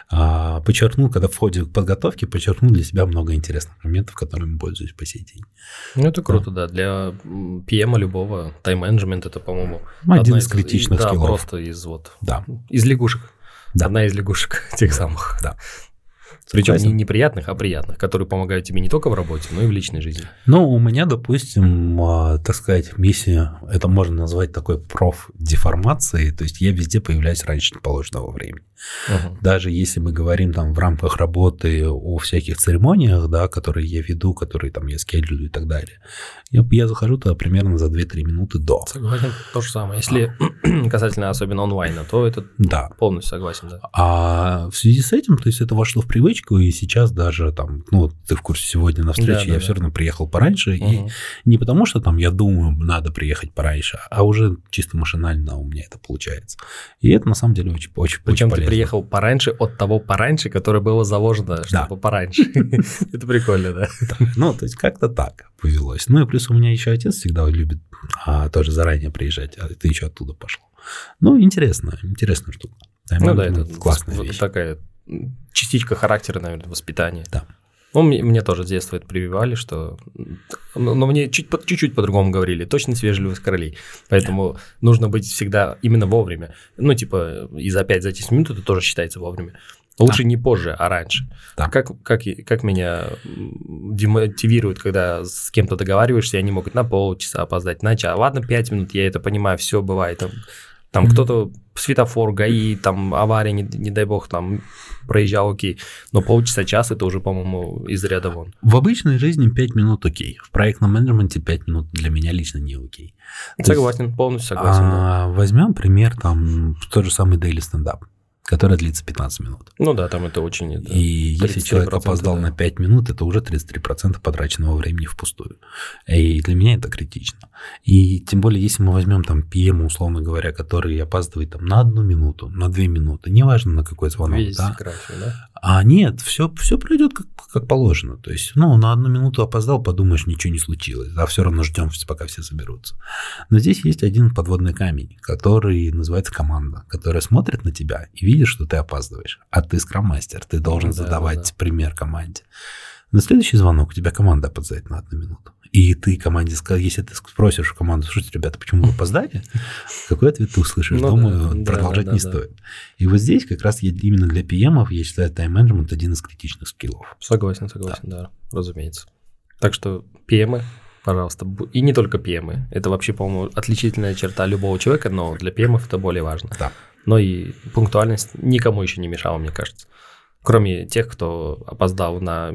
А, подчеркнул, когда в ходе подготовки, подчеркнул для себя много интересных моментов, которыми пользуюсь по сей день. Ну, это круто, да. да. Для пи эм любого тайм-менеджмент это, по-моему, один из критичных да, скиллов. Да, просто из, вот, да. из лягушек. Да. Одна из лягушек тех самых. Да. Причем не неприятных, а приятных, которые помогают тебе не только в работе, но и в личной жизни. Ну, у меня, допустим, так сказать, миссия, это можно назвать такой профдеформацией, то есть я везде появляюсь раньше положенного времени. Угу. Даже если мы говорим там в рамках работы о всяких церемониях, да, которые я веду, которые там я скеджулю и так далее, я, я захожу туда примерно за две-три минуты до. Согласен, то же самое. Если а. касательно особенно онлайна, то это да. полностью согласен, да. А в связи с этим, то есть это вошло в привычку, и сейчас даже там, ну, ты в курсе сегодня на встрече, да, да, я да. все равно приехал пораньше, угу. и не потому, что там я думаю, надо приехать пораньше, а уже чисто машинально у меня это получается. И это на самом деле очень, очень, Причем очень полезно. Ты приехал пораньше от того пораньше, которое было заложено, чтобы пораньше. Это прикольно, да. Ну, то есть как-то так повелось. Ну и плюс у меня еще отец всегда любит тоже заранее приезжать, а ты еще оттуда пошел. Ну, интересно, интересная штука. Ну да, это классная вещь. Такая частичка характера, наверное, воспитания. Да. Ну, мне, мне тоже с детства это прививали, что... Но, но мне чуть, чуть-чуть по-другому говорили. Точность, вежливость королей. Поэтому нужно быть всегда именно вовремя. Ну, типа, и за пять-десять минут это тоже считается вовремя. Лучше да. не позже, а раньше. Да. Как, как, как меня демотивирует, когда с кем-то договариваешься, и они могут на полчаса опоздать, на час. Ладно, пять минут, я это понимаю, все бывает. Там, там mm-hmm. кто-то светофор, ГАИ, там авария, не, не дай бог, там проезжал, окей. Но полчаса, час это уже, по-моему, из ряда вон. В обычной жизни пять минут окей. В проектном менеджменте пять минут для меня лично не окей. Согласен, есть, полностью согласен. А, да. Возьмем пример, там, тот же самый daily stand-up, который длится пятнадцать минут. Ну да, там это очень... Это и если человек опоздал да. на пять минут, это уже тридцать три процента потраченного времени впустую. И для меня это критично. И тем более, если мы возьмем там пи эм, условно говоря, который опаздывает там на одну минуту, на две минуты, неважно на какой звонок. Весь да? график, да? А нет, все, все пройдет как, как положено. То есть, ну, на одну минуту опоздал, подумаешь, ничего не случилось. Да, все равно ждем, пока все соберутся. Но здесь есть один подводный камень, который называется команда, которая смотрит на тебя и видит, что ты опаздываешь. А ты скрам-мастер, ты должен да, задавать да. пример команде. На следующий звонок у тебя команда опоздает на одну минуту. И ты команде скажешь, если ты спросишь команду, слушайте, ребята, почему вы опоздали? Какой ответ ты услышишь? Ну, Думаю, да, продолжать да, не да, стоит. Да. И вот здесь как раз именно для пи эм, я считаю, тайм-менеджмент один из критичных скиллов. Согласен, согласен, да, да разумеется. Так что пи эм, пожалуйста, и не только пи эм. Это вообще, по-моему, отличительная черта любого человека, но для пи эм это более важно. Да. Но и пунктуальность никому еще не мешала, мне кажется. Кроме тех, кто опоздал на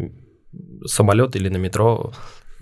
самолет или на метро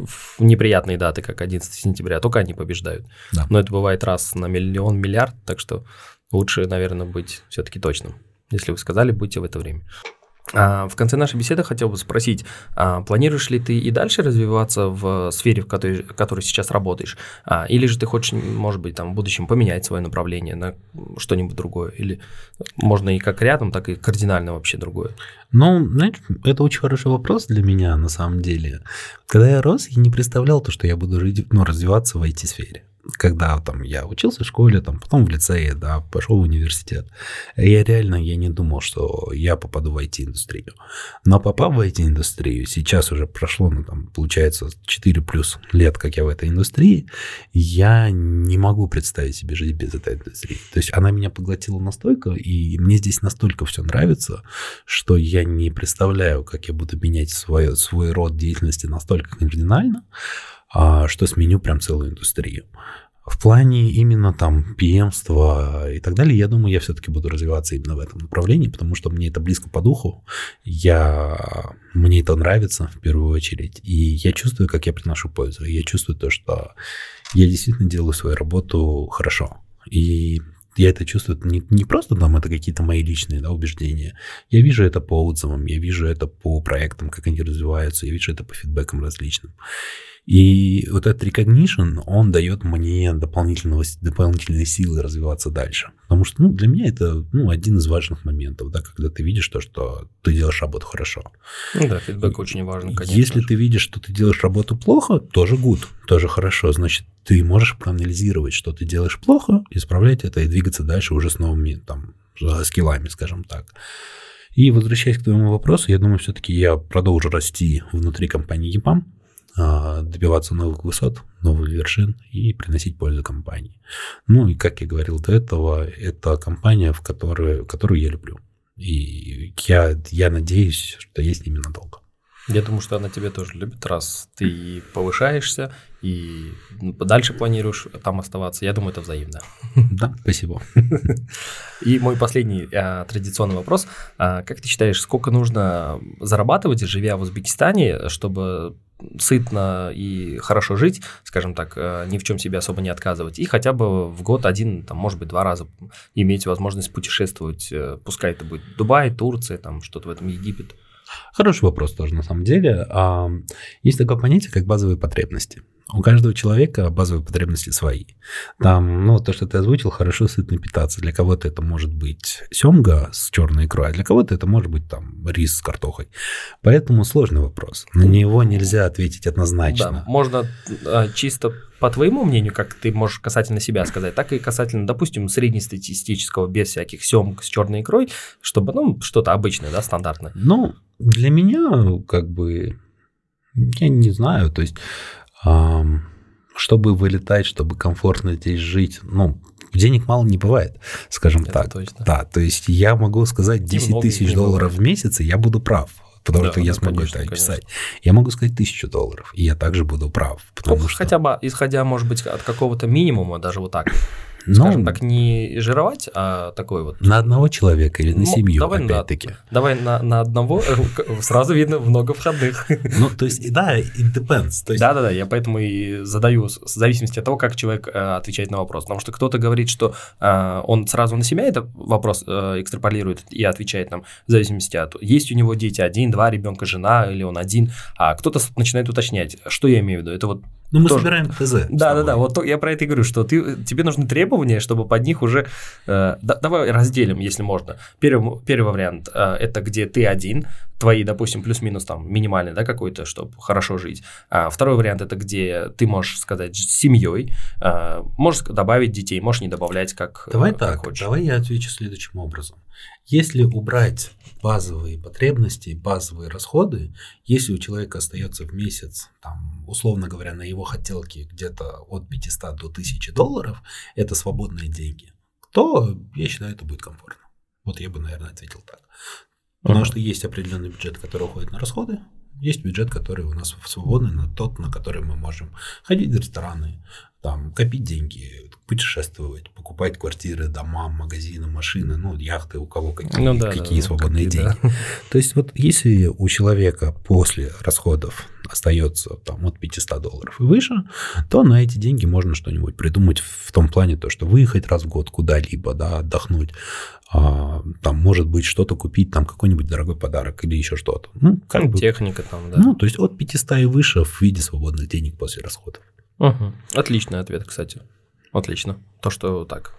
в неприятные даты, как одиннадцатого сентября, только они побеждают. Да. Но это бывает раз на миллион, миллиард, так что лучше, наверное, быть все-таки точным. Если вы сказали, будьте в это время. А в конце нашей беседы хотел бы спросить, а планируешь ли ты и дальше развиваться в сфере, в которой, в которой сейчас работаешь, а, или же ты хочешь, может быть, там, в будущем поменять свое направление на что-нибудь другое, или можно и как рядом, так и кардинально вообще другое? Ну, знаете, это очень хороший вопрос для меня, на самом деле. Когда я рос, я не представлял то, что я буду ну, развиваться в ай ти-сфере. Когда там я учился в школе, там, потом в лицее, да, пошел в университет, я реально я не думал, что я попаду в ай ти-индустрию. Но попав в ай ти-индустрию, сейчас уже прошло, ну, там, получается, четыре плюс лет, как я в этой индустрии, я не могу представить себе жить без этой индустрии. То есть она меня поглотила настолько, и мне здесь настолько все нравится, что я не представляю, как я буду менять свой, свой род деятельности настолько кардинально, что сменю прям целую индустрию. В плане именно там пи эм-ства и так далее, я думаю, я все-таки буду развиваться именно в этом направлении, потому что мне это близко по духу, я, мне это нравится в первую очередь, и я чувствую, как я приношу пользу, я чувствую то, что я действительно делаю свою работу хорошо, и я это чувствую не, не просто там это какие-то мои личные, да, убеждения. Я вижу это по отзывам, я вижу это по проектам, как они развиваются, я вижу это по фидбэкам различным. И вот этот recognition, он дает мне дополнительного, дополнительные силы развиваться дальше. Потому что ну, для меня это ну, один из важных моментов, да, когда ты видишь то, что ты делаешь работу хорошо. Ну да, фидбэк очень важен, конечно. Если ты видишь, что ты делаешь работу плохо, тоже good, тоже хорошо. Значит, ты можешь проанализировать, что ты делаешь плохо, исправлять это и двигаться дальше уже с новыми там, скиллами, скажем так. И возвращаясь к твоему вопросу, я думаю, все-таки я продолжу расти внутри компании EPAM, добиваться новых высот, новых вершин и приносить пользу компании. Ну и, как я говорил до этого, это компания, в которую, которую я люблю. И я, я надеюсь, что я с ними надолго. Я думаю, что она тебя тоже любит, раз ты повышаешься и дальше планируешь там оставаться. Я думаю, это взаимно. Да, спасибо. И мой последний а, традиционный вопрос. А, как ты считаешь, сколько нужно зарабатывать, живя в Узбекистане, чтобы сытно и хорошо жить, скажем так, ни в чем себе особо не отказывать, и хотя бы в год один, там, может быть, два раза иметь возможность путешествовать, пускай это будет Дубай, Турция, там что-то в этом, Египет? Хороший вопрос тоже, на самом деле. Есть такое понятие, как базовые потребности. У каждого человека базовые потребности свои. Там, ну, то, что ты озвучил, хорошо сытно питаться. Для кого-то это может быть семга с черной икрой, а для кого-то это может быть там рис с картохой. Поэтому сложный вопрос. На него нельзя ответить однозначно. Да, можно чисто по твоему мнению, как ты можешь касательно себя сказать, так и касательно, допустим, среднестатистического, без всяких семг с черной икрой, чтобы, ну, что-то обычное, да, стандартное. Ну, для меня, как бы, я не знаю, то есть... чтобы вылетать, чтобы комфортно здесь жить, ну, денег мало не бывает, скажем это так. Точно. Да, то есть я могу сказать десять тысяч долларов в месяц, и я буду прав, потому да, что я да, смогу конечно, это описать. Конечно. Я могу сказать тысячу долларов, и я также буду прав. Потому ну, что... хотя бы, исходя, может быть, от какого-то минимума, даже вот так. Скажем ну, так, не жировать, а такой вот... На одного человека или на семью, давай опять-таки. На, давай на, на одного, сразу видно много входных. Ну, то есть, да, it depends. Да-да-да, я поэтому и задаю, в зависимости от того, как человек отвечает на вопрос. Потому что кто-то говорит, что он сразу на себя этот вопрос экстраполирует и отвечает нам в зависимости от... Есть у него дети, один, два ребенка, жена, или он один, а кто-то начинает уточнять, что я имею в виду. Это вот Ну, мы тоже... собираем ТЗ. Да-да-да, вот я про это и говорю, что ты, тебе нужны требования, чтобы под них уже... Э, да, давай разделим, если можно. Первый, первый вариант э, – это где ты один, твои, допустим, плюс-минус там минимальный, да, какой-то, чтобы хорошо жить. А второй вариант – это где ты можешь сказать с семьей, э, можешь добавить детей, можешь не добавлять, как, давай как так, хочешь. Давай я отвечу следующим образом. Если убрать базовые потребности, базовые расходы, если у человека остается в месяц, там, условно говоря, на его хотелке где-то от пятисот до тысячи долларов, это свободные деньги, то, я считаю, это будет комфортно. Вот я бы, наверное, ответил так. Потому uh-huh. что есть определенный бюджет, который уходит на расходы, есть бюджет, который у нас свободный, на тот, на который мы можем ходить в рестораны, там, копить деньги, путешествовать, покупать квартиры, дома, магазины, машины, ну, яхты, у кого какие, ну, да, какие да, свободные какие, деньги. Да. То есть вот если у человека после расходов остается там от пятьсот долларов и выше, то на эти деньги можно что-нибудь придумать в том плане, то, что выехать раз в год куда-либо, да, отдохнуть, а, там, может быть, что-то купить, там, какой-нибудь дорогой подарок или еще что-то. Ну, как бы, техника там, да. Ну, то есть от пятьсот и выше в виде свободных денег после расходов. Угу. Отличный ответ, кстати. Отлично. То, что так...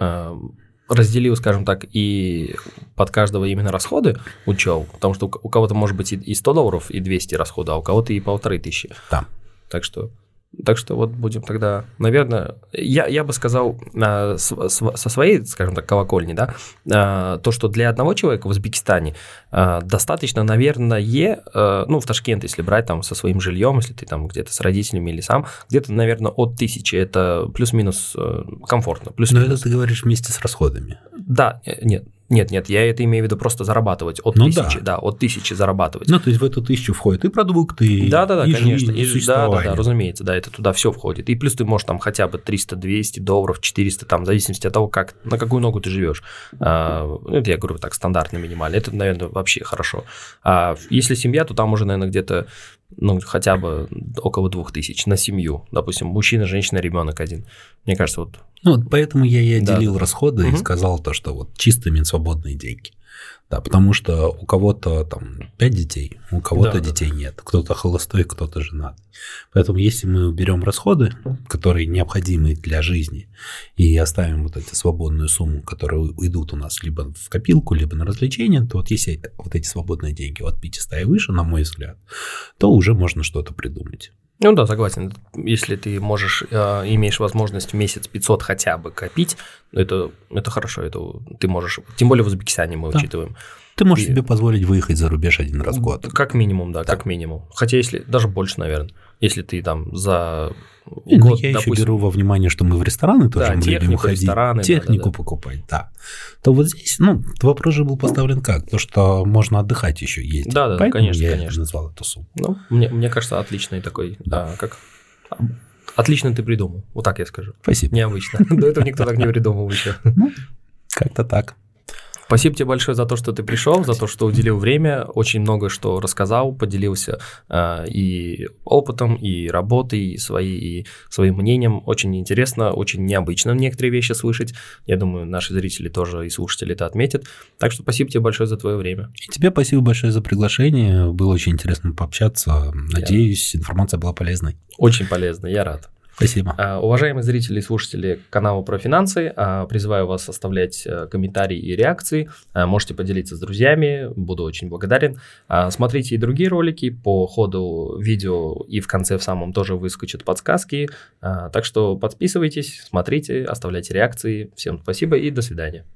разделил, скажем так, и под каждого именно расходы учел, потому что у кого-то может быть и сто долларов, и двести расхода, а у кого-то и полторы тысячи. Да. Так что, так что вот будем тогда, наверное, я, я бы сказал а, с, с, со своей, скажем так, колокольни, да, а, то, что для одного человека в Узбекистане а, достаточно, наверное, а, ну, в Ташкент, если брать там со своим жильем, если ты там где-то с родителями или сам, где-то, наверное, от тысячи, это плюс-минус комфортно. Плюс-минус. Но это ты говоришь вместе с расходами. Да, нет. Нет, нет, я это имею в виду просто зарабатывать от ну тысячи, да. да, от тысячи зарабатывать. Ну, то есть в эту тысячу входят и продукты, да, да, да, и конечно, жизнь, и, да, да, да, разумеется, да, это туда все входит. И плюс ты можешь там хотя бы триста-двести долларов, четыреста, там, в зависимости от того, как, на какую ногу ты живешь. А, это я говорю так, стандартно, минимально. Это, наверное, вообще хорошо. А если семья, то там уже, наверное, где-то, ну, хотя бы около двух тысяч на семью. Допустим, мужчина, женщина, ребенок один. Мне кажется, вот... Ну, вот поэтому я и отделил да. расходы угу. и сказал то, что вот чистыми свободные деньги. Да, потому что у кого-то там пять детей, у кого-то да, детей да. нет, кто-то холостой, кто-то женат. Поэтому если мы уберем расходы, которые необходимы для жизни, и оставим вот эту свободную сумму, которые уйдут у нас либо в копилку, либо на развлечения, то вот если вот эти свободные деньги от пятисот и выше, на мой взгляд, то уже можно что-то придумать. Ну да, согласен. Если ты можешь, э, имеешь возможность в месяц пятьсот хотя бы копить, это, это хорошо, это ты можешь, тем более в Узбекистане мы да. учитываем. Ты можешь и... себе позволить выехать за рубеж один раз в год. Как минимум, да, да, как минимум. Хотя если, даже больше, наверное, если ты там за и, год, я допустим... еще беру во внимание, что мы в рестораны тоже да, мы технику, любим ходить, рестораны, технику да, да, покупать, да. То вот здесь, ну, вопрос же был поставлен как? То, что можно отдыхать еще ездить. Да, да, поэтому конечно, я конечно. назвал эту сумму. Ну, мне, мне кажется, отличный такой, да, а, как... Отлично ты придумал, вот так я скажу. Спасибо. Необычно. До этого никто так не придумал еще. Ну, как-то так. Спасибо тебе большое за то, что ты пришел, за то, что уделил время, очень много что рассказал, поделился э, и опытом, и работой, и, свои, и своим мнением. Очень интересно, очень необычно некоторые вещи слышать. Я думаю, наши зрители тоже и слушатели это отметят. Так что спасибо тебе большое за твое время. И тебе спасибо большое за приглашение. Было очень интересно пообщаться. Надеюсь, я... информация была полезной. Очень полезной, я рад. Спасибо. Uh, уважаемые зрители и слушатели канала про финансы, uh, призываю вас оставлять uh, комментарии и реакции. Uh, можете поделиться с друзьями, буду очень благодарен. Uh, смотрите и другие ролики, по ходу видео и в конце в самом тоже выскочат подсказки. Uh, так что подписывайтесь, смотрите, оставляйте реакции. Всем спасибо и до свидания.